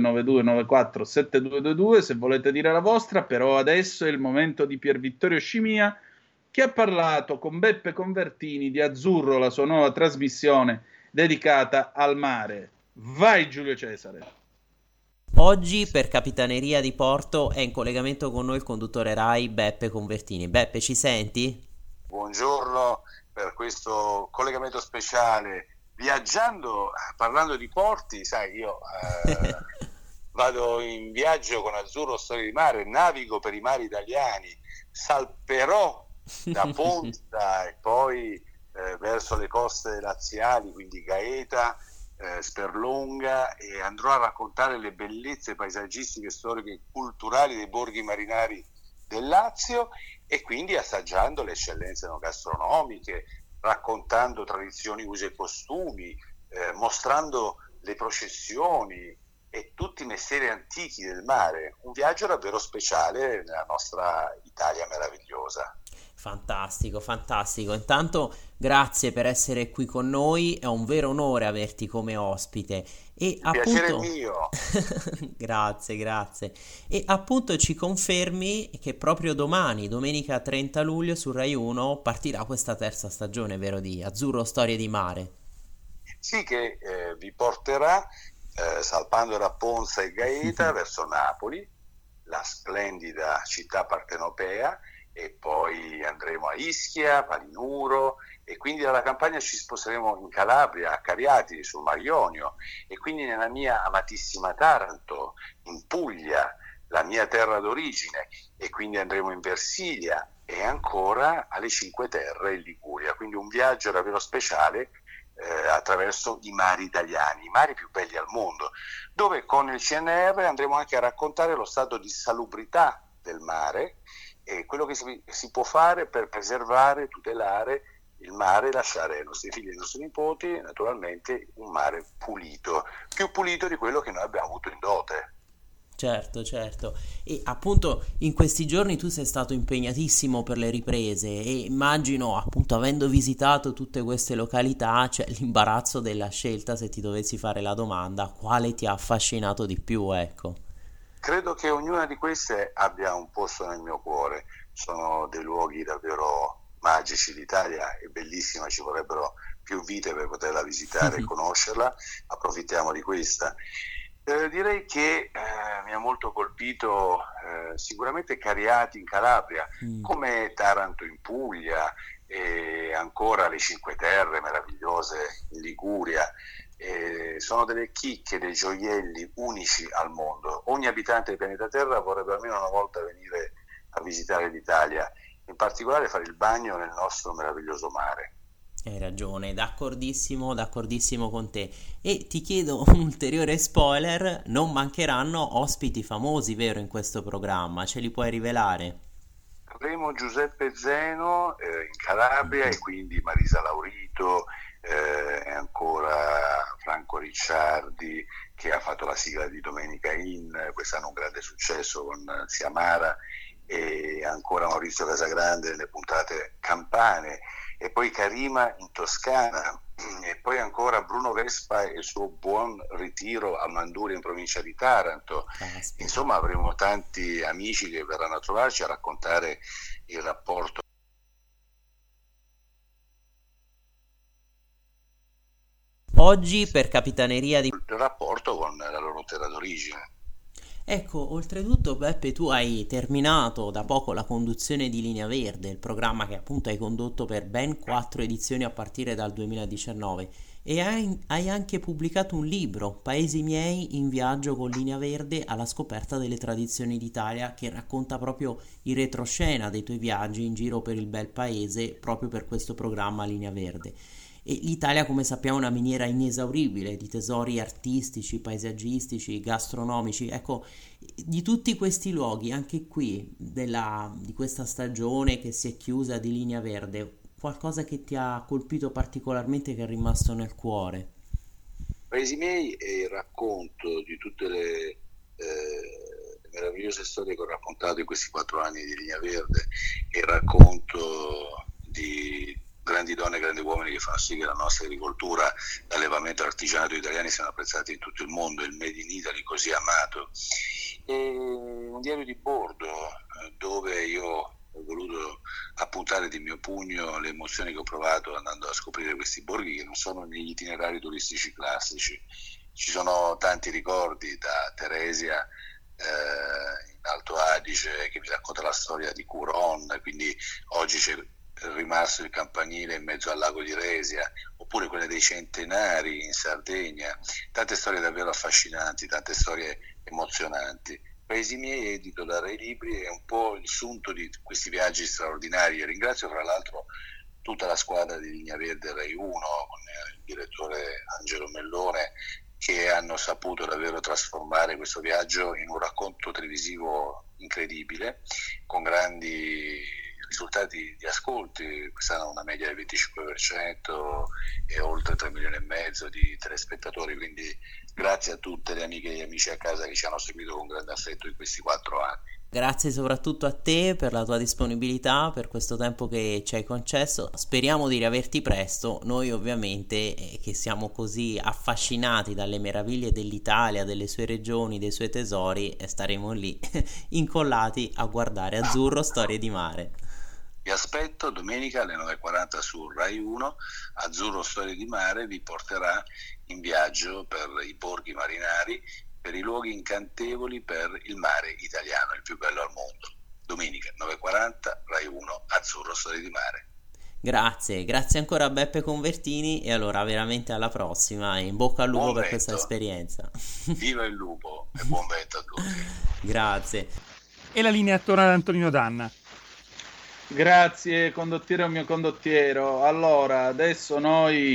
C: 029294 7222 se volete dire la vostra, però adesso è il momento di Pier Vittorio Scimia che ha parlato con Beppe Convertini di Azzurro, la sua nuova trasmissione dedicata al mare. Vai Giulio Cesare.
N: Oggi per Capitaneria di Porto è in collegamento con noi il conduttore Rai Beppe Convertini. Beppe, ci senti?
O: Buongiorno per questo collegamento speciale. Viaggiando, parlando di porti, sai, io vado in viaggio con Azzurro Storie di Mare, navigo per i mari italiani, salperò da Ponza e poi verso le coste laziali, quindi Gaeta, Sperlonga, e andrò a raccontare le bellezze paesaggistiche, storiche e culturali dei borghi marinari del Lazio e quindi assaggiando le eccellenze gastronomiche, raccontando tradizioni, usi e costumi, mostrando le processioni e tutti i mestieri antichi del mare. Un viaggio davvero speciale nella nostra Italia meravigliosa.
N: Fantastico, fantastico. Intanto grazie per essere qui con noi, è un vero onore averti come ospite. E
O: piacere
N: appunto
O: mio.
N: Grazie. E appunto ci confermi che proprio domani, domenica 30 luglio su Rai 1 partirà questa terza stagione, vero, di Azzurro Storie di Mare?
O: Sì, che vi porterà salpando da Ponza e Gaeta verso Napoli, la splendida città partenopea, e poi andremo a Ischia, Palinuro, e quindi dalla Campania ci sposteremo in Calabria, a Cariatidi, sul Mar Ionio, e quindi nella mia amatissima Taranto, in Puglia, la mia terra d'origine, e quindi andremo in Versilia e ancora alle Cinque Terre in Liguria, quindi un viaggio davvero speciale attraverso i mari italiani, i mari più belli al mondo, dove con il CNR andremo anche a raccontare lo stato di salubrità del mare e quello che si può fare per preservare, tutelare il mare e lasciare ai nostri figli e ai nostri nipoti naturalmente un mare pulito, più pulito di quello che noi abbiamo avuto in dote.
N: Certo. E appunto in questi giorni tu sei stato impegnatissimo per le riprese e immagino, appunto, avendo visitato tutte queste località, c'è l'imbarazzo della scelta se ti dovessi fare la domanda quale ti ha affascinato di più, ecco.
O: Credo che ognuna di queste abbia un posto nel mio cuore, sono dei luoghi davvero magici, l'Italia è bellissima, ci vorrebbero più vite per poterla visitare e conoscerla, approfittiamo di questa. Direi che mi ha molto colpito sicuramente Cariati in Calabria, come Taranto in Puglia, e ancora le Cinque Terre meravigliose in Liguria. Sono delle chicche, dei gioielli unici al mondo. Ogni abitante del pianeta Terra vorrebbe almeno una volta venire a visitare l'Italia, in particolare fare il bagno nel nostro meraviglioso mare.
N: Hai ragione, d'accordissimo con te. E ti chiedo un ulteriore spoiler: non mancheranno ospiti famosi, vero, in questo programma? Ce li puoi rivelare?
O: Avremo Giuseppe Zeno in Calabria, e quindi Marisa Laurito, e ancora Franco Ricciardi, che ha fatto la sigla di Domenica In, quest'anno un grande successo con Siamara, e ancora Maurizio Casagrande nelle puntate campane, e poi Karima in Toscana, e poi ancora Bruno Vespa e il suo buon ritiro a Manduria in provincia di Taranto. Insomma, avremo tanti amici che verranno a trovarci a raccontare il rapporto
N: oggi per Capitaneria di...
O: il rapporto con la loro terra d'origine.
N: Ecco, oltretutto Beppe, tu hai terminato da poco la conduzione di Linea Verde, il programma che appunto hai condotto per ben 4 edizioni a partire dal 2019, e hai anche pubblicato un libro, Paesi miei in viaggio con Linea Verde alla scoperta delle tradizioni d'Italia, che racconta proprio il retroscena dei tuoi viaggi in giro per il bel paese proprio per questo programma Linea Verde. E l'Italia, come sappiamo, è una miniera inesauribile di tesori artistici, paesaggistici, gastronomici. Ecco, di tutti questi luoghi, anche qui di questa stagione che si è chiusa di Linea Verde, qualcosa che ti ha colpito particolarmente, che è rimasto nel cuore?
O: Paesi miei è il racconto di tutte le meravigliose storie che ho raccontato in questi 4 anni di Linea Verde, è il racconto di grandi donne e grandi uomini che fanno sì che la nostra agricoltura, l'allevamento e l'artigianato italiani siano apprezzati in tutto il mondo, il Made in Italy così amato. E un diario di bordo dove io ho voluto appuntare di mio pugno le emozioni che ho provato andando a scoprire questi borghi che non sono negli itinerari turistici classici. Ci sono tanti ricordi, da Teresia in Alto Adige, che mi racconta la storia di Curon, quindi oggi c'è rimasto il campanile in mezzo al lago di Resia, oppure quelle dei centenari in Sardegna. Tante storie davvero affascinanti, tante storie emozionanti. Paesi miei, edito da Rai Libri, è un po' il sunto di questi viaggi straordinari, e ringrazio fra l'altro tutta la squadra di Linea Verde Rai 1 con il direttore Angelo Mellone, che hanno saputo davvero trasformare questo viaggio in un racconto televisivo incredibile, con grandi risultati di ascolti. Quest'anno una media del 25% e oltre 3,5 milioni di telespettatori, quindi grazie a tutte le amiche e gli amici a casa che ci hanno seguito con grande affetto in questi 4 anni.
N: Grazie soprattutto a te per la tua disponibilità, per questo tempo che ci hai concesso. Speriamo di riaverti presto. Noi ovviamente, che siamo così affascinati dalle meraviglie dell'Italia, delle sue regioni, dei suoi tesori, staremo lì incollati a guardare Azzurro Storie di Mare.
O: Vi aspetto domenica alle 9:40 su Rai 1. Azzurro Storie di Mare vi porterà in viaggio per i borghi marinari, per i luoghi incantevoli, per il mare italiano, il più bello al mondo. Domenica 9:40 Rai 1, Azzurro Storie di Mare.
N: Grazie ancora a Beppe Convertini, e allora veramente alla prossima, e in bocca al lupo
O: Buon
N: per
O: vento.
N: questa esperienza.
O: Viva il lupo e buon vento a tutti.
N: Grazie.
B: E la linea torna ad Antonino Danna.
C: Grazie condottiero mio condottiero. Allora, adesso noi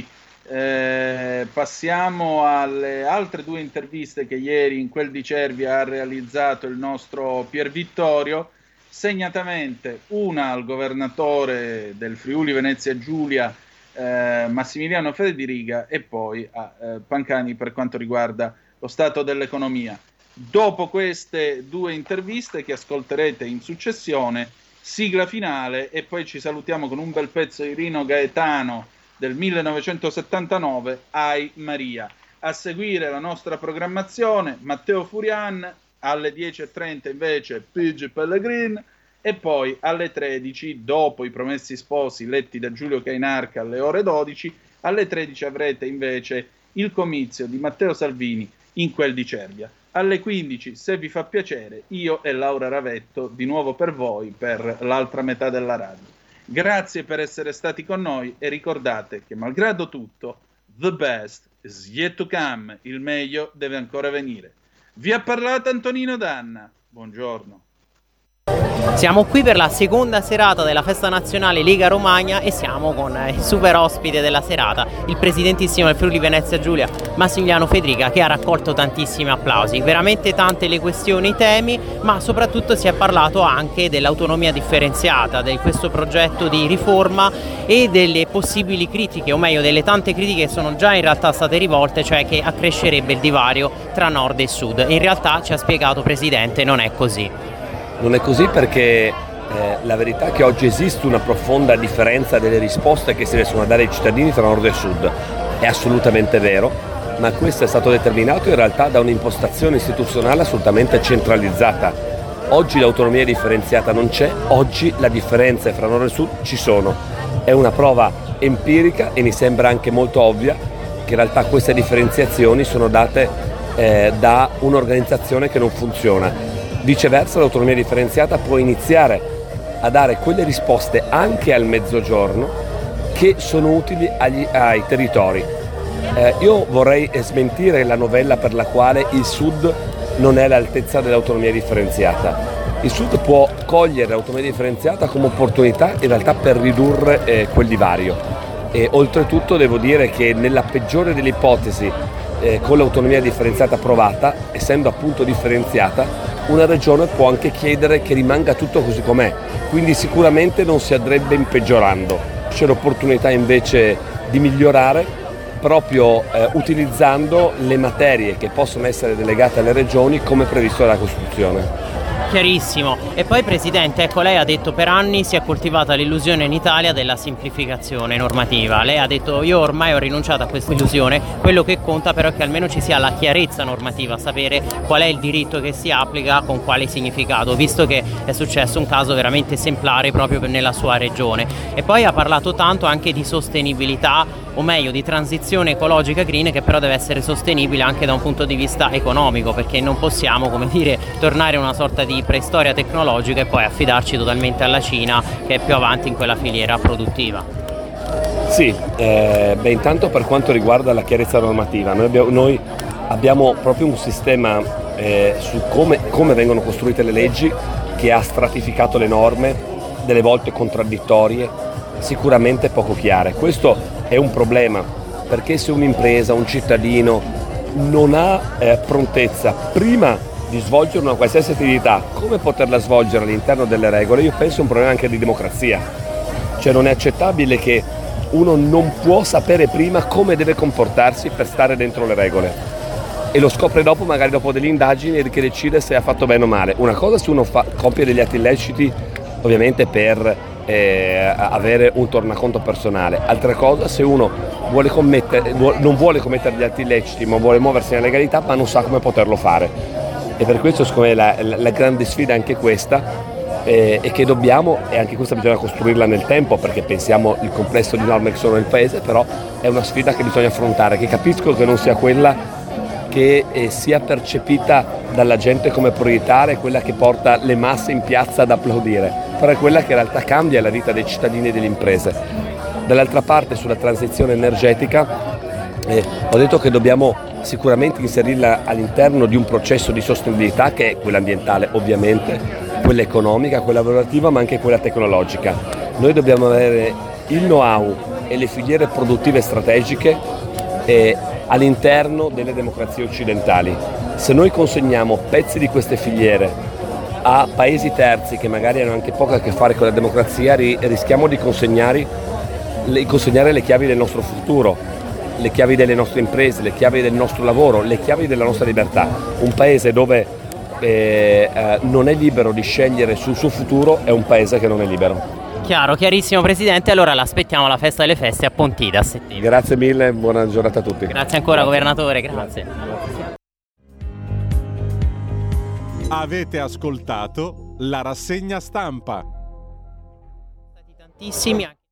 C: passiamo alle altre 2 interviste che ieri in quel di Cervia ha realizzato il nostro Pier Vittorio, segnatamente una al governatore del Friuli Venezia Giulia Massimiliano Federiga, e poi a Pancani per quanto riguarda lo stato dell'economia. Dopo queste 2 interviste, che ascolterete in successione, sigla finale, e poi ci salutiamo con un bel pezzo di Rino Gaetano del 1979, Ai Maria. A seguire la nostra programmazione, Matteo Furian, alle 10:30 invece Pidge Pellegrin, e poi alle 13, dopo I Promessi Sposi letti da Giulio Cainarca alle ore 12, alle 13 avrete invece il comizio di Matteo Salvini in quel di Cervia. Alle 15, se vi fa piacere, io e Laura Ravetto di nuovo per voi per l'altra metà della radio. Grazie per essere stati con noi e ricordate che malgrado tutto, the best is yet to come, il meglio deve ancora venire. Vi ha parlato Antonino Danna, buongiorno.
N: Siamo qui per la seconda serata della Festa Nazionale Lega Romagna e siamo con il super ospite della serata, il presidentissimo del Friuli Venezia Giulia, Massimiliano Fedriga, che ha raccolto tantissimi applausi. Veramente tante le questioni, i temi, ma soprattutto si è parlato anche dell'autonomia differenziata, di questo progetto di riforma e delle possibili critiche, o meglio delle tante critiche che sono già in realtà state rivolte, cioè che accrescerebbe il divario tra nord e sud. In realtà, ci ha spiegato, Presidente, non è così.
P: Non è così perché la verità è che oggi esiste una profonda differenza delle risposte che si riescono a dare ai cittadini tra nord e sud. È assolutamente vero, ma questo è stato determinato in realtà da un'impostazione istituzionale assolutamente centralizzata. Oggi l'autonomia differenziata non c'è, oggi le differenze fra nord e sud ci sono. È una prova empirica e mi sembra anche molto ovvia che in realtà queste differenziazioni sono date da un'organizzazione che non funziona. Viceversa, l'autonomia differenziata può iniziare a dare quelle risposte anche al mezzogiorno che sono utili ai territori. Io vorrei smentire la novella per la quale il Sud non è all'altezza dell'autonomia differenziata. Il Sud può cogliere l'autonomia differenziata come opportunità in realtà per ridurre quel divario. E oltretutto devo dire che nella peggiore delle ipotesi, con l'autonomia differenziata approvata, essendo appunto differenziata, una regione può anche chiedere che rimanga tutto così com'è, quindi sicuramente non si andrebbe impeggiorando. C'è l'opportunità invece di migliorare proprio utilizzando le materie che possono essere delegate alle regioni come previsto dalla Costituzione.
N: Chiarissimo. E poi, Presidente, ecco, lei ha detto per anni si è coltivata l'illusione in Italia della semplificazione normativa. Lei ha detto io ormai ho rinunciato a questa illusione, quello che conta però è che almeno ci sia la chiarezza normativa, sapere qual è il diritto che si applica con quale significato, visto che è successo un caso veramente esemplare proprio nella sua regione. E poi ha parlato tanto anche di sostenibilità, o meglio di transizione ecologica green, che però deve essere sostenibile anche da un punto di vista economico, perché non possiamo, come dire, tornare a una sorta di preistoria tecnologica e poi affidarci totalmente alla Cina, che è più avanti in quella filiera produttiva.
P: Sì, intanto per quanto riguarda la chiarezza normativa, noi abbiamo proprio un sistema su come vengono costruite le leggi che ha stratificato le norme, delle volte contraddittorie, sicuramente poco chiare. Questo è un problema, perché se un'impresa, un cittadino non ha prontezza prima di svolgere una qualsiasi attività, come poterla svolgere all'interno delle regole, io penso è un problema anche di democrazia. Cioè non è accettabile che uno non può sapere prima come deve comportarsi per stare dentro le regole e lo scopre dopo, magari dopo delle indagini, che decide se ha fatto bene o male. Una cosa se uno compie degli atti illeciti ovviamente per avere un tornaconto personale, altra cosa se uno non vuole commettere gli atti illeciti ma vuole muoversi nella legalità ma non sa come poterlo fare. E per questo secondo me la grande sfida è anche questa, e che dobbiamo, e anche questa bisogna costruirla nel tempo, perché pensiamo il complesso di norme che sono nel paese, però è una sfida che bisogna affrontare, che capisco che non sia quella che sia percepita dalla gente come prioritaria, quella che porta le masse in piazza ad applaudire, però è quella che in realtà cambia la vita dei cittadini e delle imprese. Dall'altra parte, sulla transizione energetica, ho detto che dobbiamo sicuramente inserirla all'interno di un processo di sostenibilità che è quella ambientale ovviamente, quella economica, quella lavorativa ma anche quella tecnologica. Noi dobbiamo avere il know-how e le filiere produttive strategiche all'interno delle democrazie occidentali. Se noi consegniamo pezzi di queste filiere a paesi terzi che magari hanno anche poco a che fare con la democrazia, rischiamo di consegnare le chiavi del nostro futuro, le chiavi delle nostre imprese, le chiavi del nostro lavoro, le chiavi della nostra libertà. Un paese dove non è libero di scegliere sul suo futuro è un paese che non è libero.
N: Chiaro, chiarissimo, Presidente. Allora l'aspettiamo alla Festa delle Feste a Pontida a settembre.
P: Grazie mille, buona giornata a tutti.
N: Grazie ancora, Governatore, grazie.
A: Avete ascoltato la rassegna stampa.
N: Tantissimi.